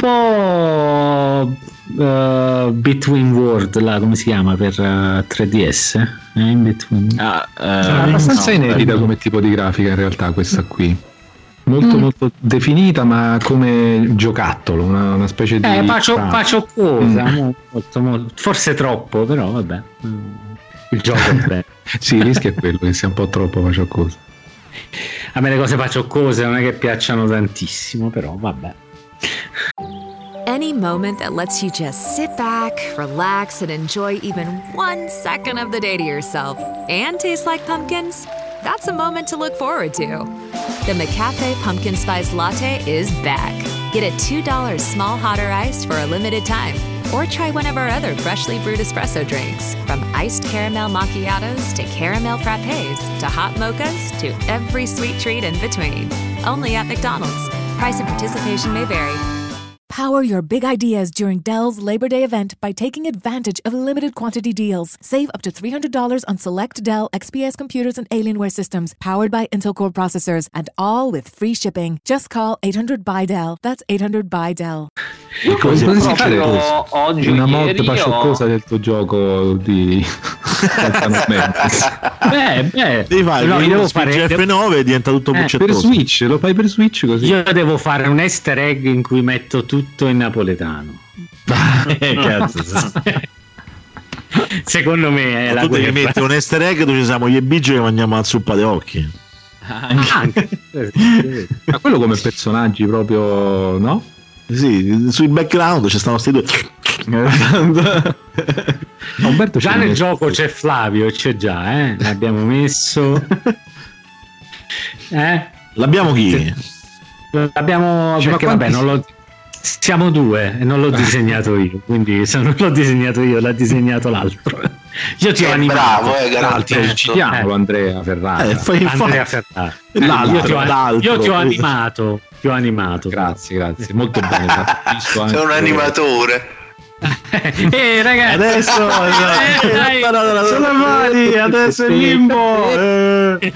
po' uh, Between World, là, come si chiama per uh, tre D S? Eh, in between... Ah, È abbastanza no, inedita eh, come tipo di grafica in realtà questa qui. Molto Mm. molto definita ma come giocattolo, una, una specie di... Eh, faccio, ah. faccio cosa, Mm. mo- molto, molto, forse troppo, però vabbè. Mm. Il gioco è bello. Sì, il rischio è quello che sia un po' troppo faccio cosa. A me le cose faccio cose non è che piacciono tantissimo, però vabbè. Any moment that lets you just sit back, relax, and enjoy even one second of the day to yourself and taste like pumpkins, that's a moment to look forward to. The McCafe Pumpkin Spice Latte is back. Get a two dollar small hot or iced for a limited time. Or try one of our other freshly brewed espresso drinks, from iced caramel macchiatos to caramel frappes to hot mochas to every sweet treat in between. Only at McDonald's. Price and participation may vary. Power your big ideas during Dell's Labor Day event by taking advantage of limited quantity deals. Save up to three hundred dollars on select Dell X P S computers and Alienware systems powered by Intel Core processors, and all with free shipping. Just call eight hundred buy Dell. That's eight hundred buy Dell. E come Sì, potresti proprio fare oggi, una mod ieri, pacioccosa del tuo gioco di... Beh, beh, Devi fare no, no, io devo fare F nove e diventa tutto Eh, buccettoso. Per Switch, lo fai per Switch così? Io devo fare un easter egg in cui metto tutto in napoletano. Eh, cazzo. Secondo me è Ma la tu devi guerra. mettere un easter egg dove ci siamo gli ebigi che mangiamo la zuppa dei occhi. Anche. Ma quello come personaggi proprio, no? Sì, sui background ci stanno sti due. Umberto Già ci nel mette- gioco c'è Flavio, c'è già, eh? L'abbiamo messo. Eh? L'abbiamo chi? L'abbiamo Cioè, perché ma vabbè, quanti- non lo siamo due e non l'ho disegnato io, quindi se non l'ho disegnato io l'ha disegnato l'altro. Io ti ho È animato. bravo, eh, L'altro, garantito. citiamolo, Eh. Andrea Ferrara. Eh, fai- Andrea fa- Ferrara. L'altro, io ti ho, l'altro. io ti ho animato, ti ho animato. Grazie, grazie, molto bene. Visto anche- Sei un animatore. Eh ragazzi, Adesso Eh, dai. sulle mani, adesso il limbo. Eh.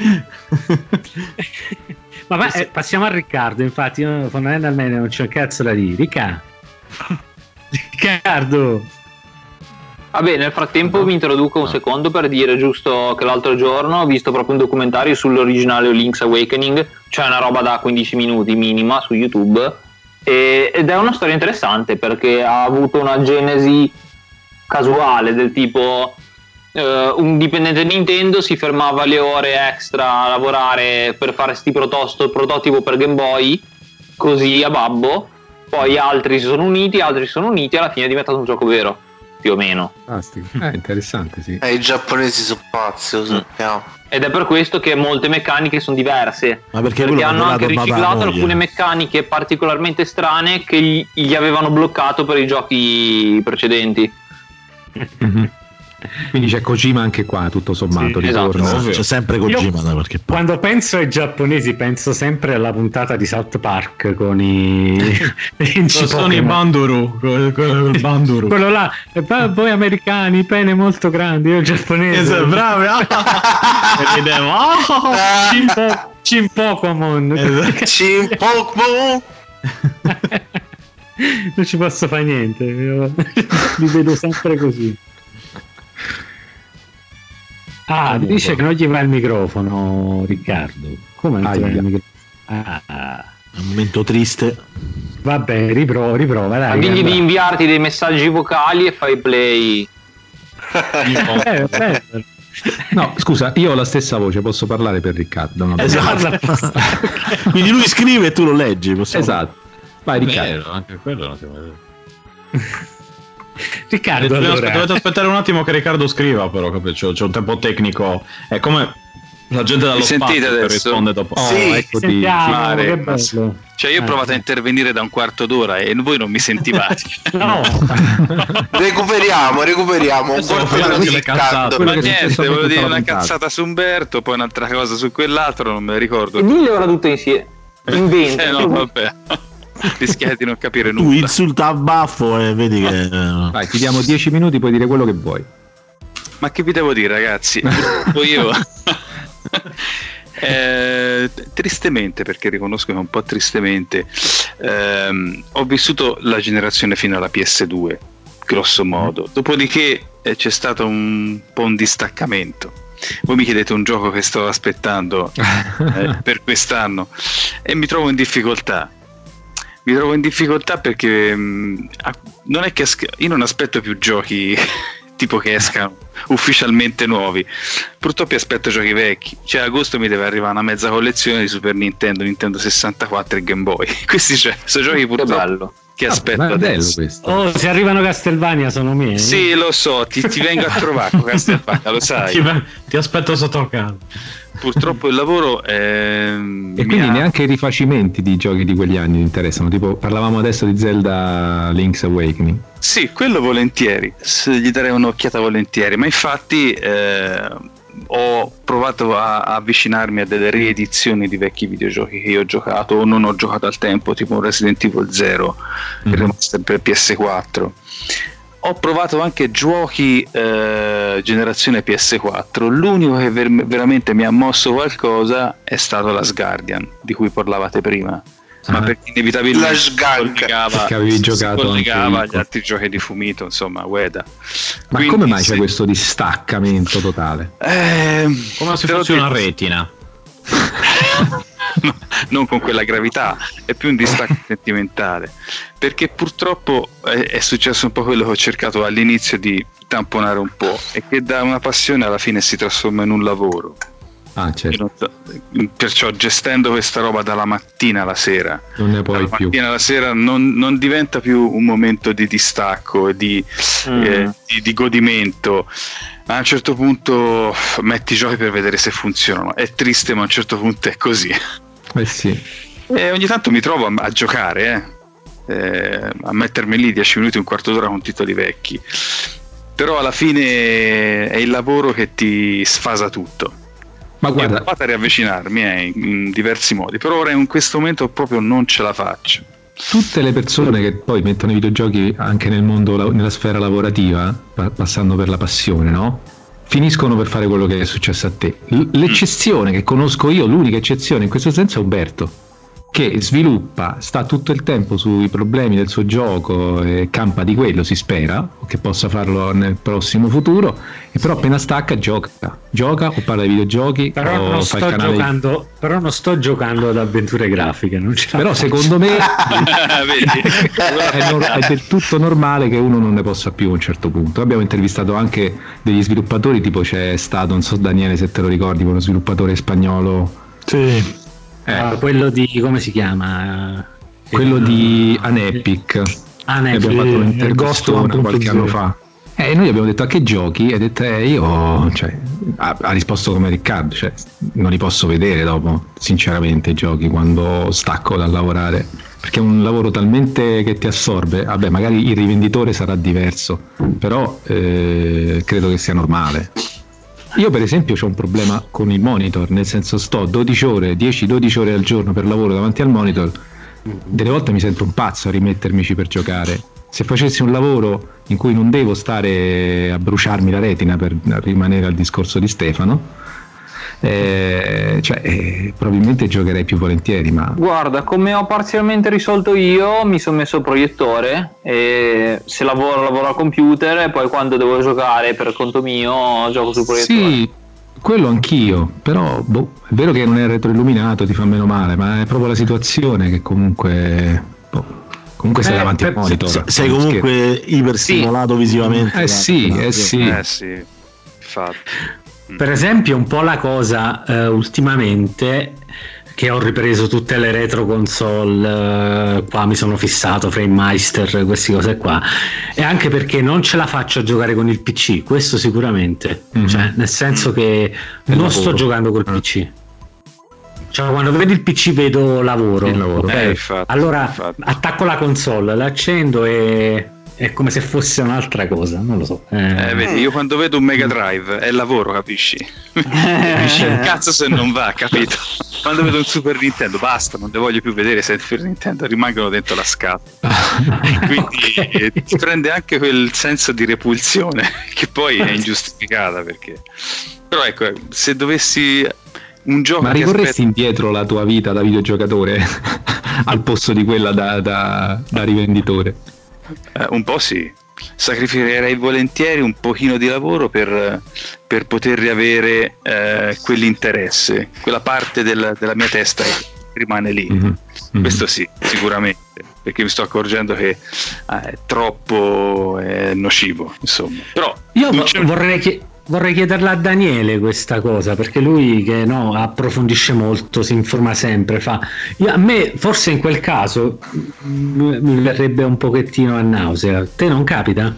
Ma va- eh, passiamo a Riccardo, infatti io fondamentalmente non c'è un cazzo da dire. Ricca. Riccardo. Vabbè, nel frattempo vi introduco un secondo per dire giusto che l'altro giorno ho visto proprio un documentario sull'originale Link's Awakening, cioè una roba da quindici minuti minima su YouTube, e- ed è una storia interessante perché ha avuto una genesi casuale del tipo eh, un dipendente Nintendo si fermava le ore extra a lavorare per fare sti protosto- prototipo per Game Boy, così a babbo, poi altri si sono uniti, altri si sono uniti e alla fine è diventato un gioco vero, più o meno. Fantastico. Eh, interessante, sì. Eh, i giapponesi sono pazzi, lo sappiamo. Ed è per questo che molte meccaniche sono diverse, Ma perché quello hanno l'ha anche donato a riciclato moglie. alcune meccaniche particolarmente strane che gli, gli avevano bloccato per i giochi precedenti. Mhm. Quindi c'è Kojima anche qua, tutto sommato, Sì, ritorna. Esatto, c'è sempre Kojima da qualche parte. Quando penso ai giapponesi penso sempre alla puntata di South Park con i Sono i Banduru, col, col Banduru. quello là, e poi voi americani, pene molto grandi, io giapponese. Esatto, bravi. E ridevo, oh! Cimpo- Cimpocomon. Cimpocomon. Non ci posso fare niente, io li vedo sempre così. Ah, dice che non gli va il microfono, Riccardo. Come non ti va il Aia. microfono? Ah, È un momento triste. vabbè, riprova, riprova, dai. Ma digli allora. di inviarti dei messaggi vocali e fai play. Eh, bello. No, scusa, io ho la stessa voce, posso parlare per Riccardo. No? Esatto. Quindi lui scrive e tu lo leggi. possiamo- Esatto. Vai Riccardo. Vero, anche quello non si può dire. Riccardo, Dovete, allora. dovete aspettare un attimo che Riccardo scriva, però, capito? C'è, c'è un tempo tecnico. È come la gente dallo Mi sentite spazio che adesso? risponde dopo. Oh, Sì, eccoti. Sentiamo, Mare. che bello. Cioè io ho provato a intervenire da un quarto d'ora e voi non mi sentivate. No, Recuperiamo, recuperiamo. Un Adesso quarto facciamo d'ora di le cazzate. Riccardo. Quello Ma che è niente, successo a me volevo dire tutta la una puntata. cazzata su Umberto, poi un'altra cosa su quell'altro, non me la ricordo. E digliela tutte insieme. Inventa. Eh no, vabbè. Rischiate di non capire Tu nulla. insulta a baffo e vedi che. eh, Vai, ti diamo dieci minuti, puoi dire quello che vuoi. Ma che vi devo dire, ragazzi? Purtroppo io. Eh, tristemente, perché riconosco che un po' tristemente, ehm, ho vissuto la generazione fino alla P S due, grosso modo. Dopodiché eh, c'è stato un po' un distaccamento. Voi mi chiedete un gioco che sto aspettando eh, per quest'anno e mi trovo in difficoltà. Mi trovo in difficoltà perché mh, a- non è che esc- io non aspetto più giochi tipo che escano ufficialmente nuovi. Purtroppo aspetto giochi vecchi. Cioè, a agosto mi deve arrivare una mezza collezione di Super Nintendo, Nintendo sessantaquattro e Game Boy. Questi cioè, sono giochi Che purtroppo bello. che Ah, aspetto ma è bello adesso. questo. oh, se arrivano Castlevania sono miei. Sì, lo so, ti, ti vengo a trovare con Castelvania, lo Ti, sai. ti aspetto sotto casa. Purtroppo il lavoro ehm, E mi quindi ha- neanche i rifacimenti di giochi di quegli anni ti interessano. Tipo, parlavamo adesso di Zelda Link's Awakening. Sì, quello volentieri, se gli darei un'occhiata volentieri, ma infatti eh, ho provato a, a avvicinarmi a delle riedizioni di vecchi videogiochi che io ho giocato o non ho giocato al tempo, tipo un Resident Evil Zero, Mhm. il remaster per P S quattro. Ho provato anche giochi eh, generazione P S quattro. L'unico che ver- veramente mi ha mosso qualcosa è stato Last Guardian, di cui parlavate prima. Ma Ah. perché inevitabilmente La si sganca. collegava, Perché avevi si giocato collegava anche agli io. altri giochi di Fumito, insomma, Ueda. Ma Quindi, come mai sì. c'è questo distaccamento totale? Ehm, Come se te l'ho fosse una detto. retina. No, non con quella gravità, è più un distacco sentimentale, perché purtroppo è, è successo un po' quello che ho cercato all'inizio di tamponare un po', e che da una passione alla fine si trasforma in un lavoro. Ah, Io certo, non so- perciò gestendo questa roba dalla mattina alla sera, non ne puoi dalla più. mattina alla sera non, non diventa più un momento di distacco e di, Mm. eh, di, di godimento. A un certo punto metti i giochi per vedere se funzionano. È triste, ma a un certo punto è così. Eh sì. E ogni tanto mi trovo a, a giocare, eh. eh, a mettermi lì dieci minuti, un quarto d'ora con titoli vecchi, però alla fine è il lavoro che ti sfasa tutto. Ma guarda, io ho provato a riavvicinarmi eh, in, in diversi modi, però ora in questo momento proprio non ce la faccio. Tutte le persone che poi mettono i videogiochi anche nel mondo, nella sfera lavorativa, passando per la passione, no? Finiscono per fare quello che è successo a te. L'eccezione che conosco io, l'unica eccezione in questo senso è Umberto, che sviluppa, sta tutto il tempo sui problemi del suo gioco e campa di quello, si spera che possa farlo nel prossimo futuro, e però appena stacca gioca gioca o parla di videogiochi, però o non fa sto il canale giocando di... però non sto giocando ad avventure grafiche, non ce la però faccio. secondo me è, nor- è del tutto normale che uno non ne possa più a un certo punto. Abbiamo intervistato anche degli sviluppatori, tipo c'è stato, non so Daniele se te lo ricordi, uno sviluppatore spagnolo, sì. Eh. Ah, quello di come si chiama? Quello eh, di Anepic. Anepic. Abbiamo fatto il un'intervista qualche anno fa. E noi abbiamo detto a che giochi? E ha detto eh, io, cioè, ha, ha risposto come Riccardo, cioè, non li posso vedere dopo, sinceramente, i giochi quando stacco dal lavorare, perché è un lavoro talmente che ti assorbe. Vabbè, magari il rivenditore sarà diverso, però eh, credo che sia normale. Io per esempio ho un problema con il monitor, nel senso sto dodici ore, dieci dodici ore al giorno per lavoro davanti al monitor, delle volte mi sento un pazzo a rimettermici per giocare. Se facessi un lavoro in cui non devo stare a bruciarmi la retina, per rimanere al discorso di Stefano, eh, cioè, eh, probabilmente giocherei più volentieri, ma guarda, come ho parzialmente risolto io, mi sono messo il proiettore e se lavoro lavoro al computer, e poi quando devo giocare per conto mio gioco sul proiettore. Sì, quello anch'io, però boh, è vero che non è retroilluminato, ti fa meno male, ma è proprio la situazione che comunque boh, comunque sei eh, davanti al monitor, sei, sei comunque iperstimolato sì. visivamente. Eh sì, eh sì, eh sì, infatti. Per esempio, un po' la cosa eh, ultimamente che ho ripreso tutte le retro console, eh, qua mi sono fissato Framemeister, queste cose qua, e anche perché non ce la faccio a giocare con il P C, questo sicuramente, mm-hmm. cioè nel senso che il non lavoro. sto giocando col P C. Cioè quando vedo il P C vedo lavoro, il lavoro. Okay? Eh, infatti, allora infatti. attacco la console, l'accendo e è come se fosse un'altra cosa, non lo so. Eh, eh, vedi, io quando vedo un Mega Drive è lavoro, capisci? Capisci il cazzo se non va, capito? Quando vedo un Super Nintendo, basta, non le voglio più vedere. Se Super Nintendo rimangono dentro la scatola. Quindi eh, ti prende anche quel senso di repulsione che poi è ingiustificata, perché però ecco, se dovessi un gioco, ma ricorresti aspetta... indietro la tua vita da videogiocatore al posto di quella da, da, da rivenditore? Uh, un po' sì, sacrificherei volentieri un pochino di lavoro per, per poter riavere uh, quell'interesse, quella parte del, della mia testa che rimane lì. Mm-hmm. Questo sì, sicuramente, perché mi sto accorgendo che uh, è troppo eh, nocivo, insomma. Però io vo- vorrei che Vorrei chiederla a Daniele questa cosa, perché lui che no, approfondisce molto, si informa sempre, fa. Io, a me forse in quel caso mi verrebbe un pochettino a nausea. Te non capita?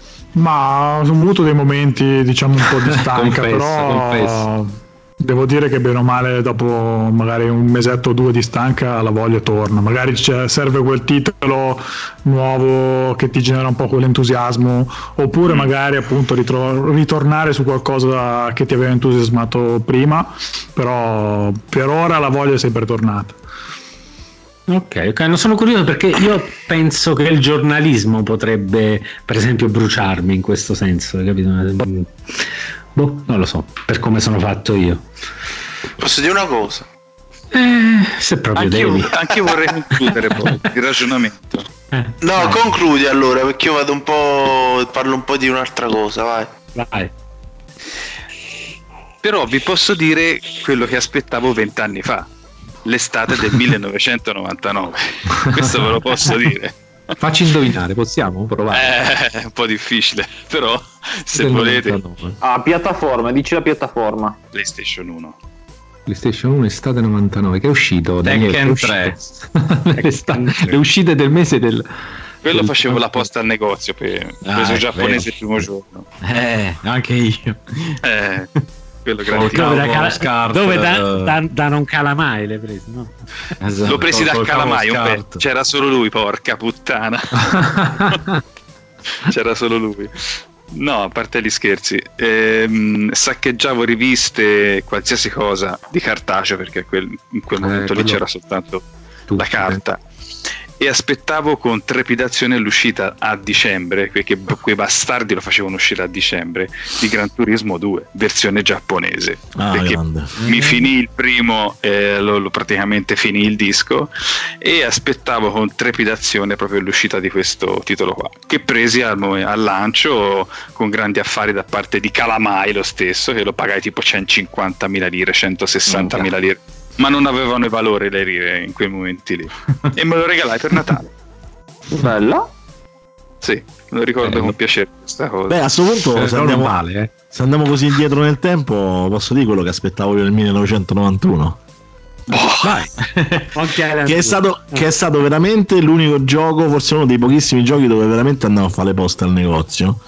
Ma ho avuto dei momenti, diciamo, un po' di stanca, confesso, però confesso. Devo dire che bene o male dopo magari un mesetto o due di stanca la voglia torna, magari serve quel titolo nuovo che ti genera un po' quell'entusiasmo, oppure magari appunto ritro- ritornare su qualcosa che ti aveva entusiasmato prima, però per ora la voglia è sempre tornata. Ok, ok, non sono curioso perché io penso che il giornalismo potrebbe per esempio bruciarmi in questo senso, capito? Boh, non lo so, per come sono fatto io. Posso dire una cosa? Eh, se proprio anch'io, devi. Anch'io vorrei concludere poi il ragionamento. Eh, no, vai. Concludi allora, perché io vado un po', parlo un po' di un'altra cosa, vai. Vai. Però vi posso dire quello che aspettavo vent'anni fa, l'estate del millenovecentonovantanove. Questo ve lo posso dire. Facci indovinare, possiamo provare? Eh, è un po' difficile, però se del volete. novantanove. Ah, piattaforma, dici la piattaforma. PlayStation uno. PlayStation uno estate novantanove, che è uscito? Tekken tre. Le uscite del mese del... Quello facevo la posta al negozio, per... ah, preso giapponese il primo giorno. Eh, anche io. Eh, quello dove, da, cala- dove da, da, da non cala mai le presi, no? Esatto, l'ho presi da Calamai un pe- c'era solo lui, porca puttana. C'era solo lui. No, a parte gli scherzi, ehm, saccheggiavo riviste, qualsiasi cosa di cartaceo, perché quel, in quel momento eh, lì c'era soltanto tu, la carta. E aspettavo con trepidazione l'uscita a dicembre, perché quei bastardi lo facevano uscire a dicembre, di Gran Turismo due, versione giapponese. Ah, perché grande. mi finì il primo, eh, lo, lo praticamente finì il disco, e aspettavo con trepidazione proprio l'uscita di questo titolo qua, che presi al, al lancio con grandi affari da parte di Calamai lo stesso, che lo pagai tipo centocinquantamila lire, centosessantamila lire. Ma non avevano i valori le lire in quei momenti lì. E me lo regalai per Natale. Bello? Sì, me lo ricordo eh, con piacere questa cosa. Beh, a questo punto, se andiamo, male, eh. se andiamo così indietro nel tempo, posso dire quello che aspettavo io nel millenovecentonovantuno. Oh, vai. che, è stato, che è stato veramente l'unico gioco, forse uno dei pochissimi giochi dove veramente andavo a fare le poste al negozio.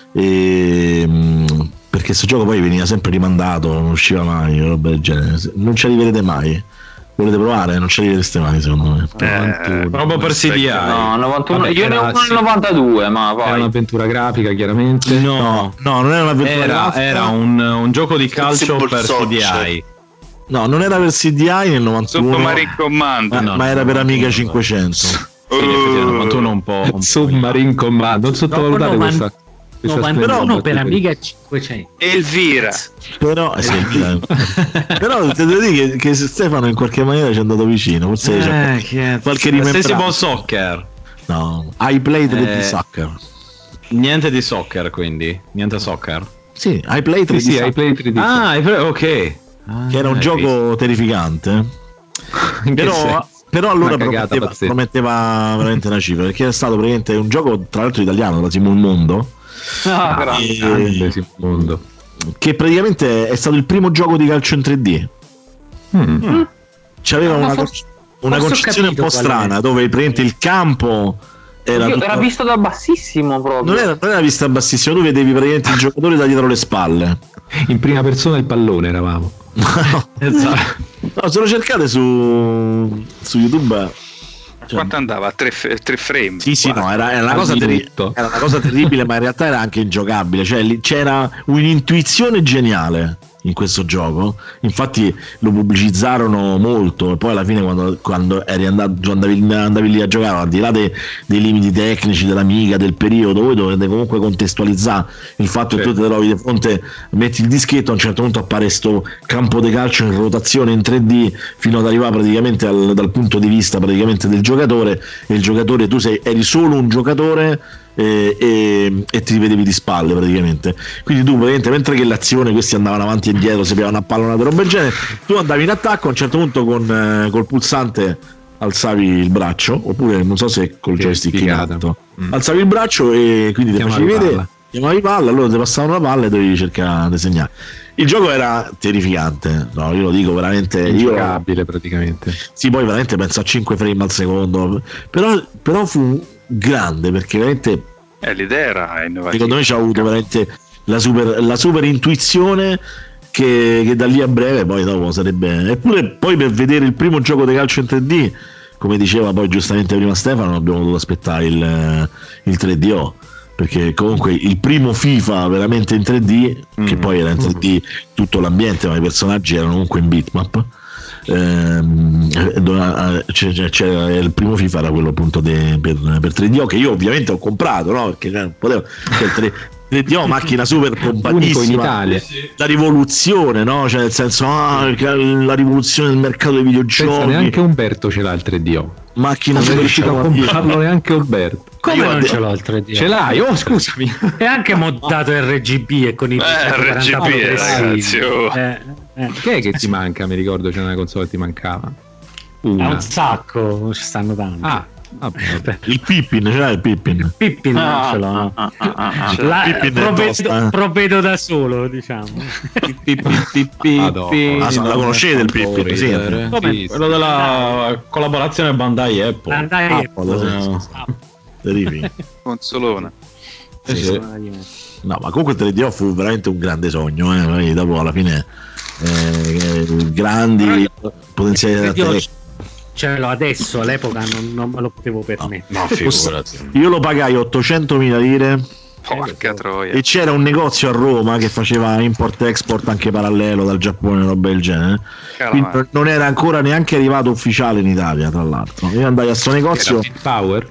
E... perché questo gioco poi veniva sempre rimandato, non usciva mai, roba del genere. Non ci arriverete mai. Volete provare? Non ci arrivereste mai, secondo me. Eh, proprio per C D I. No, novantuno. Vabbè, io ne ho uno nel novantadue, ma poi. Era un'avventura grafica, chiaramente. No, no, no non era un'avventura era, grafica. Era un, un gioco di calcio per C D I. No, non era per C D I nel novantuno. Submarine Command. Ma, no, ma era no, per no, Amiga no, cinquecento. Sì, nel novantuno un po'. Un Submarine Command. Non sottovalutate no, questa. novantuno no, per Amiga cinquecento. Elvira. Però, eh, sì, Elvira. Però te devo dire che, che Stefano in qualche maniera ci è andato vicino. Forse eh, c'è qualche rimembranza. Sensible Soccer. No, I played eh, di soccer. Niente di soccer, quindi. Niente soccer. Sì, I played sì, sì, I played tre D. Ah, ok. Ah, che era un gioco visto. terrificante. Però, però allora prometteva, prometteva veramente una cifra, perché è stato praticamente un gioco tra l'altro italiano, da Simon Mondo. Ah, ah, e, mondo. Che praticamente è stato il primo gioco di calcio in tre D. Mm. C'aveva una, forse, una forse concezione un po' strana, dove praticamente il campo era, tutto... era visto da bassissimo proprio. Non era, non era vista da bassissimo, tu vedevi praticamente il giocatore da dietro le spalle. In prima persona il pallone eravamo. No, esatto. No, se lo cercate su, su YouTube. Cioè, quanto andava? Tre, tre frame? Sì, sì, no, era, era, una cosa terri- era una cosa terribile, ma in realtà era anche ingiocabile. Cioè, lì c'era un'intuizione geniale in questo gioco. Infatti lo pubblicizzarono molto. E poi alla fine, quando, quando eri andato, andavi, andavi lì a giocare, al di là dei, dei limiti tecnici dell'Amiga, del periodo, voi dovete comunque contestualizzare il fatto che tu te trovi di fronte, metti il dischetto, a un certo punto appare sto campo di calcio in rotazione in tre D fino ad arrivare praticamente al, dal punto di vista praticamente del giocatore, e il giocatore, tu sei, eri solo un giocatore. E, e, e ti vedevi di spalle praticamente, quindi tu praticamente mentre che l'azione questi andavano avanti e indietro, si piavano a pallonate, roba del genere, tu andavi in attacco, a un certo punto con eh, col pulsante alzavi il braccio, oppure non so se col joystick in alto, mm. alzavi il braccio e quindi ti facevi vedere, chiamavi palla, allora ti passavano la palla e dovevi cercare di segnare. Il gioco era terrificante, no, io lo dico veramente ingiocabile io... praticamente. Sì, poi veramente penso a cinque frame al secondo, però, però fu grande, perché veramente eh, l'idea era innovativa. Secondo me ci ha avuto veramente la super, la super intuizione che, che da lì a breve poi dopo sarebbe. Eppure poi per vedere il primo gioco di calcio in tre D, come diceva poi giustamente prima Stefano, abbiamo dovuto aspettare il, il tre D O, perché comunque il primo FIFA veramente in tre D, mm-hmm. che poi era in tre D tutto l'ambiente, ma i personaggi erano comunque in bitmap. Ehm, c'era, c'era il primo FIFA, era quello appunto de, per, per tre D O, che io ovviamente ho comprato, no? Perché non potevo, cioè, tre, tre D O macchina super compatissima, la rivoluzione, no? Cioè nel senso, ah, la rivoluzione del mercato dei videogiochi. Pensa, neanche Umberto ce l'ha il tre D O, macchina non è riuscito a comprarlo neanche Umberto. Come io non ce l'ho il tre D O? Ce l'hai? Oh, scusami. È anche moddato R G B e con i eh, R G B, ragazzi. Eh, eh. Che è che ti manca? Mi ricordo c'era una console che ti mancava. Una. Un sacco, ci stanno tanti. Ah, vabbè. Il Pippin, c'è il Pippin. Il Pippin ah, non ce l'ho. No. Ah, ah, ah, ah. La, Pippin provvedo, tosta, eh. provvedo da solo, diciamo. Il Pippin. Ah, la conoscete il Pippin? Sì, sì, quello della collaborazione Bandai Apple. Bandai Apple. Terrifico. Consolona. Sì, sì. No, ma comunque il tre D O fu veramente un grande sogno, eh. Poi dopo alla fine eh, grandi potenziali da te. Ce l'ho adesso, all'epoca non, non me lo potevo permettere. No, no, io lo pagai ottocentomila lire. Porca troia. E c'era un negozio a Roma che faceva import-export anche parallelo dal Giappone, roba del genere. Quindi non era ancora neanche arrivato ufficiale in Italia, tra l'altro. Io andai a sto negozio. Era Power?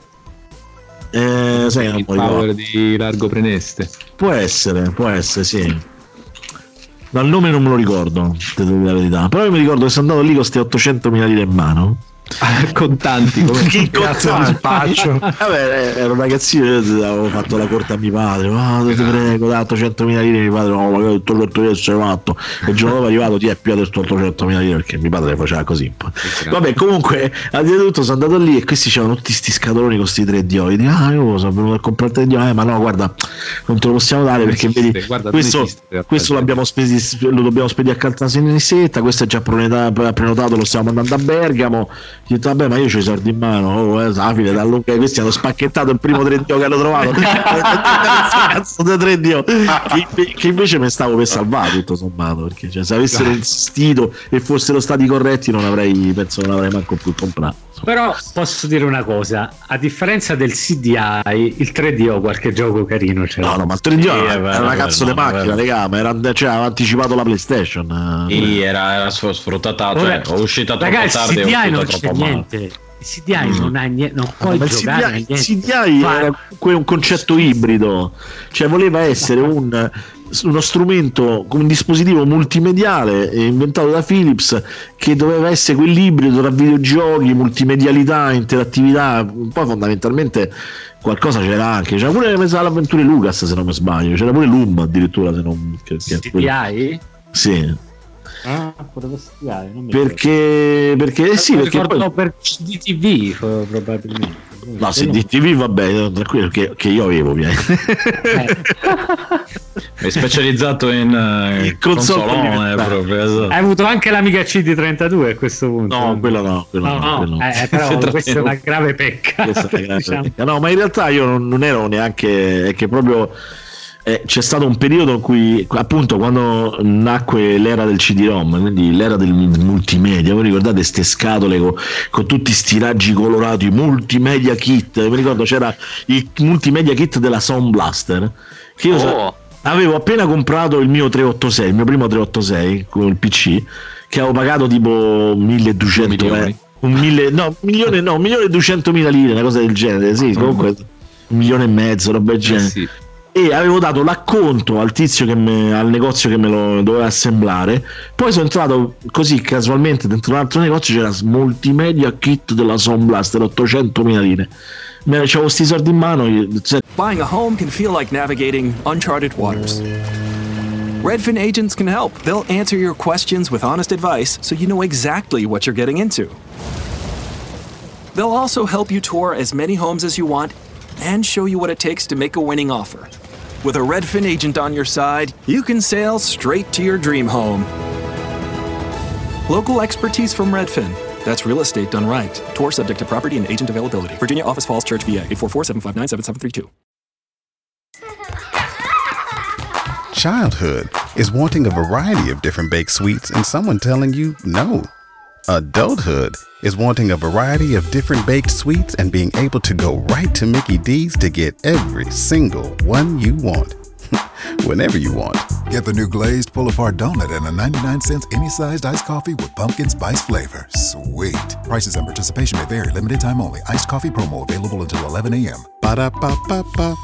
Eh, sai, non Power di Largo Preneste. Può essere, può essere, sì. Dal nome non me lo ricordo, te devo dire la verità. Però io mi ricordo che sono andato lì con queste ottocentomila lire in mano. Contanti, come che contanti? Spaccio. Vabbè, ero un ragazzino, io avevo fatto la corte a mio padre. Ma ti prego, da ottocentomila lire. Mio padre, no, magari tutto certo io sei fatto. E il giorno dopo è arrivato, ti è più adesso ottocentomila lire, perché mio padre faceva così. Vabbè, comunque, al di là di tutto, sono andato lì e questi c'erano tutti sti scatoloni con sti tre D O. Io dico, ah, io sono venuto a comprare il tre D O, eh, ma no, guarda, non te lo possiamo dare perché esiste, vedi, guarda, questo, esiste, questo l'abbiamo spesi, lo dobbiamo spedire a Caltanissetta, questo è già prenotato, prenotato, lo stiamo mandando a Bergamo. Ho detto, vabbè, ma io c'ho i soldi in mano, oh, eh, alla fine da lunga questi hanno spacchettato il primo tre D O che hanno trovato. Cazzo di tre D O che, che invece mi stavo per salvare tutto sommato, perché cioè, se avessero insistito e fossero stati corretti non avrei, penso non avrei manco più comprato. Però posso dire una cosa, a differenza del C D I, il tre D O qualche gioco carino c'era. No, no, ma il tre D O era, era una cazzo di macchina, regà, ma era, cioè, aveva anticipato la PlayStation. Sì, era, era sfruttata, cioè, è uscita troppo ragazzi, tardi e è uscita non troppo male. Niente. Il C D I mm. non ha niente, non puoi ma giocare. Il C D I, era comunque un concetto ibrido, cioè voleva essere un uno strumento, un dispositivo multimediale inventato da Philips che doveva essere quell'ibrido tra videogiochi, multimedialità, interattività. Poi fondamentalmente qualcosa c'era anche, c'era pure l'avventure Lucas se non mi sbaglio, c'era pure l'U M addirittura se non che, che C D I? Sì. Ah, poteva studiare, non mi perché perché eh, sì, perché poi... per C D T V probabilmente. No, C D T V vabbè, tranquillo, che, che io avevo ovviamente. Eh. È specializzato in, uh, in consolone proprio, esatto. Hai avuto anche l'Amiga C D trentadue a questo punto? No, quello no, quello no, no, quello no. Eh, però questa è una grave pecca. Una grave diciamo. pecca. No, ma in realtà io non, non ero neanche, è che proprio eh, c'è stato un periodo in cui appunto quando nacque l'era del C D-ROM, quindi l'era del multimedia, voi ricordate queste scatole con, con tutti sti raggi colorati, multimedia kit, mi ricordo c'era il multimedia kit della Sound Blaster che io oh. avevo appena comprato il mio trecentoottantasei, il mio primo trecentoottantasei con il P C che avevo pagato tipo milleduecento eh, un mille, no, un milione no, un milione e duecentomila lire, una cosa del genere, sì, comunque un milione e mezzo, roba del genere. Eh sì. E avevo dato l'acconto al tizio che me, al negozio che me lo doveva assemblare. Poi sono entrato così casualmente dentro un altro negozio, c'era multimedia kit della Sound Blaster, ottocentomila lire. C'avevo sti soldi in mano. Buying a home can feel like navigating uncharted waters. Redfin agents can help. They'll answer your questions with honest advice so you know exactly what you're getting into. They'll also help you tour as many homes as you want and show you what it takes to make a winning offer. With a Redfin agent on your side, you can sail straight to your dream home. Local expertise from Redfin. That's real estate done right. Tour subject to property and agent availability. Virginia Office Falls Church, V A, eight four four, seven five nine, seven seven three two. Childhood is wanting a variety of different baked sweets and someone telling you no. Adulthood is wanting a variety of different baked sweets and being able to go right to Mickey D's to get every single one you want. Whenever you want. Get the new glazed pull-apart donut and a ninety-nine cents any-sized iced coffee with pumpkin spice flavor. Sweet. Prices and participation may vary. Limited time only. Iced coffee promo available until eleven a.m. Ba-da-ba-ba-ba.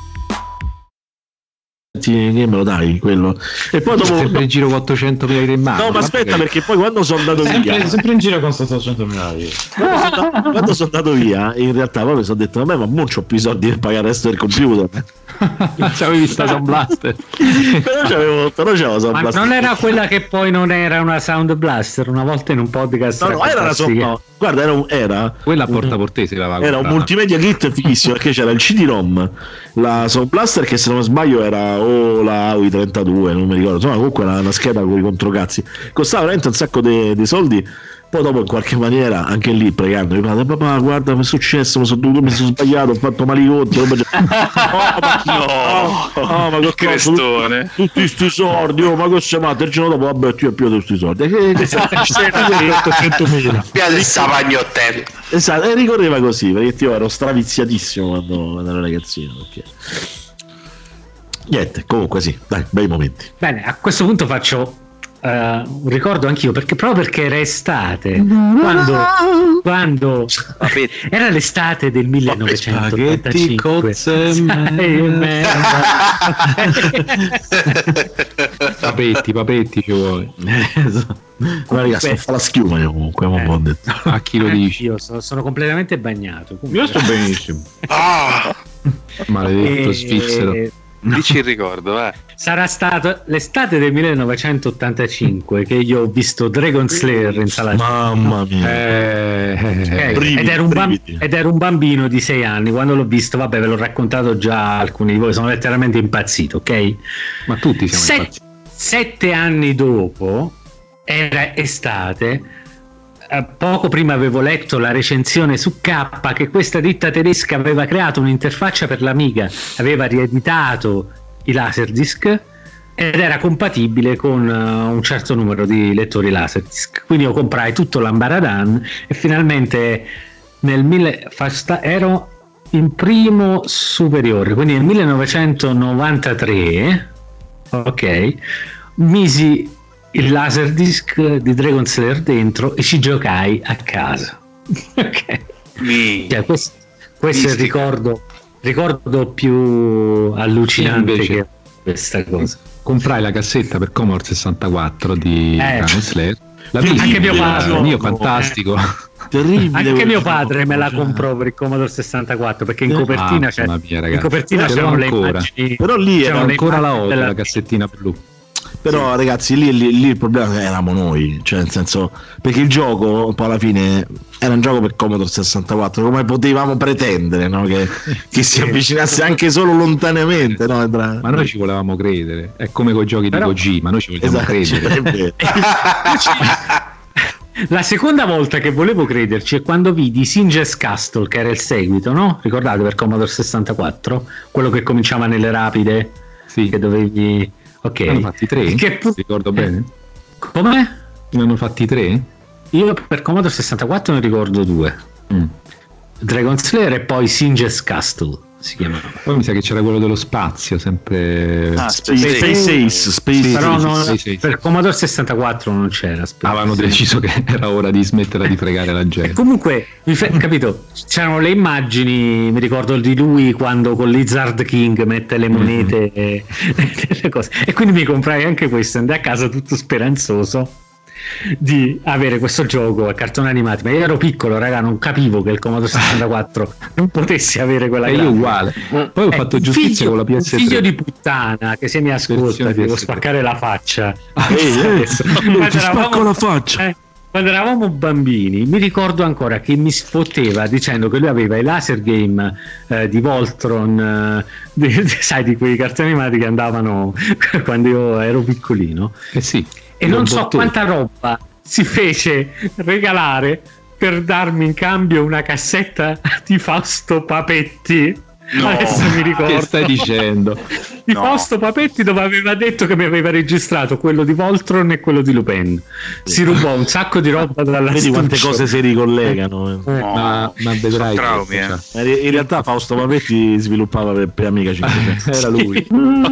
Che me lo dai quello e poi dopo sempre in giro con ottocentomila lire in mano. No, ma aspetta, perché poi quando sono andato sempre, via sempre in giro con ottocentomila lire quando sono andato via in realtà poi mi sono detto vabbè, ma non c'ho più i soldi per pagare il resto del computer. C'avevi sta Sound Blaster. però c'avevo però c'avevo Sound ma Blaster. Non era quella che poi non era una Sound Blaster una volta in un podcast? No, no, era una so- no, guarda, era, un, era quella a Porta Portese la era un multimedia kit fighissimo perché c'era il C D-ROM, la Sound Blaster che se non sbaglio era o la A U I trentadue, non mi ricordo, insomma comunque era una scheda con i controcazzi, costava veramente un sacco di soldi. Poi dopo in qualche maniera anche lì pregando mi padre, papà guarda mi è successo, mi sono dovuto, mi sono sbagliato, ho fatto male i conti. Oh, ma no, oh, ma che crestone, tutti sti soldi, oh, ma cosa matto? Il giorno dopo vabbè tu hai più di questi soldi, che ottocentomila piade sta pagnottella. Esatto, e ricorreva così perché io ero straviziatissimo quando, quando ero ragazzino, perché niente, comunque sì, dai, bei momenti. Bene, a questo punto faccio Uh, un ricordo anch'io, perché proprio perché era estate quando, quando era l'estate del millenovecentottantacinque. papetti papetti ci vuole. Ma ragazzi, fa la schiuma io comunque eh. ho detto. A chi lo dici? Io sono, sono completamente bagnato comunque. Io sto benissimo. Ah. Maledetto e... svizzero. Dici il ricordo, eh. Sarà stato l'estate del millenovecentottantacinque che io ho visto Dragon Slayer in sala. Mamma mia. Eh, okay. brividi, ed, ero un bamb- ed ero un bambino di sei anni quando l'ho visto. Vabbè, ve l'ho raccontato già alcuni di voi. Sono letteralmente impazzito, ok? Ma tutti siamo Se- impazziti. Sette anni dopo, era estate. Poco prima avevo letto la recensione su K che questa ditta tedesca aveva creato un'interfaccia per l'Amiga, aveva rieditato i Laserdisc ed era compatibile con uh, un certo numero di lettori Laserdisc. Quindi io comprai tutto l'ambaradan e finalmente nel mille sta- ero in primo superiore, quindi nel millenovecentonovantatré, ok, misi il Laserdisc di Dragon Slayer dentro e ci giocai a casa. Ok, cioè, questo, questo è il ricordo ricordo più allucinante invece, che questa cosa. Comprai la cassetta per Commodore sessantaquattro di eh, Dragon Slayer. La anche visi, mio padre, mio fantastico. Eh. Terribile. Anche mio padre me la comprò per il Commodore sessantaquattro perché in copertina, ah, c'è, mia, in copertina c'erano le immagini. Però lì era ancora la O, della... la cassettina blu. Però ragazzi lì, lì, lì il problema eravamo noi, cioè nel senso, perché il gioco poi alla fine era un gioco per Commodore sessantaquattro, come potevamo pretendere, no? che, che si avvicinasse anche solo lontanamente, no? Tra... Ma noi ci volevamo credere, è come con i giochi Però... di Kojima, noi ci vogliamo esatto, credere. La seconda volta che volevo crederci è quando vidi Singe's Castle, che era il seguito, no? Ricordate, per Commodore sessantaquattro, quello che cominciava nelle rapide, sì, che dovevi... Ok, ne hanno fatti tre? Che... ricordo bene. Come? Ne hanno fatti tre? Io per Commodore sessantaquattro ne ricordo due. Mm. Dragon Slayer e poi Singe's Castle si chiamava. Poi mi sa che c'era quello dello spazio, sempre ah, Space, Space Ace, Space però Ace, no, Space Ace. Per Commodore sessantaquattro non c'era. Avevano deciso che era ora di smettere di fregare la gente. E comunque, capito, c'erano le immagini, mi ricordo di lui quando con Lizard King mette le monete mm-hmm. e le cose. E quindi mi comprai anche questo, andai a casa tutto speranzoso di avere questo gioco a cartoni animati, ma io ero piccolo, raga, non capivo che il Commodore sessantaquattro non potessi avere quella. E io uguale. Poi ho eh, fatto giustizia figlio, con la P S tre. Figlio di puttana, che se mi ascolta ti devo spaccare la faccia. Ah, eh, eh, ti spacco la faccia. Eh, quando eravamo bambini mi ricordo ancora che mi sfotteva dicendo che lui aveva i laser game eh, di Voltron, eh, di, sai, di quei cartoni animati che andavano quando io ero piccolino. Eh sì. E non so quanta roba si fece regalare per darmi in cambio una cassetta di Fausto Papetti. No, adesso mi ricordo. Che stai dicendo? Di no. Fausto Papetti, dove aveva detto che mi aveva registrato quello di Voltron e quello di Lupin. Si rubò un sacco di roba dalla Vedi quante cose si ricollegano. Eh. No, ma, ma vedrai traumi, che, eh. In realtà Fausto Papetti sviluppava per, per Amiga cinquecento. Era lui.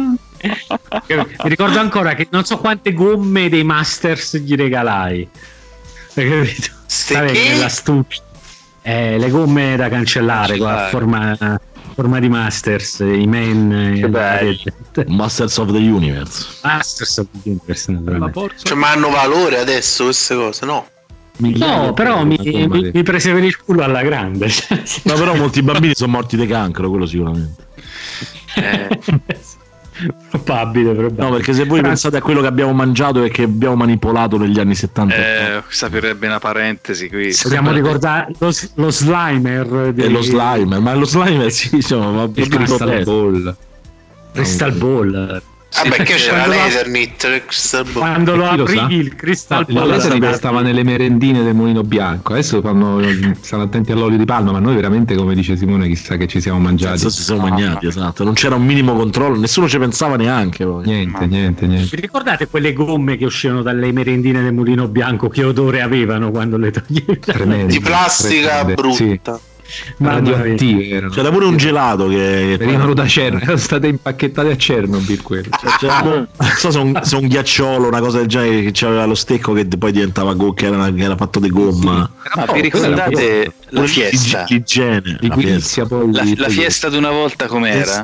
Mi ricordo ancora che non so quante gomme dei Masters gli regalai. Hai capito? Vabbè, nella stupido. Eh, le gomme da cancellare con la forma, forma di Masters, i Men, Masters of the Universe. Masters of the Universe, cioè, ma hanno valore adesso queste cose, no? No, però mi, mi, mi prese per il culo alla grande. No, però molti bambini sono morti di cancro, quello sicuramente. Eh. Probabile, probabile. No, perché se voi Però... pensate a quello che abbiamo mangiato e che abbiamo manipolato negli anni settanta, eh, saperebbe una parentesi qui. Dobbiamo ricordare lo, lo Slimer di... lo Slimer, ma lo Slimer sì, insomma, il Crystal Ball. Crystal Ball. Vabbè, che c'era l'Eternit quando lo aprivi il Crystal Palace. La Eternit stava nelle merendine del Mulino Bianco. Adesso fanno, stanno attenti all'olio di palma, ma noi veramente, come dice Simone, chissà che ci siamo mangiati. Ci siamo mangiati, esatto. Non c'era un minimo controllo, nessuno ci pensava neanche. Poi. Niente, niente, niente. Vi ricordate quelle gomme che uscivano dalle merendine del Mulino Bianco? Che odore avevano quando le toglievi? Di plastica brutta. Sì. Radioattive erano. C'era pure un gelato che venivano da Chernobyl, erano state impacchettate a Chernobyl quelle. Cioè, non so se un, se un ghiacciolo, una cosa del genere, che aveva lo stecco che poi diventava go, che era, che era fatto di gomma. Sì. Ma vi ricordate la fiesta? L'igiene, la, fiesta. Poi la, la fiesta di una volta com'era?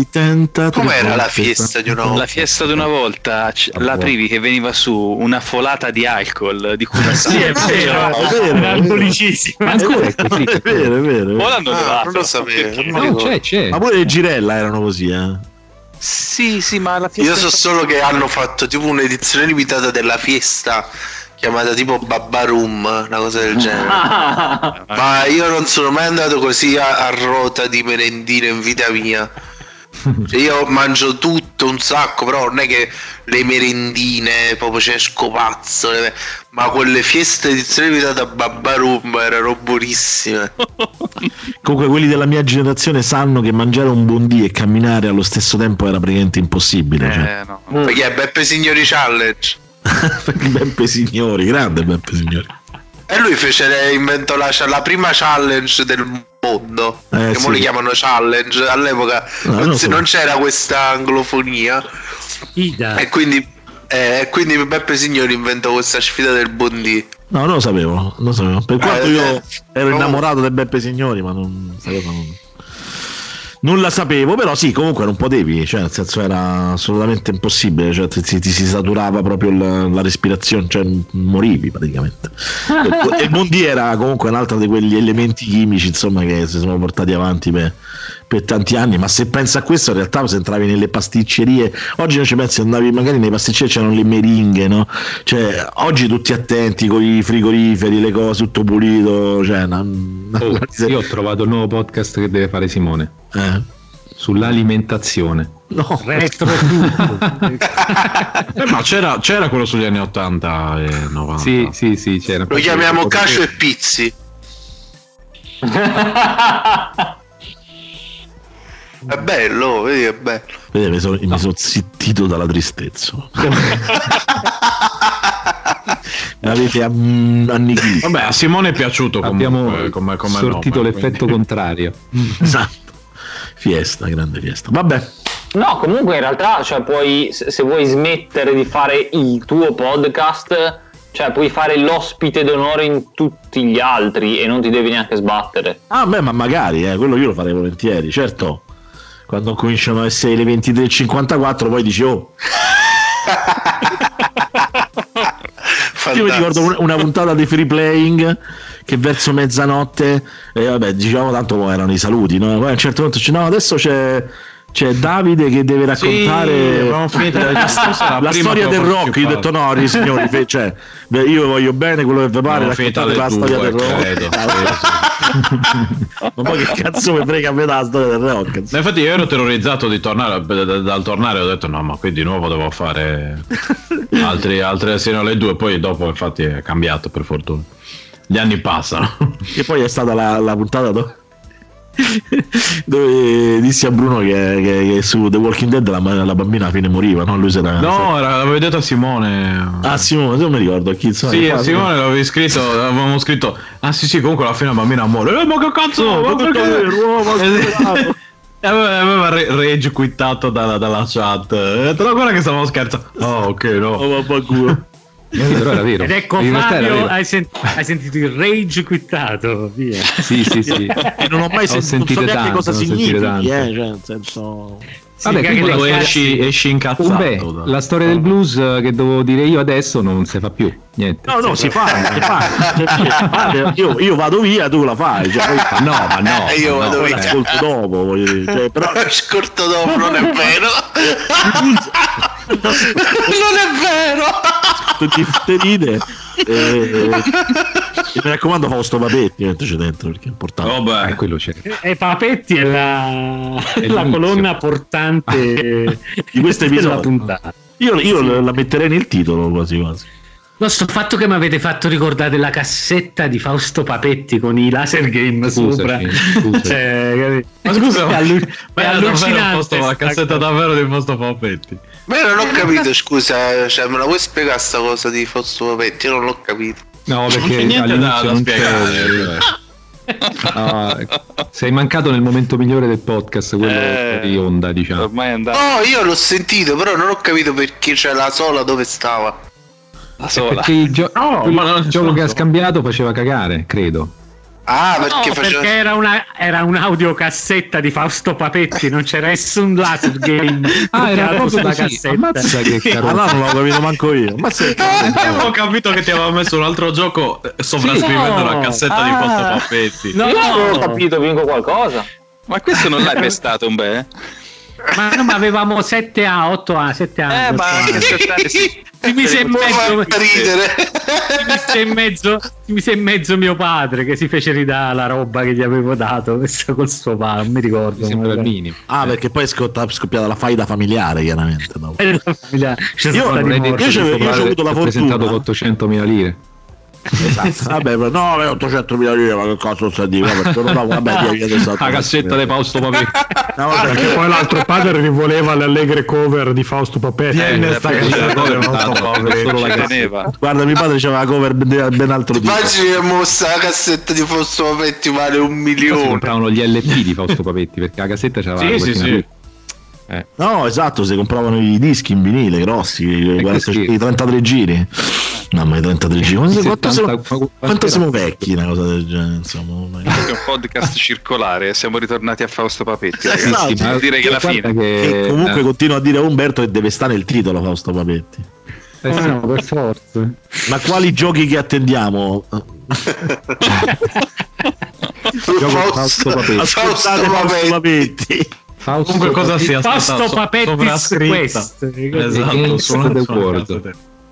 Com'era la fiesta di una volta? La fiesta di una volta l'aprivi che veniva su una folata di alcol di cui sì, è vero, è vero, alcolicissimo. Ancora è così, è vero, è vero. O l'hanno ah, non lo sapevo. No, c'è, c'è. Ma pure le girella erano così, eh. Sì, sì, ma la fiesta. Io so solo che hanno fatto tipo un'edizione limitata della fiesta chiamata tipo Babbarum, una cosa del genere. Ma io non sono mai andato così a, a rota di merendine in vita mia. Cioè io mangio tutto un sacco, però non è che le merendine proprio c'è scopazzo, ma quelle fieste edizione limitata a Babbarum erano buonissime. Comunque quelli della mia generazione sanno che mangiare un Bondi e camminare allo stesso tempo era praticamente impossibile. Eh, cioè. no. Perché è Beppe Signori Challenge. Beppe Signori, grande Beppe Signori. E lui fece, inventò la, la prima challenge del mondo, eh, che sì. mo li chiamano challenge. All'epoca no, non, non, si, non c'era questa anglofonia. Ida. E quindi eh, quindi Beppe Signori inventò questa sfida del Bondi. No, non lo sapevo, non lo sapevo. Per quanto eh, io eh, ero no. innamorato del Beppe Signori, ma non, questa cosa non, non la sapevo. Però sì, comunque non potevi, cioè nel senso era assolutamente impossibile, cioè ti, ti, ti si saturava proprio la, la respirazione, cioè morivi praticamente. E il Bondi era comunque un altro di quegli elementi chimici, insomma, che si sono portati avanti per, per tanti anni. Ma se pensi a questo, in realtà se entravi nelle pasticcerie, oggi non ci pensi, andavi magari nei pasticcerie, c'erano le meringhe, no? Cioè oggi tutti attenti con i frigoriferi, le cose, tutto pulito, cioè una, una... Oh, io ho trovato il nuovo podcast che deve fare Simone eh? sull'alimentazione. No, retro eh, ma c'era, c'era quello sugli anni ottanta e novanta. Sì, sì, sì, c'era. Lo chiamiamo Cacio e Pizzi. È bello, vedi, è bello. Vedi, mi sono, mi sono zittito dalla tristezza. L'avete annichilito. Vabbè, a Simone è piaciuto comunque, abbiamo come, come sortito nome, l'effetto quindi. contrario. Esatto. Fiesta, grande fiesta. Vabbè. No, comunque in realtà, cioè, puoi, se vuoi smettere di fare il tuo podcast, cioè puoi fare l'ospite d'onore in tutti gli altri e non ti devi neanche sbattere. Ah, beh, ma magari, eh, quello io lo farei volentieri, certo. Quando cominciano a essere le ventitré e cinquantaquattro, poi dici, oh. Io mi ricordo una puntata di Free Playing che verso mezzanotte, e eh, vabbè, diciamo tanto erano i saluti, no? Poi a un certo punto dice, no, adesso c'è, c'è Davide che deve raccontare sì, la, la, la storia del rock. Io ho detto no, signori, fe, cioè, io voglio bene quello che vi pare, raccontate la storia del rock. Ma poi che cazzo mi frega a me la storia del rock? No, infatti io ero terrorizzato di tornare dal tornare, ho detto no, ma qui di nuovo devo fare altri, altre sino alle due, poi dopo infatti è cambiato, per fortuna. Gli anni passano. E poi è stata la, la puntata dove, dove dissi a Bruno che, che, che su The Walking Dead la, la bambina alla fine moriva, no? Lui se la, no, era, l'avevo detto a Simone. Ah, Simone, non mi ricordo chi. Sì, a Simone l'avevi scritto, avevamo scritto. Ah sì sì, comunque alla fine la bambina muore. Eh, ma che cazzo? No, ma perché? E aveva rage quittato dalla, dalla chat. E detto, no, guarda che stavamo scherzando. Oh, ok, no. Oh, ma culo. Però era vero. Ed ecco, in Fabio, hai, sen- hai sentito il rage quittato, via. Sì, sì, sì. E non ho mai sen- sentito non so tanto, cosa significhi, eh, cioè, nel senso... Vabbè, quando esci, esci incazzato. Beh, la storia del blues che dovevo dire io adesso non si fa più niente. No, no, si fa, si fa. Io, io vado via, tu la fai. Cioè, no, ma no. Io no, vado no, via. Ascolto dopo, voglio dire. Cioè, però... Ascolto dopo, non è vero. Non è vero. Tutti te ride. Eh, mi raccomando Fausto Papetti c'è dentro perché è importante. Oh, beh, quello c'è. E Papetti è la, è la colonna portante di questo episodio. Puntata. Io, io la metterei nel titolo quasi quasi. No, sto fatto che mi avete fatto ricordare la cassetta di Fausto Papetti con i laser game sopra. Cioè, ma scusa, è, allu- ma è allucinante la cassetta davvero di Fausto Papetti. Ma io non ho capito, scusa, cioè, me la vuoi spiegare sta cosa di Fausto Papetti? Io non l'ho capito. No, perché non c'è niente da, da non spiegare. No, sei mancato nel momento migliore del podcast, quello Eh, di onda, diciamo. Ormai è andato. No, io l'ho sentito, però non ho capito perché c'è la sola dove stava. La sola. Perché il, gio- No, quel ma non gioco sono che ha solo. scambiato faceva cagare, credo. Ah, perché No, faceva... perché era una era un'audiocassetta di Fausto Papetti, non c'era nessun laser game. Ah, era proprio sulla così. cassetta. Ammazza che caro- Allora non l'ho capito manco io. Ma se Avevo capito che ti aveva messo un altro gioco eh, sovrascrivendo Sì, no. la cassetta di Ah. Fausto Papetti. No, Io avevo capito, vinco qualcosa. Ma questo non l'hai pestato un bel? ma, no, ma avevamo sette A, otto A, sette A. Eh, ma otto A. che aspettare, sì. Si mise in mezzo, fa ridere. si mise in mezzo, si mise in mezzo mio padre che si fece ridare la roba che gli avevo dato, messa col suo padre, non mi ricordo. Mi sembra il minimo. Ah, perché poi è scotta- scoppiata la faida familiare, chiaramente. No? Eh, la famiglia- c'è Io- stata non di hai morte. detto- io c'avevo- io c'ho avuto la Ho presentato fortuna. con ottocentomila lire. Esatto. Vabbè, però- no, beh, ottocentomila lire, ma che cazzo sta di? Vabbè, sono bravo, vabbè, via, via, adesso- La cassetta di Fausto Papetti. No, vabbè, Perché poi l'altro padre rivoleva le allegre cover di Fausto Papetti. Tieni Eh, sta perché cassetta, c'era non Fausto so, Papetti. solo la Ci cassetta. teneva. Guarda, mio padre c'aveva la cover ben, ben altro tipo. Immagini che mostra la cassetta di Fausto Papetti vale un Si milione. compravano gli L P di Fausto Papetti perché la cassetta c'aveva Sì, la sì, cortina sì. blu. Eh. No, esatto, si compravano i dischi in vinile grossi, i, quaranta che i trentatré giri. Mamma, i trentatré giri. Quanto, quanto siamo, settanta quanto siamo vecchi, una cosa del genere, insomma. ormai. È un podcast circolare. Siamo ritornati a Fausto Papetti. Esatto. ragazzi. Sì, Vuol dire che alla guarda fine. che- E comunque eh, continuo a dire a Umberto che deve stare nel titolo Fausto Papetti. eh, sì. Eh, no, per forza. Ma quali giochi che attendiamo? Gioco Fausto Papetti. Ascoltate Fausto Papetti. Fausto Comunque cosa sia Fausto stata so- Papetti sovrascritta. Quest. Esatto, Games suona- del suona World. cazzo te.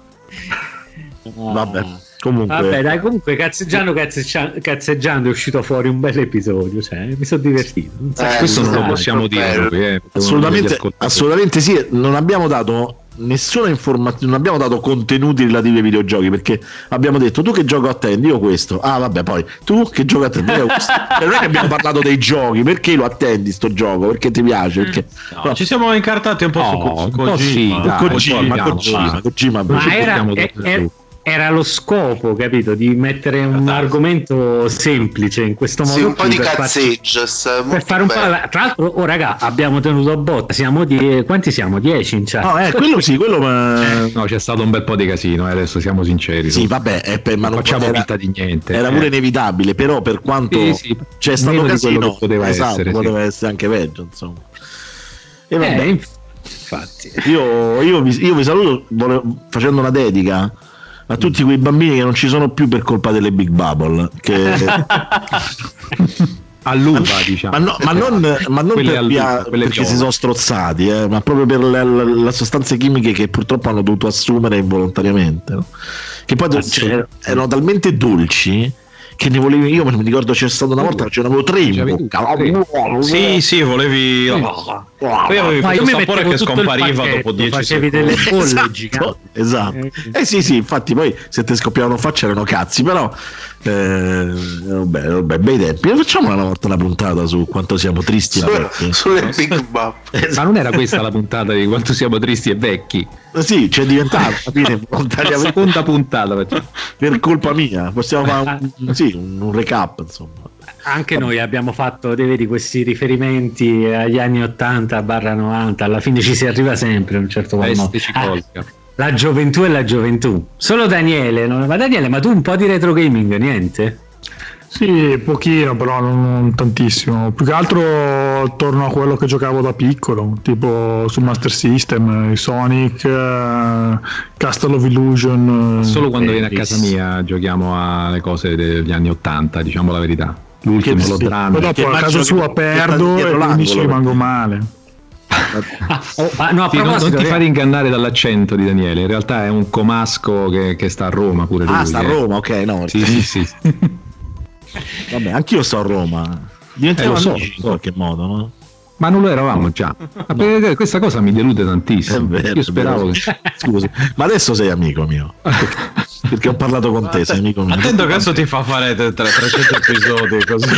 Vabbè, comunque. Vabbè, dai, comunque cazzeggiando, cazzeggiando, cazzeggiando è uscito fuori un bel episodio, cioè, mi sono divertito. Non so- Eh, Questo non lo dai, possiamo dire bello. noi, eh, Assolutamente, perché assolutamente sì, non abbiamo dato nessuna informazione, non abbiamo dato contenuti relativi ai videogiochi perché abbiamo detto tu che gioco attendi, io questo, ah vabbè, poi tu che gioco attendi, io questo. Cioè, non è che abbiamo parlato dei giochi, perché lo attendi sto gioco, perché ti piace, perché No, ci siamo incartati un po' su, No, su un po' sì, Kojima. dai, Kojima, poi Kojima, andiamo, Kojima, Ma ci era, buttiamo e- dentro e- su. era lo scopo, capito? Di mettere un argomento semplice in questo modo. Sì, un po' qui di per farci- cazzeggio. sta Per molto fare un po', bello. tra l'altro, oh raga, abbiamo tenuto a botta. Siamo die- quanti siamo? dieci in chat. no, eh, quello sì, quello ma... No, c'è stato un bel po' di casino, eh, adesso siamo sinceri. Sì, no? vabbè, è per, ma non non facciamo era, vita di niente. era eh. pure inevitabile, però per quanto Sì, sì, c'è stato meno di quello casino, che poteva esatto, essere, sì. poteva essere anche peggio, insomma. E vabbè, Eh, infatti. io, io, vi, io vi saluto vole- facendo una dedica a tutti quei bambini che non ci sono più per colpa delle Big Bubble che... all'uva, diciamo. ma, no- ma non, ma non Quelle per all'uva, via- quelle perché si viola. sono strozzati, eh, ma proprio per le, le- le sostanze chimiche che purtroppo hanno dovuto assumere involontariamente, no? Che poi cioè, erano talmente dolci che ne volevi, io me ne ricordo c'è stata una volta, ce ne avevo tre in bocca. Sì, sì, volevi. Poi avevi Ma io questo mi sapore mettevo che tutto il scompariva pacchetto, dopo dieci facevi secondi. delle bolle Esatto, giganti. esatto. Eh, Eh sì, sì, infatti poi se te scoppiavano faccia erano cazzi, però eh, vabbè, vabbè, bei tempi. Facciamo una volta una puntata su quanto siamo tristi e Su- vecchi. sulle Big Bubble. Ma non era questa la puntata di quanto siamo tristi e vecchi? Eh Sì, c'è diventato alla fine La volontariamente seconda puntata facciamo. per colpa mia. Possiamo fare un, sì, un, un recap, insomma. Anche noi abbiamo fatto dei vedi questi riferimenti agli anni ottanta barra novanta, alla fine ci si arriva sempre a un certo modo. Peste ci Ah, colga. la gioventù è la gioventù. Solo Daniele, non... ma Daniele, ma tu un po' di retro gaming, niente? Sì, pochino, però non, non tantissimo. Più che altro torno a quello che giocavo da piccolo, tipo su Master System, i Sonic, eh, Castle of Illusion. eh, Solo quando viene a Tetris. casa mia giochiamo alle cose degli anni ottanta, diciamo la verità. L'ultimo, Che- lo sì. dramma. Poi dopo Che a casa immagino sua che- perdo che sta e dietro quindi ci l'angolo, rimango male. Ah, oh, ah, no, sì, non, non ti fare ingannare dall'accento di Daniele, in realtà è un comasco che, che sta a Roma pure lui. Ah, sta a Roma, ok, no. Sì, sì, sì. Vabbè, anch'io sto a Roma. Diventiamo eh, so, amici in qualche modo, no? Ma non lo eravamo già. No. Questa cosa mi delude tantissimo. Vero, io speravo che... Scusi, ma adesso sei amico mio. Perché ho parlato con te, sei amico mio. Attento che adesso ti fa fare trecento episodi così.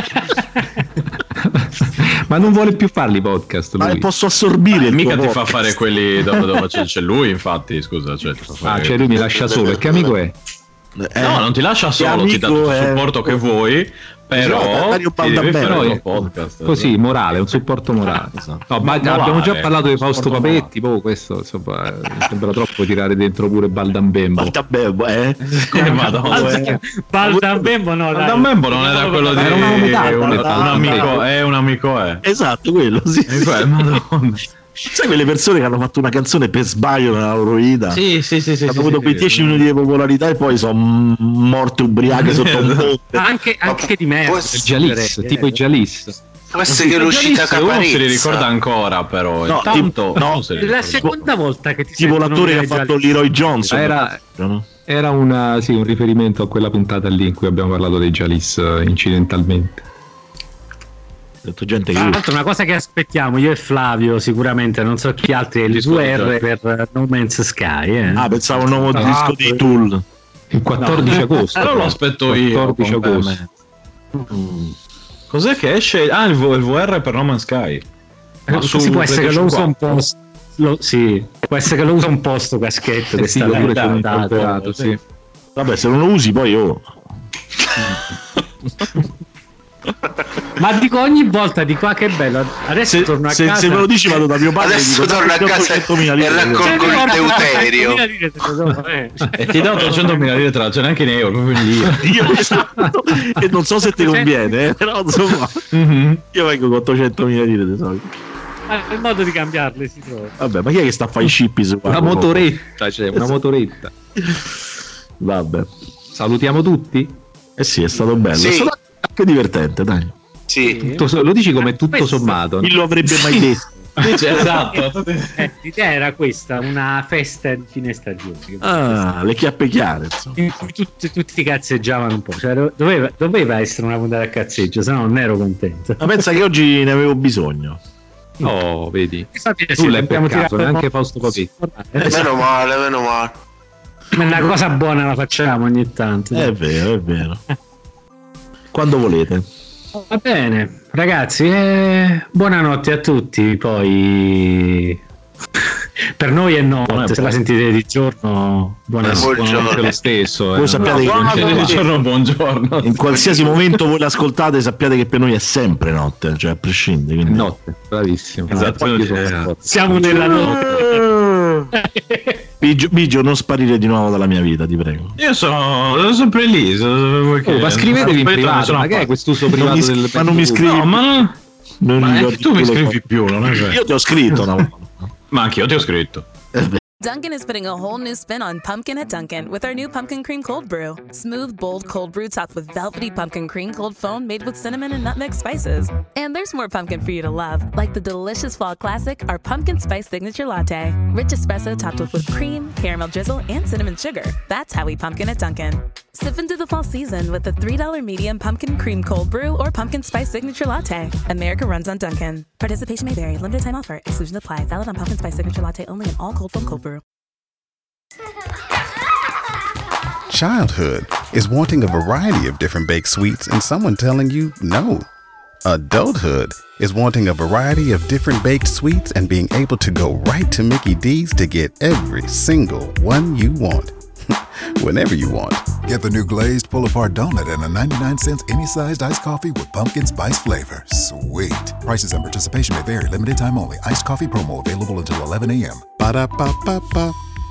Ma non vuole più farli podcast lui. Ma posso assorbire il mica tuo ti podcast. fa fare quelli dove, dove c'è, c'è lui, infatti, scusa, cioè, ti fa fare... Ah, cioè lui mi lascia solo, che amico è? Eh, no, non ti lascia solo, ti dà tutto il supporto che vuoi, però Dario ti devi fare però un podcast. Così, morale, un supporto morale. Esatto. No, ma morale, abbiamo già parlato di Fausto Papetti, poi questo insomma, mi sembra troppo tirare dentro pure Baldambembo. Baldambembo, eh? Come Madonna, eh. Baldambembo no, Baldambembo non era quello di era un nome d'arte, un, un amico, è un amico è. Esatto, quello, sì. È, Madonna. Sai quelle persone che hanno fatto una canzone per sbaglio nella loro vita? Sì, sì, sì, sì. Hanno sì, avuto sì, quei sì, dieci sì. minuti di popolarità e poi sono morte ubriache sotto un ponte. Anche, anche di me. Il Jalis, tipo i Jalis. Può essere che l'uscita Caparezza Caparezza se li ricorda ancora, però No, tanto tipo, no, non se li La ricorda. seconda volta che ti Tipo l'attore che ha fatto Leroy Johnson. Era, no? era una, sì, un riferimento a quella puntata lì in cui abbiamo parlato dei Jalis uh, incidentalmente. Detto gente Tra che... l'altro una cosa che aspettiamo io e Flavio sicuramente, non so chi altri, è il due R per No Man's Sky, eh. Ah, pensavo un nuovo Ah, disco di Tool. Il quattordici agosto. Allora lo aspetto io. quattordici agosto. Mm. Cos'è che esce? Ah, il, v- il V R per No Man's Sky. Ma Sì, su può essere che lo usa un PlayStation po'. Lo, sì, può essere che lo usa un po' sto caschetto Eh che sì, sta pure c'è un adattato. impalperato, sì. Vabbè, se non lo usi poi oh. Ma dico ogni volta di qua che bello. Adesso Se, torno a se, casa. se me lo dici vado da mio padre Adesso e dico torno a casa e raccolgo il deuterio. E ti do ottocentomila lire tra, cioè neanche in euro, proprio in lire. Io esatto. E non so se ti conviene, eh, però insomma, Mm-hmm. io vengo con ottocentomila lire di solito. Il modo di cambiarle si trova. Vabbè, ma chi è che sta a fare i chippi su Una motoretta, cioè, una motoretta. Vabbè. Salutiamo tutti? Eh sì, è stato bello. Sì. È stato anche divertente, dai. Sì. Tutto so- lo dici come tutto Questo- sommato. Chi lo avrebbe mai detto? Esatto. Eh, l'idea era questa, una festa di fine stagione. Ah, le chiappe chiare, insomma. In cui tutti, tutti cazzeggiavano un po'. Cioè, doveva, doveva essere una puntata a cazzeggio, se no non ero contento. Ma pensa che oggi ne avevo bisogno. Oh, vedi. Sapete, Tu sì, l'hai dobbiamo peccato, tirare neanche un po'- Fausto Papetti. Meno male, meno male. Ma una cosa buona la facciamo ogni tanto. È vero, è vero. Quando volete. Va bene, ragazzi, eh, buonanotte a tutti. Poi per noi è notte, se la sentite di giorno, buonanotte, Buongiorno. buonanotte lo stesso. eh. Voi sappiate che Buongiorno, buongiorno, buongiorno. in qualsiasi momento voi l'ascoltate, sappiate che per noi è sempre notte, cioè a prescindere. Quindi... Notte, bravissimo. Esatto. Io sono- siamo nella notte. Bigio, Bigio, non sparire di nuovo dalla mia vita, ti prego. Io sono, sono sempre lì. so- perché- Oh, ma scrivetevi in Aspetta, privato, sono ma che è quest'uso Non privato mi, del ma non mi scrivi. No, ma non, non ma mi neanche ricordi tu mi più le scrivi cose. più, non è vero? Io ti ho scritto una volta. Ma anche io ti ho scritto. Dunkin' is putting a whole new spin on pumpkin at Dunkin' with our new pumpkin cream cold brew. Smooth, bold cold brew topped with velvety pumpkin cream cold foam made with cinnamon and nutmeg spices. And there's more pumpkin for you to love, like the delicious fall classic, our pumpkin spice signature latte. Rich espresso topped with whipped cream, caramel drizzle, and cinnamon sugar. That's how we pumpkin at Dunkin'. Sip into the fall season with the three dollar medium pumpkin cream cold brew or pumpkin spice signature latte. America runs on Dunkin'. Participation may vary. Limited time offer. Exclusion apply. Valid on pumpkin spice signature latte only in all cold foam cold brew. Childhood is wanting a variety of different baked sweets and someone telling you no. Adulthood is wanting a variety of different baked sweets and being able to go right to Mickey D's to get every single one you want. Whenever you want. Get the new glazed pull-apart donut and a ninety-nine cents any-sized iced coffee with pumpkin spice flavor. Sweet. Prices and participation may vary. Limited time only. Iced coffee promo available until eleven a.m. Ba-da-ba-ba-ba.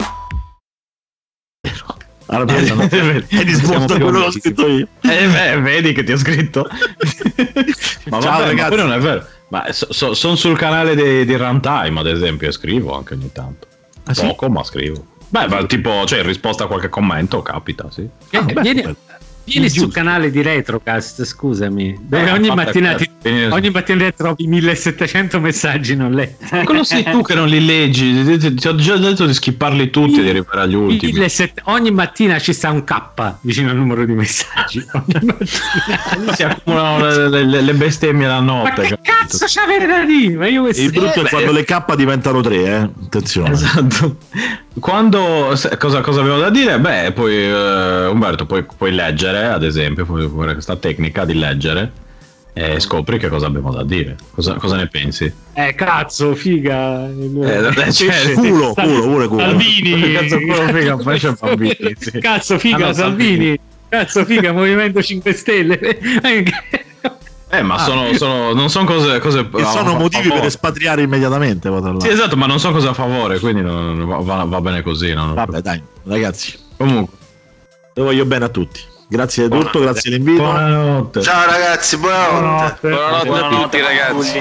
Allora, hai risposto a quello che ho scritto io. Eh, beh, vedi che ti ho scritto. Ma Ciao, vabbè, ragazzi. ma poi non è vero. Ma so- so- sono sul canale di, di Runtime, ad esempio, e scrivo anche ogni tanto. Ah, sì? Poco, ma scrivo. Beh, ma tipo, cioè, in risposta a qualche commento capita, sì. Eh, vieni, Vieni sul canale di Retrocast, scusami, dove Eh, ogni fatta mattina ti, bene. ogni mattina trovi millesettecento messaggi non letti. Quello sei tu che non li leggi, ti, ti- ti ho già detto di skipparli tutti e di arrivare agli ultimi. millesettecento ogni mattina ci sta un K vicino al numero di messaggi. Ogni mattina. Si accumulano le, le- le bestemmie la notte. Ma che capito? cazzo c'avete da dire? Ma io questi Il brutto Eh, è beh, quando le K diventano tre, eh. Attenzione. Esatto. Quando se- cosa, cosa avevo da dire? Beh, poi eh, Umberto, puoi, puoi leggere, ad esempio, puoi fare questa tecnica di leggere e scopri che cosa abbiamo da dire. Cosa, cosa ne pensi? Eh cazzo, figa. Eh, cioè, culo, culo, pure culo. Salvini. Cazzo, culo, figa, poi c'è Bambini, sì. Cazzo, figa, Ah, no, Salvini. Cazzo, figa, Movimento cinque Stelle. Eh, ma sono, sono- non sono cose, cose Che a- sono a motivi favore. per espatriare immediatamente. vado là. Sì, esatto, ma non so cosa a favore, quindi non- non- va, va bene così. non- Vabbè, dai, ragazzi. Comunque, Io voglio bene a tutti. Grazie di tutto, grazie dell'invito. buonanotte. Ciao ragazzi, buonanotte. Buonanotte, a tutti, ragazzi.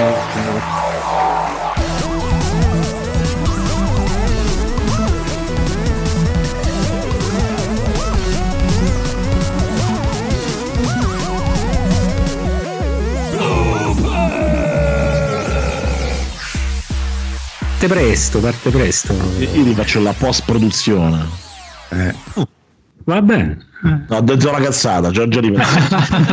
Parte presto, parte presto. Io vi faccio la post produzione. Eh. Va bene. No, ho detto una cazzata, ci ho già ripensato.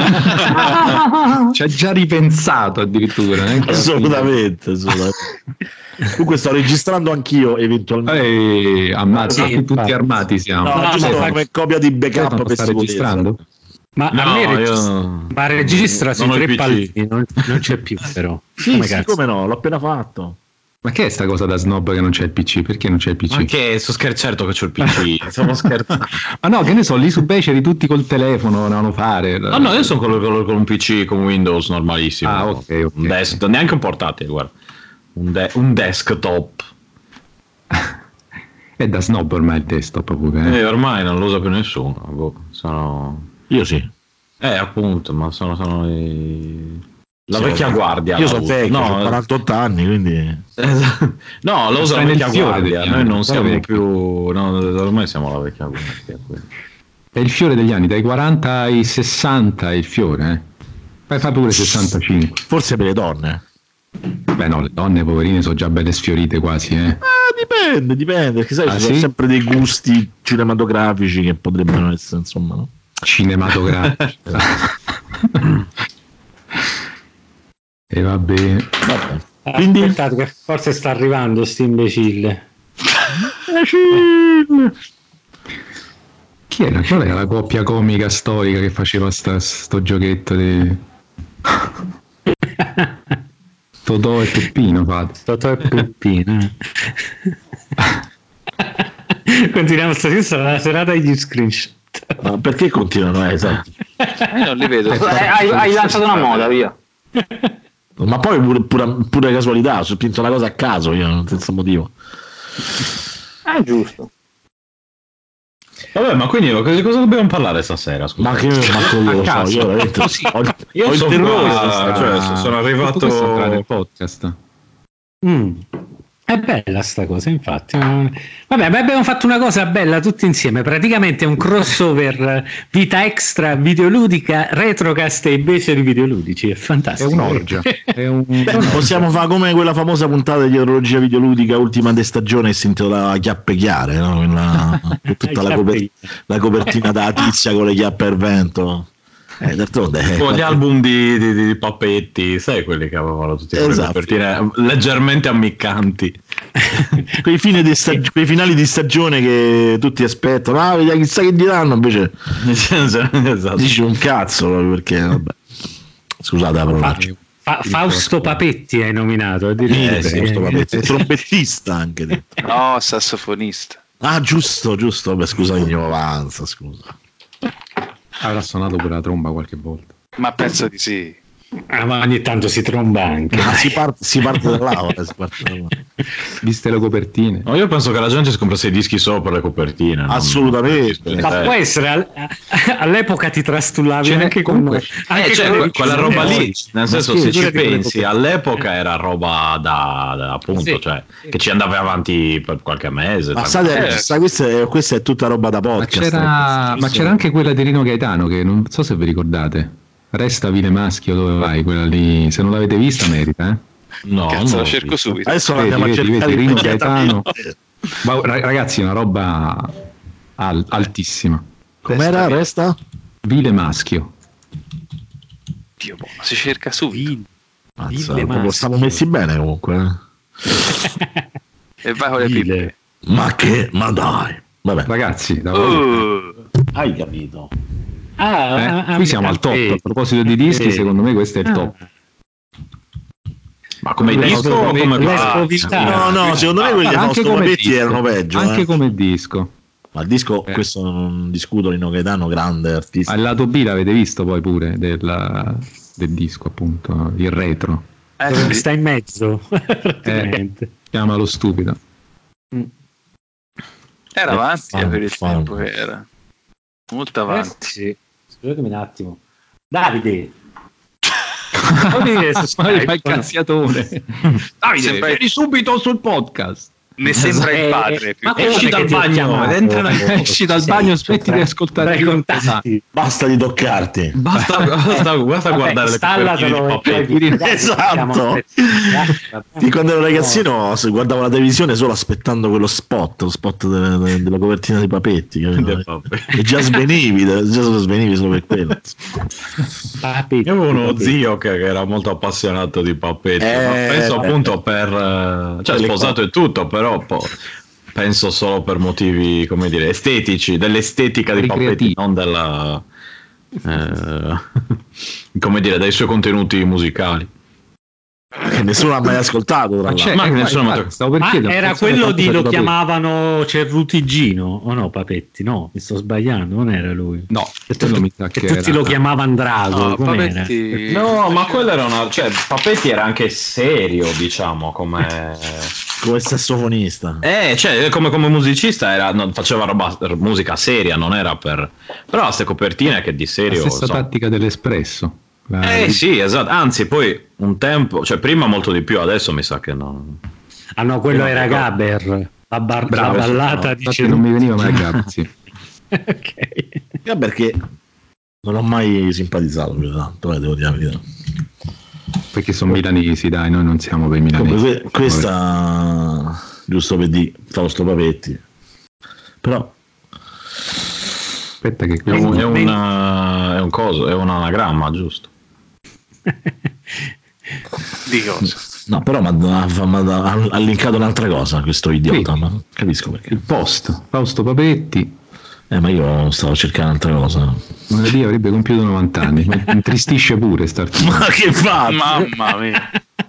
Ci ha già ripensato addirittura. neanche alla assolutamente, assolutamente. Comunque sto registrando anch'io eventualmente. fine. Eh, ammazza, Sì, tutti infatti. armati siamo. No, no, giusto no, come copia di backup Stefano, per sta sicurezza. registrando? Ma No, a me io- registra, ma registra sui non ho il tre P C. pallini, non, non c'è più però. Sì, Come sì, cazzo? come no, l'ho appena fatto. Ma che è sta cosa da snob che non c'è il P C? Perché non c'è il P C? Ma che sto scherzando che c'ho il P C, stavo scherzando. Ma no, che ne so, lì su Beceri tutti col telefono volevano fare. No, no, io sono con, con- con un P C con Windows normalissimo. Ah, ok, ok. Un desktop, neanche un portatile, guarda. Un, de- un desktop. È da snob ormai il desktop pure. Eh, Eh. ormai non lo usa più nessuno. boh, sono... Io sì. Eh, appunto, ma sono, sono i... La Sì, vecchia io- guardia. Io la sono usa. vecchio, no, ho quarantotto anni, quindi. no, lo usa la Stai nel vecchia fiore guardia. degli Noi anni, non siamo guarda più. No, ormai siamo la vecchia guardia. quindi. È il fiore degli anni, dai quaranta ai sessanta è il fiore, eh. Poi fa pure sessantacinque. Forse per le donne. Beh no, le donne poverine sono già belle sfiorite quasi, eh. Ah, dipende, dipende, perché sai, Ah, ci sono sì? sempre dei gusti cinematografici che potrebbero essere, insomma, no? Cinematografici. E va bene. Vabbè. Ah, Quindi- aspettate che forse sta arrivando sto imbecille. Chi era? Qual era la coppia comica storica che faceva sta, sto giochetto di Totò e Peppino fate. Totò e Peppino. Continuiamo stasera la serata degli screenshot. Ma perché continuano? Eh, esatto. Io non li vedo. Eh, hai, hai lanciato una moda, via. Ma poi pure, pure, pure casualità, ho spinto una cosa a caso io, senza motivo. È giusto. Vabbè, ma quindi cosa, cosa dobbiamo parlare stasera? Scusa. Ma che manco io A lo so, caso. io veramente ho, il- Io ho il sono terrore qua, stasera. cioè, sono arrivato- Tutto questo entra nel podcast. Mm. È bella sta cosa, infatti. Vabbè, ma abbiamo fatto una cosa bella tutti insieme, praticamente un crossover vita extra videoludica, retrocast e beceri videoludici, è È fantastico. un'orgia. È un... Beh, possiamo fare come quella famosa puntata di orologia videoludica ultima de stagione che si intitolava Chiappe Chiare, no? Quella, con tutta la, coper- la copertina da tizia con le chiappe al vento. Eh, d'altronde, eh, Con gli album di, di, di Pappetti, sai quelli che avevano tutti quelle Esatto. copertine leggermente ammiccanti. quei, fine di stag- quei finali di stagione che tutti aspettano, ah, vediamo chissà che diranno, invece esatto. dici un cazzo proprio perché, vabbè. Scusate la parola. Fa- Fausto Papetti hai nominato, addirittura. Eh, sì, Fausto Papetti, trombettista anche detto. No, sassofonista. Ah, giusto, giusto, vabbè, scusa ignoranza, scusa. Avrà suonato pure la tromba qualche volta. Ma penso di sì. Ah, ma ogni tanto si tromba anche. Ah, si, parte, si parte da là, si parte da là. Viste le copertine. No, io penso che la gente si comprasse i dischi solo per le copertine. Assolutamente. Non... Ma può essere, all- all'epoca ti trastullavi C'è anche con comunque, anche eh, cioè, con quella roba lì, nel senso, se ci pensi, alle all'epoca era roba da, da appunto, sì, cioè che ci andava avanti per qualche mese. Ma state, eh. sa, questa, è, questa è tutta roba da podcast. Ma c'era, ma c'era anche quella di Rino Gaetano, che non so se vi ricordate. Resta Vile Maschio, dove vai? Quella lì, se non l'avete vista, merita, eh? No, cazzo, la cerco subito. Adesso vedi, andiamo vedi, a cercare vedi, Rino Gaetano. Ma, ragazzi, una roba al- altissima. Com'era? Resta? Vile Maschio. Dio, boh, si cerca subito. Mazza, stiamo messi bene comunque. E vai con le pippe. Ma che, ma dai. Vabbè. Ragazzi, da Uh, hai capito? Ah, eh? ah, Qui siamo al top. A proposito di dischi, secondo me questo è il top. Ma come disco o come No, no, secondo me quelli anche Fausto come Papetti disco, erano peggio. anche eh. come disco. Ma il disco, Eh. questo non discuto, Rino Gaetano, grande artista. Al lato B l'avete visto poi pure del, del disco, appunto, il retro. Eh, dove sta in mezzo, praticamente. Eh, chiama lo stupido. Era Eh, avanti fan, per il fan. tempo che era. Molto avanti. Eh, sì. Scusatemi un attimo. Davide. Ma il cazziatone. Davide, Sembra- vieni subito sul podcast. Ne sembra il Eh, padre. eh, più ma che- Esci che dal ti ho bagno, chiamato? entra dal- Eh, esci dal sì, bagno, sì, smetti di tre- ascoltare tre più. contatti. Basta di toccarti. Basta, basta, basta Vabbè, guardare le copertine installatelo di e poi Papetti. vi- Esatto. Di quando ero ragazzino se guardavo la televisione solo aspettando quello spot, lo spot delle- delle- della copertina di Papetti, capito? E già svenivi, già svenivi solo per quello. Papetti, Io avevo uno Papetti. zio che, che era molto appassionato di Papetti, Eh, ma penso eh, appunto per eh, cioè le sposato e tutto, però po- penso solo per motivi, come dire, estetici, dell'estetica di Papetti, Ricreativi. non della eh, come dire, dai suoi contenuti musicali. Che nessuno ha mai ascoltato, tra Ma c'è, l'altro. Ma che eh, nessuno infatti, mi ha- stavo per Ma chiedere, era pensavo quello fosse di lo Papetti. chiamavano Cerrutigino o no? Papetti, no, mi sto sbagliando, non era lui. No, Che quello tutti, mi sa che che tutti era- lo chiamavano Drago. No, com'era? Papetti- No, ma quello era una, cioè Papetti era anche serio, diciamo, come Come sassofonista. Eh, cioè, come, come musicista era, non, faceva roba, musica seria, non era per... Però queste copertine che di La serio... stessa insomma- tattica dell'Espresso. La- Eh sì, esatto, anzi poi un tempo, cioè prima molto di più, adesso mi sa che non... Ah no, quello No, era no. Gaber, la, bar- Bravo, la ballata no, di infatti non mi veniva mai a Cerrutigino. capo, sì. Ok. Eh, perché non ho mai simpatizzato più tanto, eh, devo dire la verità. Perché sono milanesi, dai, noi non siamo per i Come milanesi. que- questa, giusto per dire, Fausto Papetti. Però Aspetta che È un, è una- è un coso, è un anagramma, giusto? Di cosa? no, però mi ha linkato un'altra cosa questo idiota, Sì. ma non capisco perché. il post, Fausto Papetti, Eh, ma io stavo cercando un'altra cosa. lunedì avrebbe compiuto novanta anni, mi intristisce pure startino. Ma che fa? Mamma mia.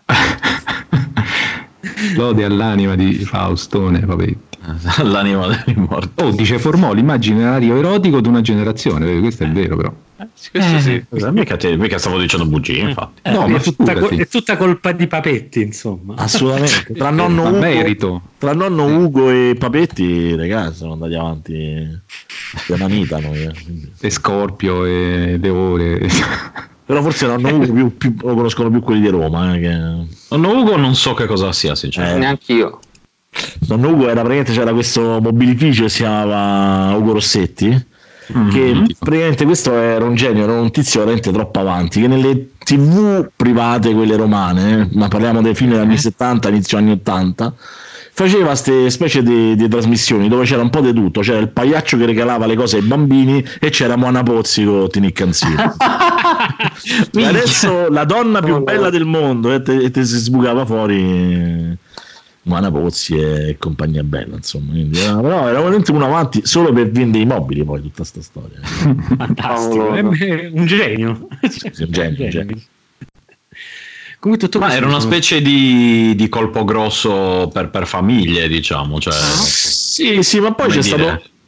Lode all'anima di Faustone Papetti. L'anima dei morti. Oh, dice Formò, l'immaginario erotico di una generazione, vedi, questo è vero però. Questo sì. Eh, mica, te- mica stavo dicendo bugie, infatti. Eh, No, è, ma tutta, figurati. co- è tutta colpa di Papetti, insomma. Assolutamente. Tra nonno, Ma Ugo, merito. tra nonno Ugo e Papetti, ragazzi, sono andati avanti una vita noi. eh. Quindi- E Scorpio e Le Ore. Però forse nonno Ugo più, più- lo conoscono più quelli di Roma. Eh, che... Nonno Ugo non so che cosa sia, sinceramente. Neanche io. Nonno Ugo era praticamente, c'era questo mobilificio che si chiamava Ugo Rossetti. Mm, Che praticamente questo era un genio, era un tizio veramente troppo avanti. Che nelle tivù private, quelle romane, eh, ma parliamo dei fine degli anni settanta, inizio anni ottanta, faceva queste specie di, di trasmissioni dove c'era un po' di tutto. C'era il pagliaccio che regalava le cose ai bambini e c'era Moana Pozzi con Tiniccanzini. E adesso la donna più bella del mondo e te, e te si sbucava fuori Moana Pozzi e compagnia bella, insomma. Quindi, eh, però era veramente uno avanti solo per vendere i mobili, poi tutta sta storia. Fantastico, è me- un genio. Sì, un genio, un genio. Come tutto Ma questo era una sono- specie di, di colpo grosso per, per famiglie, diciamo. Cioè, Sì, sì, ma poi come c'è dire, stato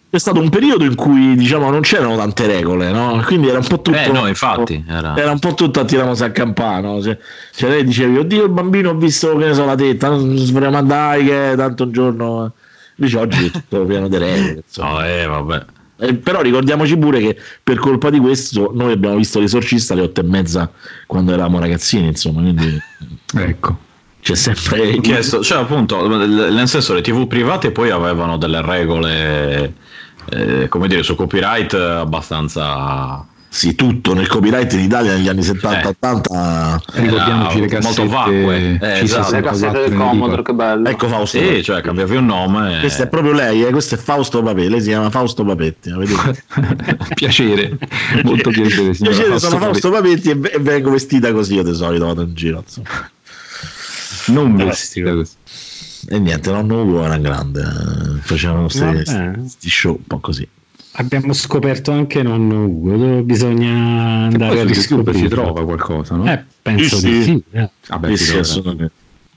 c'è stato un periodo in cui diciamo non c'erano tante regole, no? Quindi era un po' tutto eh no infatti era, era un po' tutto a tirarsi a campano, cioè, cioè lei dicevi oddio il bambino ho visto che ne so la tetta, ma dai che tanto un giorno invece oggi è tutto pieno di regole, no, eh, vabbè. Eh, però ricordiamoci pure che per colpa di questo noi abbiamo visto L'Esorcista alle otto e mezza quando eravamo ragazzini, insomma, quindi ecco. C'è sempre chiesto, cioè appunto nel senso le tivù private poi avevano delle regole eh, come dire su copyright abbastanza sì, tutto nel copyright in Italia negli anni settanta ottanta eh, ricordiamoci le cassette molto vacue, eh, esatto, le cassette del Commodore, che bello. Ecco Fausto, sì, cioè cambiavi un nome, questa è proprio lei, eh? Questo è Fausto Papè, lei si chiama Fausto Papetti, piacere, molto piacere, signora piacere, Fausto sono Fausto Papetti e, e vengo vestita così, io di solito vado in giro, insomma. Non vestita così. E niente, nonno Ugo era grande, eh, facevano questi show un po' così. Abbiamo scoperto anche nonno Ugo, bisogna andare a riscoprire. Si trova qualcosa, no? Eh, penso sì, di sì. sì. Eh. Vabbè, sì, sì, assolutamente.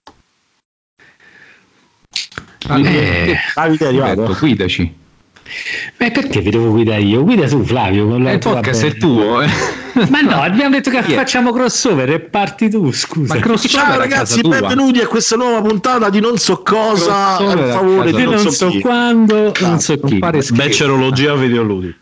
Eh, Davide è arrivato. Guidaci. Beh, perché vi devo guidare io? Guida tu, Flavio. Con la il podcast è tuo, eh. Ma no, abbiamo detto che facciamo crossover e parti tu, scusa. Ma ciao ragazzi, benvenuti a questa nuova puntata di non so cosa, a favore di non, non so, so chi. quando, non so chi. Becerologia videoludica.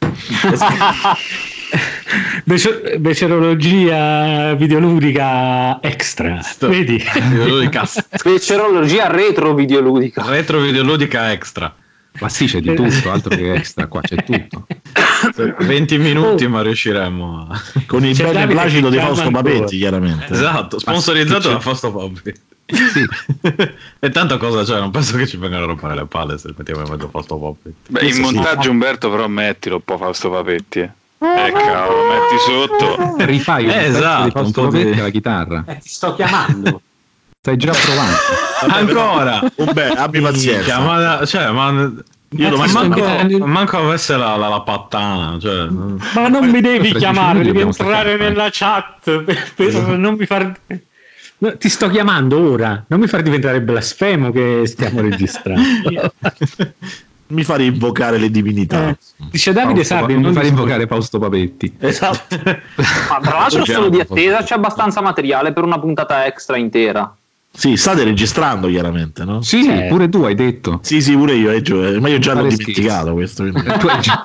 Becerologia videoludica extra. Vedi? Becerologia retro videoludica. Retro videoludica extra. Ma sì, c'è di tutto, altro che extra, qua c'è tutto. venti minuti, oh. Ma riusciremo a... con il bel placido di Fausto Papetti, chiaramente. Esatto, sponsorizzato da Fausto Papetti. Sì. E tanta cosa c'è, non penso che ci vengano a rompere le palle se mettiamo in mezzo Fausto Papetti. Beh, in montaggio sì. Umberto, però mettilo un po' Fausto Papetti, eh. Eh cavolo, metti sotto. Rifai un eh, esatto, di Fausto Papetti alla chitarra. Eh, ti sto chiamando. Stai già provando. Ancora? Vabbè, abbi pazienza. Ma, cioè, ma io ma manco, manco avesse la, la, la pattana. Cioè. Ma non mi devi chiamare, devi entrare nella chat per, per non mi far. No, ti sto chiamando ora, non mi far diventare blasfemo che stiamo registrando. Mi fare invocare le divinità. Eh, dice Davide Sabbi, non mi fare invocare Fausto Papetti. Esatto. Ma tra l'altro solo di attesa c'è abbastanza materiale per una puntata extra intera. Sì, state registrando chiaramente, no? Sì, sì, pure tu hai detto. Sì, sì, pure io, eh, ma io già l'ho dimenticato questo. Tu hai già...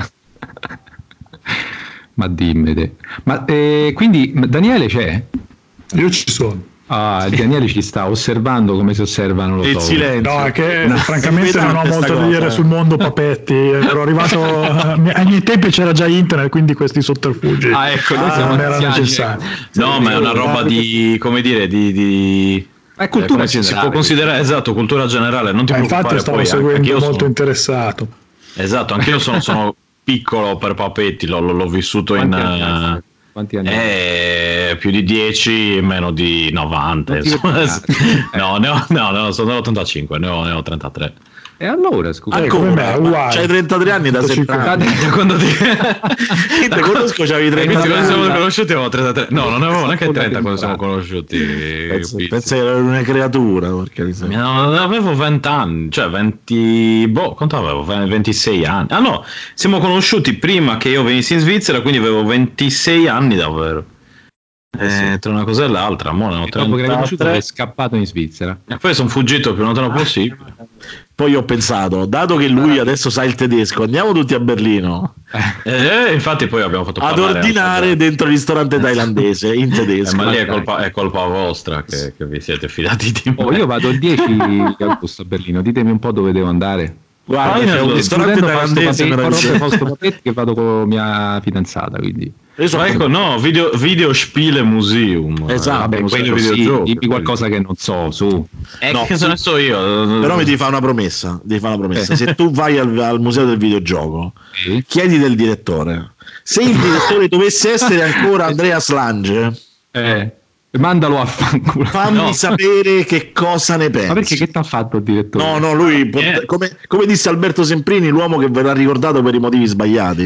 Ma dimmi te. Ma eh, quindi Daniele c'è? Io ci sono. Ah, Daniele ci sta osservando come si osservano lo il silenzio. No, è che no, francamente non ho molto da dire sul mondo Papetti. Ero arrivato ai miei tempi c'era già internet, quindi questi sotterfugi ah, ecco, noi ah, siamo non era necessario. No, ma è una roba di come dire di, di... è cultura eh, generale. Si può considerare esatto, cultura generale, non ti eh, preoccupare. Infatti stavo poi, seguendo molto sono... interessato. Esatto, anch'io sono, sono piccolo per Papetti, l'ho, l'ho vissuto Quanti in anni? Quanti anni? Eh, più di dieci, meno di novanta. no, ne ho, no, no, sono dell'ottantacinque, ne ho, ne ho trentatré. E allora, scusa, ah, come me, uguale. C'hai trentatré anni da settanta. Quando ti te conosco, c'avevi trentatré. Quando siamo conosciuti avevo trentatré. No, non avevo neanche trenta quando siamo conosciuti. Penso che ero una creatura. No, avevo venti anni, cioè venti, boh, quanto avevo? ventisei anni. Ah no, siamo conosciuti prima che io venissi in Svizzera, quindi avevo ventisei anni davvero. Eh, sì. Tra una cosa e l'altra, mo ne ho dopo che l'hai conosciuto sei scappato in Svizzera e poi sono fuggito il più lontano possibile. Poi ho pensato, dato che lui adesso sa il tedesco, andiamo tutti a Berlino. Eh, infatti poi abbiamo fatto ad ordinare dentro il ristorante thailandese in tedesco. Eh, ma lì è colpa, è colpa vostra che, che vi siete fidati di me. Oh, io vado il dieci agosto a Berlino, ditemi un po' dove devo andare. Guarda, c'è un ristorante thailandese Fausto Papetti che vado con mia fidanzata, quindi ma ecco, no, video, video Spiele Museum. Esatto, vabbè, quello sì, dimmi qualcosa che non so, su. Eh, no, che se ne so io. Però mi devi fare una promessa, devi fare una promessa. Se tu vai al, al museo del videogioco, eh. chiedi del direttore. Se il direttore dovesse essere ancora Andreas Lange, eh. mandalo a fanculo. Fammi no. sapere che cosa ne pensi. Ma perché che t'ha fatto il direttore? No, no, lui eh. come, come disse Alberto Semprini, l'uomo che verrà ricordato per i motivi sbagliati.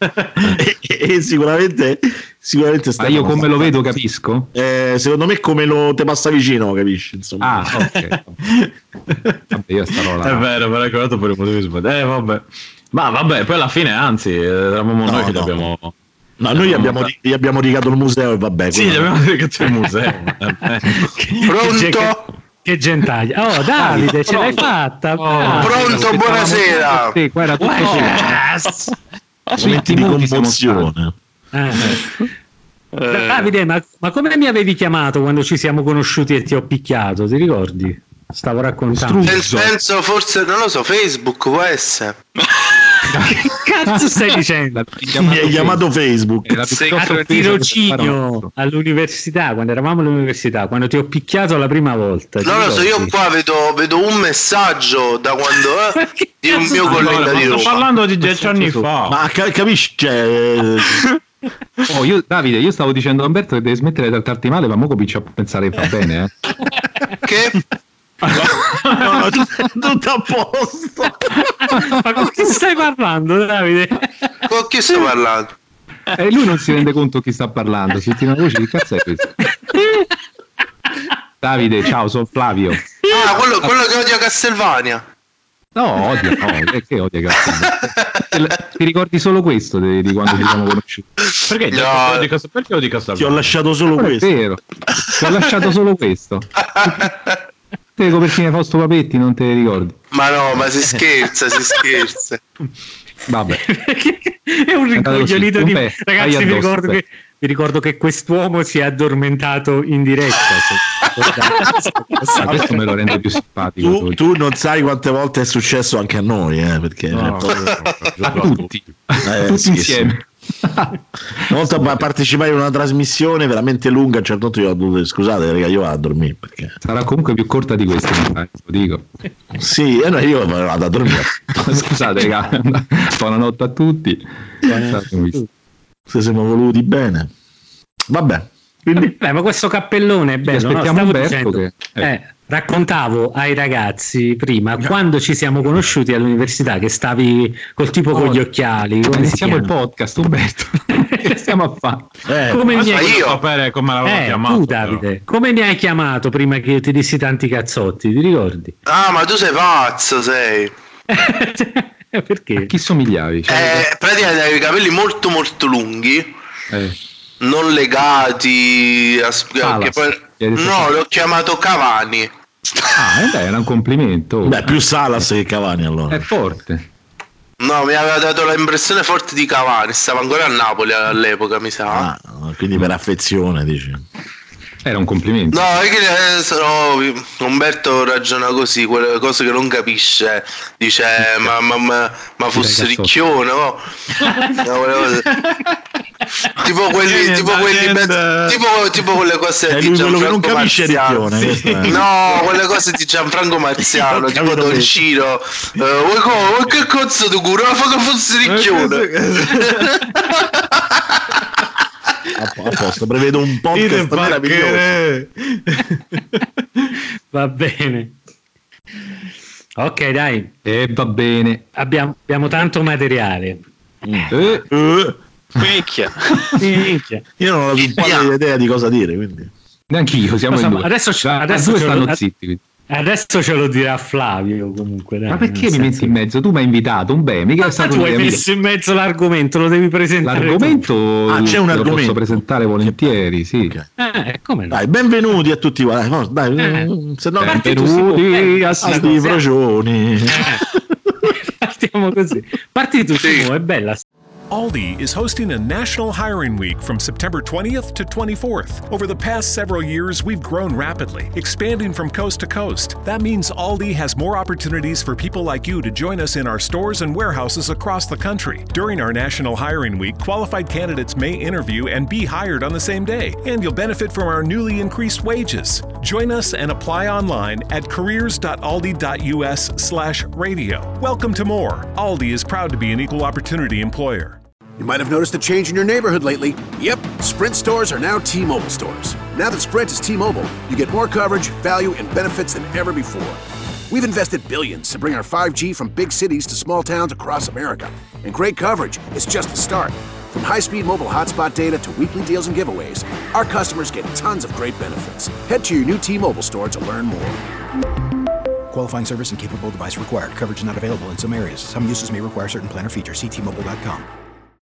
e, e sicuramente sicuramente ma io come lo vedo capisco? Eh, secondo me come lo te passa vicino capisci, insomma. Ah, ok. Vabbè, io starò là. È vero, mi ha ricordato per i motivi sbagliati. Eh, vabbè. Ma vabbè, poi alla fine, anzi, eravamo No, noi che no. abbiamo. No, noi gli abbiamo, gli abbiamo rigato il museo e vabbè. Sì, gli abbiamo rigato il museo. Pronto? Che gentaglia. Oh, Davide, ce l'hai fatta. Oh, pronto, buonasera. Sì, qua era tutto Yes. Momenti di commozione. Eh. Davide, ma, ma come mi avevi chiamato quando ci siamo conosciuti e ti ho picchiato? Ti ricordi? Stavo raccontando. Nel senso, forse, non lo so, Facebook può essere. Che cazzo stai dicendo? Mi hai chiamato Facebook. A tirocinio all'università, quando eravamo all'università, quando ti ho picchiato la prima volta. Non lo so, io qua vedo, vedo un messaggio da quando eh, di un mio collega di Roma. Sto parlando di dieci anni fa. Ma ca- capisci? Cioè, Oh, io, Davide, io stavo dicendo a Umberto che devi smettere di trattarti male, ma mo comincio a pensare che va bene, eh. Che? no, no, tutto, tutto a posto. Ma con chi stai parlando, Davide? Con chi sto parlando? E eh, lui non si rende conto chi sta parlando, senti una voce, che cazzo è questo? Davide, ciao, sono Flavio. Ah, quello, quello che odia Castlevania. No, odia, no, perché odia Castlevania? Ti ricordi solo questo di, di quando ci siamo conosciuti? Perché No. odi Cas- perché odi Castlevania? Ti ho lasciato solo Non è questo. vero, ti ho lasciato solo questo. Te le copertine Fausto Papetti non te le ricordi? Ma no, ma si scherza, si scherza. Vabbè. È un rincoglionito di... Vabbè, Ragazzi, vai vi addosso, ricordo, beh. che, vi ricordo che quest'uomo si è addormentato in diretta. Ah, questo me lo rende più simpatico. Tu, tu non sai quante volte è successo anche a noi, eh, perché No, a tutti, Eh, tutti sì, insieme. Una volta pa- partecipai a una trasmissione veramente lunga, a un certo punto io ho dovuto scusate, raga, io vado a dormire perché Sarà comunque più corta di questa, lo dico. sì, e noi io vado a dormire. Scusate, raga, buonanotte a tutti. Se siamo voluti bene, vabbè. Quindi... Beh, ma questo cappellone è bello. Aspettiamo no? Stavo Umberto dicendo, che- eh, raccontavo ai ragazzi prima quando ci siamo conosciuti all'università che stavi col tipo con gli occhiali. Come si Iniziamo il chiama? podcast, Umberto. Che stiamo a fare? Eh, Come mi Ma hai... io sapere come l'avevo Eh, chiamato. tu Davide, come mi hai chiamato prima che io ti dissi tanti cazzotti? Ti ricordi? Ah, ma tu sei pazzo, sei. Perché? A chi somigliavi? Cioè, Eh, praticamente hai i capelli molto molto lunghi, eh, non legati a sp- Salas. che poi... Gli hai detto No, Salas. l'ho chiamato Cavani. Ah, eh beh, era un complimento. Beh, più Salas che Cavani allora. È forte. No, mi aveva dato l'impressione forte di Cavani, stava ancora a Napoli all'epoca, mi sa. Ah, quindi per affezione, dici. Era un complimento. No, è che eh, sono- Umberto ragiona così, quelle cose che non capisce, dice ma, ma, ma, ma fosse Dai, cazzo. ricchione, no? No, quelle cose. Tipo quelli, tipo quelli be- tipo, tipo quelle cose È di lui quello che non Gianfranco capisce Marziano. ricchione, questo è. No, quelle cose di Gianfranco Marziano, Ho tipo capito Don Ciro. Eh, vuoi co- vuoi che cazzo tu cura? Fa che fosse ricchione. A, a posto, prevedo un podcast meraviglioso. Va bene. Ok, dai. E va bene. Abbiamo, abbiamo tanto materiale. Eh, Eh, Minchia. Minchia. io non ho la più pallida idea di cosa dire, quindi. neanche io, siamo Cosa- in due. adesso ce- Ah, adesso due ce lo- stanno ad- zitti. quindi. Adesso ce lo dirà Flavio comunque. Dai, Ma perché nel mi senso- metti in mezzo? Tu mi hai invitato, un bene, mica è Ma stato tu hai un messo in mezzo l'argomento, lo devi presentare. L'argomento Ah, c'è un te lo argomento. posso presentare volentieri, sì. tu. Eh, come no? Dai, benvenuti a tutti. Dai, forza, dai, Eh. se no Benvenuti a a sti procioni. Partiamo così. Parti tu, Timo, è bella. Aldi is hosting a National Hiring Week from September twentieth to twenty-fourth. Over the past several years, we've grown rapidly, expanding from coast to coast. That means Aldi has more opportunities for people like you to join us in our stores and warehouses across the country. During our National Hiring Week, qualified candidates may interview and be hired on the same day, and you'll benefit from our newly increased wages. Join us and apply online at careers.aldi.us slash radio. Welcome to more. Aldi is proud to be an equal opportunity employer. You might have noticed a change in your neighborhood lately. Yep, Sprint stores are now T-Mobile stores. Now that Sprint is T-Mobile, you get more coverage, value, and benefits than ever before. We've invested billions to bring our five G from big cities to small towns across America. And great coverage is just the start. From high-speed mobile hotspot data to weekly deals and giveaways, our customers get tons of great benefits. Head to your new T-Mobile store to learn more. Qualifying service and capable device required. Coverage not available in some areas. Some uses may require certain plan or features. See T Mobile dot com.